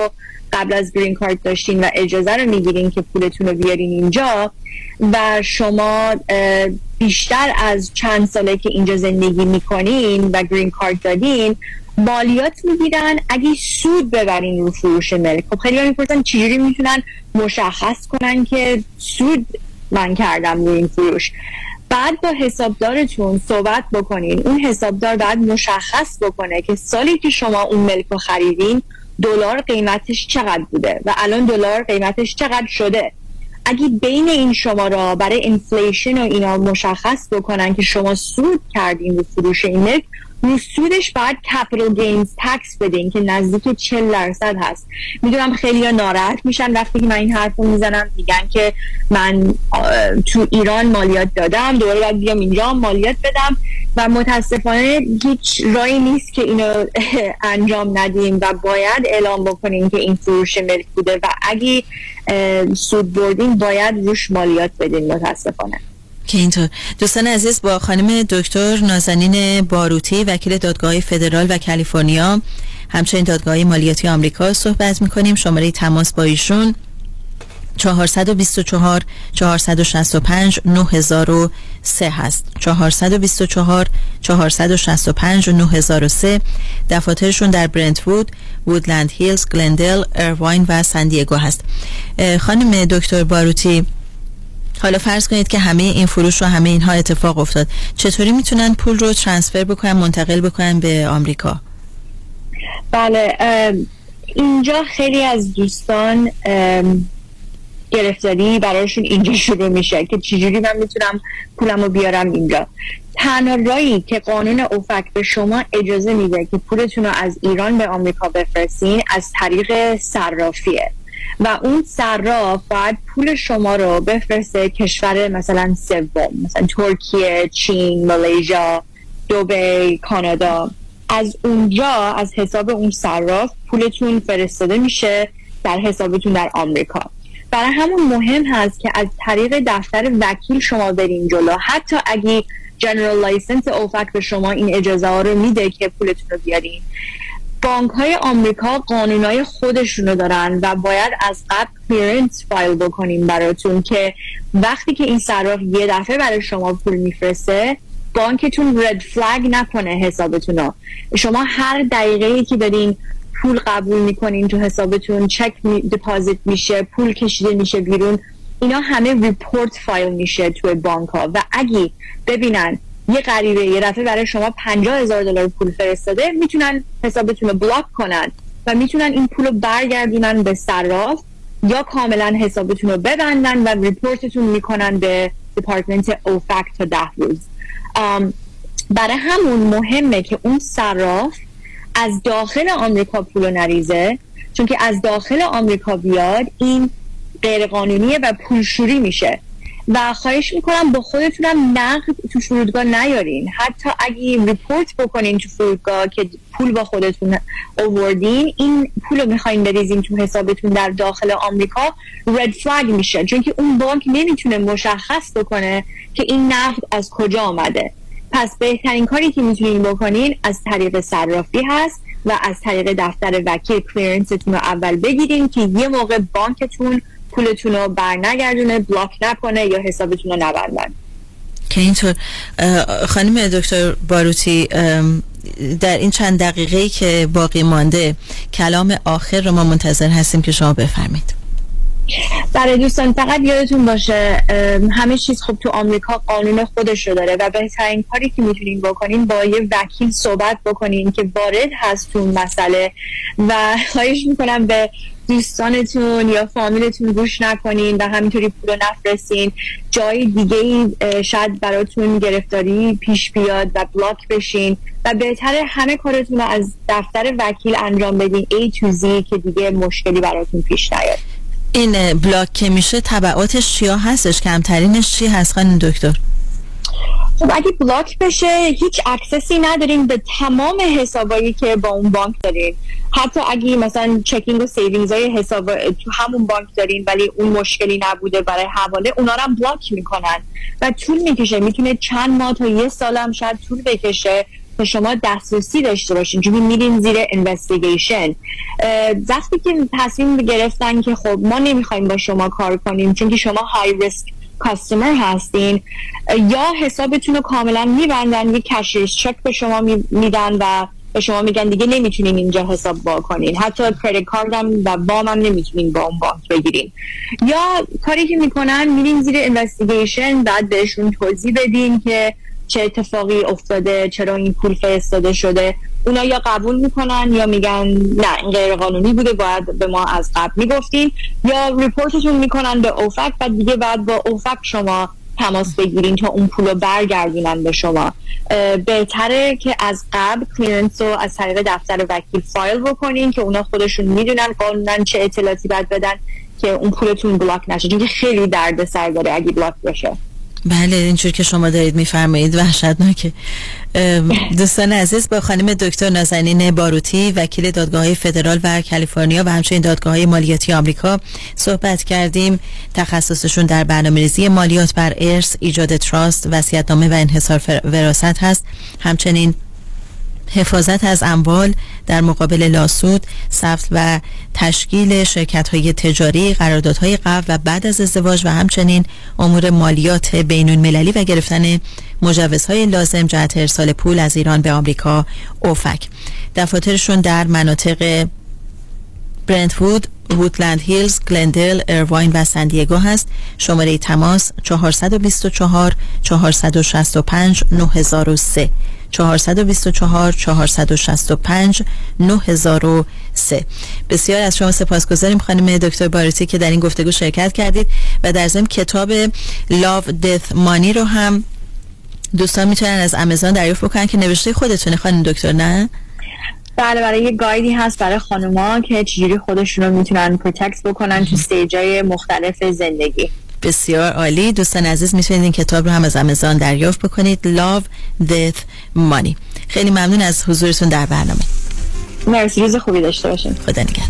قبل از گرین کارت داشتین و اجازه رو میگیرین که پولتون رو بیارین اینجا و شما بیشتر از چند ساله که اینجا زندگی میکنین و گرین کارت دادین مالیات میگیرن اگه سود ببرین رو فروش ملک. خب خیلی ها میپرسن چجوری میتونن مشخص کنن که سود من کردم روی این فروش؟ بعد با حسابدارتون صحبت بکنین، اون حسابدار بعد مشخص بکنه که سالی که شما اون ملک رو خریدین دلار قیمتش چقدر بوده و الان دلار قیمتش چقدر شده. اگه بین این شما را برای اینفلیشن و اینا مشخص بکنن که شما سود کردین رو فروش این ملک، رو سودش باید کپیتال گینز تکس بدین که نزدیک چهل درصد هست. میدونم خیلی ها ناراحت میشن وقتی که من این حرف رو میزنم، میگن که من تو ایران مالیات دادم دوباره باید بیام اینجا مالیات بدم و متاسفانه هیچ راهی نیست که اینو انجام ندیم و باید اعلام بکنیم که این فروش ملک بوده و اگه سود بردیم باید روش مالیات بدین متاسفانه. که اینطور. دوستان عزیز، با خانم دکتر نازنین باروتی وکیل دادگاه فدرال و کالیفرنیا همچنین دادگاه مالیاتی آمریکا صحبت می‌کنیم. شماره تماس با ایشون چهار دو چهار چهار شش پنج نه صفر صفر سه هست. چهار دو چهار چهار شش پنج نه صفر صفر سه. دفاترشون در برنت‌وود، وودلند هیلز، گلندل، ایرواین و سندیگو هست. خانم دکتر باروتی، حالا فرض کنید که همه این فروش و همه اینها اتفاق افتاد، چطوری میتونن پول رو ترانسفر بکنن، منتقل بکنن به آمریکا؟ بله، اینجا خیلی از دوستان گرفتاری برایشون اینجا شروع میشه که چجوری من میتونم پولم رو بیارم اینجا. تنها راهی که قانون اوفک به شما اجازه میده که پولتون رو از ایران به آمریکا بفرستین از طریق صرافیه و اون صراف باید پول شما رو بفرسته کشور مثلا سوم، مثلا ترکیه، چین، مالیزیا، دبی، کانادا. از اونجا از حساب اون صراف پولتون فرستاده میشه در حسابتون در آمریکا. برای همون مهم هست که از طریق دفتر وکیل شما برین جلو، حتی اگه جنرال لایسنس اوفک به شما این اجازه ها رو میده که پولتون رو بیارین. بانک های آمریکا قانونای خودشونو دارن و باید از قبل کلیرنس فایل بکنیم براتون که وقتی که این صراف یه دفعه برای شما پول میفرسته بانکتون رد فلگ نکنه حسابتونو. شما هر دقیقه‌ای که دارین پول قبول میکنین تو حسابتون، چک می دپازیت میشه، پول کشیده میشه بیرون، اینا همه ریپورت فایل میشه توی بانک ها و اگه ببینن یه غریبه یه دفعه برای شما پنجاه هزار دلار پول فرستاده، میتونن حسابتون رو بلاک کنن و میتونن این پول رو برگردونن به صراف یا کاملا حسابتون رو ببندن و ریپورتتون میکنن به دپارتمنت اوفک تا ده روز. برای همون مهمه که اون صراف از داخل آمریکا پول رو نریزه، چون که از داخل آمریکا بیاد این غیر قانونیه و پولشوری میشه و خواهش میکنم با خودتونم نقد تو فرودگاه نیارین. حتی اگه ریپورت بکنین تو فرودگاه که پول با خودتون آوردین، این پول رو میخواین بریزین تو حسابتون در داخل آمریکا، رد فلگ میشه، چون که اون بانک نمیتونه مشخص بکنه که این نقد از کجا آمده. پس بهترین کاری که میتونین بکنین از طریق صرافی هست و از طریق دفتر وکیل کلیرنستون رو اول بگیرین که یه موقع بانکتون پولتون رو بر نگردونه، بلاک نکنه یا حسابتون رو نبندن. که اینطور. خانم دکتر باروتی، در این چند دقیقه‌ای که باقی مانده کلام آخر رو ما منتظر هستیم که شما بفرمایید. برای دوستان فقط یادتون باشه همه چیز خب تو آمریکا قانون خودش رو داره و بهترین کاری که میتونین بکنین با یه وکیل صحبت بکنین که وارد هست تو مسئله و خواهش میکنم به دوستانتون یا فامیلتون گوش نکنین و همینطوری پول رو نفرستین. جای دیگه شاید براتون گرفتاری پیش بیاد و بلاک بشین و بهتره همه کارتون رو از دفتر وکیل انجام بدین A to Z که دیگه مشکلی براتون پیش نیاد. این بلاک که میشه تبعاتش چیا هستش؟ کمترینش چی هست خانم دکتر؟ خب اگه بلاک بشه هیچ اکسسی ندارین به تمام حسابایی که با اون بانک دارین. حتی اگه مثلا چکینگ و سیوینگز های حساب تو همون بانک دارین ولی اون مشکلی نبوده برای حواله، اونا رو هم بلاک میکنن و طول میکشه. میتونه چند ماه تا یه سال هم شاید طول بکشه تا شما دسترسی داشته باشین، چون میرین زیر اینوستیگیشن. وقتی که تصمیم گرفتن که خب ما نمیخوایم با شما کار کنیم چون که شما های ریسک کاستمر هستین، یا حسابتون رو کاملا میبندن، یه کشیش چک به شما میدن و به شما میگن دیگه نمیتونین اینجا حساب با کنین، حتی کردیت کاردم و وام هم نمیتونین با اون بانک بگیرین. یا کاری که میکنن میرین زیر اینوستیگیشن، بعد بهشون توضیح بدین که چه اتفاقی افتاده، چرا این پول فرستاده شده. اونا یا قبول میکنن یا میگن نه این غیر قانونی بوده، باید به ما از قبل میگفتین، یا ریپورتتون میکنن به اوفک و دیگه بعد با اوفک شما تماس بگیرین تا اون پول رو برگردونن به شما. بهتره که از قبل کلیرنس رو از طریق دفتر وکیل فایل بکنین که اونا خودشون میدونن قانونا چه اطلاعاتی باید بدن که اون پولتون بلاک نشه، چون که خیلی دردسر داره اگه بلاک بشه. بله اینجور که شما دارید میفرمایید وحشتناکه. دوستان عزیز، با خانم دکتر نازنین باروتی وکیل دادگاه‌های فدرال و کالیفرنیا و همچنین دادگاه‌های مالیاتی آمریکا صحبت کردیم. تخصصشون در برنامه‌ریزی مالیات بر ارث، ایجاد تراست، وصیت‌نامه و انحصار وراثت هست، همچنین حفاظت از اموال در مقابل لاسود، ثبت و تشکیل شرکت‌های تجاری، قراردادهای قبل و بعد از ازدواج و همچنین امور مالیات بین‌المللی و گرفتن مجوزهای لازم جهت ارسال پول از ایران به آمریکا، اوفک. دفاترشون در مناطق برنت‌وود، وودلند هیلز، گلندل، ایرواین و سندیگو هست. شماره تماس چهار دو چهار چهار شش پنج نه صفر سه چهار دو چهار چهار شش پنج نه صفر سه. بسیار از شما سپاسگزاریم خانم دکتر باروتی که در این گفتگو شرکت کردید و در ضمن کتاب Love Death Money رو هم دوستان میتونن از آمازون دریافت بکنن که نوشته خودتونه خانم دکتر، نه؟ بله، برای یه گایدی هست برای خانوما که چجوری خودشون رو میتونن پروتکت بکنن تو استیجای مختلف زندگی. بسیار عالی. دوستان عزیز میتونید این کتاب رو هم از آمازون دریافت بکنید، Love Death Money. خیلی ممنون از حضورتون در برنامه. مرسی، روز خوبی داشته باشین. خدا نگهدار.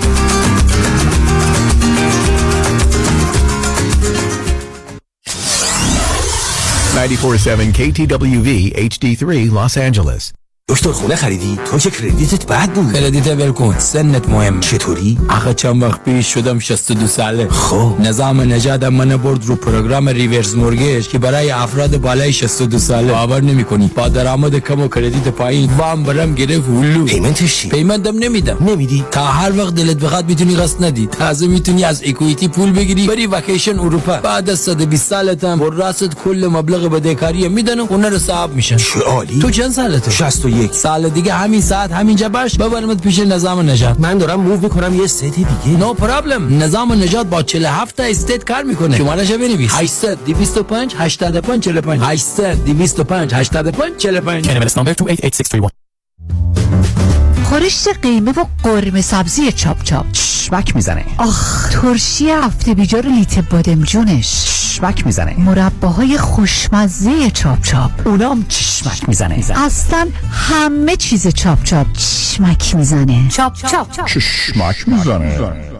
نود و چهار ممیز هفت کی تی دبلیو وی اچ دی سه Los Angeles. دکتر خونه خریدی؟ تو که کردیتت بد بود. کردیت ولکن، سنت مهم. چطوری؟ آخه چند وقت پیش شدم شصت و دو ساله. خب نظام نجات من برد رو پروگرام ریورس مورگیج که برای افراد بالای شصت و دو ساله. باور نمی‌کنی با درآمد کم و کردیت پایین وام برام گرفت هلو. پیمنتش چی؟ پیمنتم نمیدم. نمیدی؟ تا هر وقت دلت بخواد میتونی قسط ندی. تازه میتونی از اکوئیتی پول بگیری بری وکیشن اروپا. بعد از صد و بیست سالتم بر راست کل مبلغ بدهکاری میدن و اون رو صاحب میشن. چه عالی. تو چند سالته؟ شصت و یک. سال دیگه همین ساعت همینجا باش ببرمت پیش نظام نجات. من دارم موو میکنم یه استیت دیگه. نو پرابلم. نظام نجات با چهل و هفت تا استیت کار میکنه. شمارهش بنویس هشتصد دویست و پنج هشتاد و پنج چهل و پنج هشتصد دویست و پنج هشتاد و پنج چهل و پنج. انیملس نمبر دو هشت هشت شش سه یک. خورشت قیمه و قرمه سبزی چاپ چاپ چشمک میزنه. آخ، ترشی هفته بیجار لیت بادمجونش چشمک میزنه. مرباهای خوشمزه چاپ چاپ اونام چشمک میزنه. اصلا همه چیز چاپ چاپ چشمک میزنه. چاپ چاپ چشمک میزنه.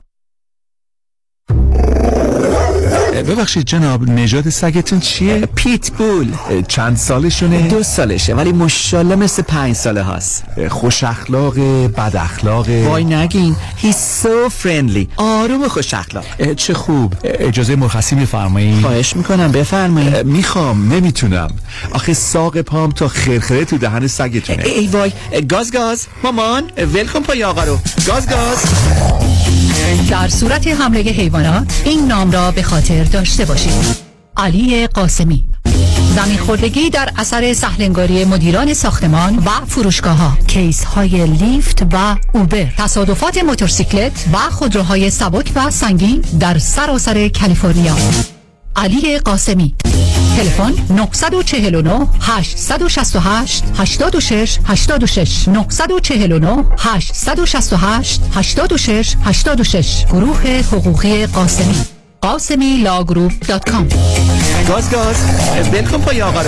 ببخشید جناب، نژاد سگتون چیه؟ پیت بول. چند سالشونه؟ دو سالشه ولی ماشاءالله مثل پنج ساله هاست. خوش اخلاق، بد اخلاق؟ وای نگین، he's so friendly. آروم خوش اخلاق. چه خوب. اجازه مرخصی میفرمایید؟ خواهش میکنم بفرمایید. میخوام، نمیتونم. آخه ساق پام تا خرخره تو دهن سگتونه. ای وای، گاز گاز. مامان ولکن پای آقا رو. گاز گاز. در صورت حمله حیوانات این نام را به خاطر داشته باشید: علی قاسمی. زمین خوردگی در اثر سهلنگاری مدیران ساختمان و فروشگاه ها، کیس های لیفت و اوبر، تصادفات موتورسیکلت و خودروهای سبک و سنگین در سراسر کالیفرنیا. علی قاسمی. تلفن نه چهار نه هشت شش هشت هشت شش هشت شش نه چهار نه هشت شش هشت هشت شش هشت شش. گروه حقوقی قاسمی. قاسمی لاگروپ دات کام. گاز گاز. ولکن پای آقا رو.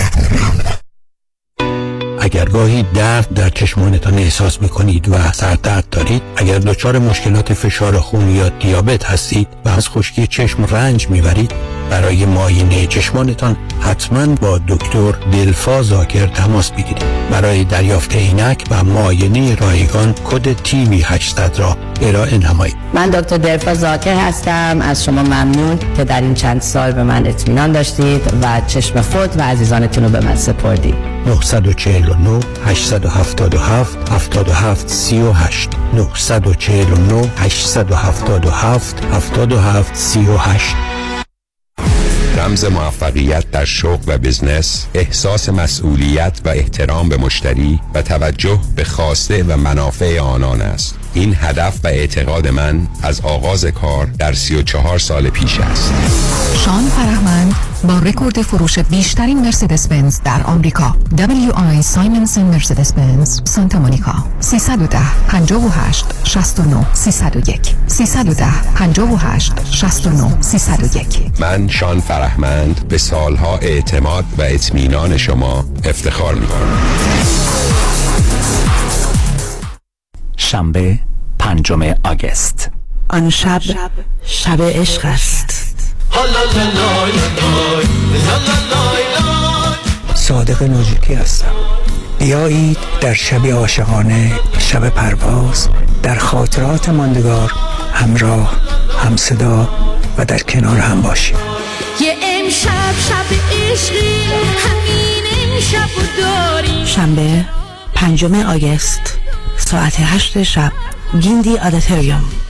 اگر گاهی درد در چشمانتان احساس میکنید و سردرد دارید، اگر دچار مشکلات فشار خون یا دیابت هستید و از خشکی چشم رنج میبرید، برای معاینه چشمانتان حتما با دکتر دلفا زاکر تماس بگیرید. برای دریافت عینک و معاینه رایگان کد تیوی هشتصد را ارائه نمایید. من دکتر دلفا زاکر هستم. از شما ممنون که در این چند سال به من اطمینان داشتید و چشم خود و عزیزانتون رو به من سپردید. نه چهار نه هشت هفت هفت هفت هفت سه هشت نه چهار نه هشت هفت هفت هفت هفت سه هشت. رمز موفقیت در شغل و بزنس، احساس مسئولیت و احترام به مشتری و توجه به خواسته و منافع آنان است. این هدف و اعتقاد من از آغاز کار در سی و چهار سال پیش است. شان فرهمند با رکورد فروش بیشترین مرسدس بنز در آمریکا، دبلیو آی سایمنسن مرسدس بنز سانتا مونیکا. سیصد و ده پنجاه و هشت شصت و نه سیصد و یک سیصد و ده پنجاه و هشت شصت و نه سیصد و یک. من شان فرهمند به سالها اعتماد و اطمینان شما افتخار می‌کنم. شنبه پنجم آگوست. آن شب شب عشق است. صادق نوجکی هستم. بیایید در شب عاشقانه، شب پرواز، در خاطرات ماندگار همراه، هم صدا و در کنار هم باشیم. یه امشب شب عشقی، همین امشب داریم. شنبه پنجم آگوست ساعت هشت شب، گیندی آدیتوریوم.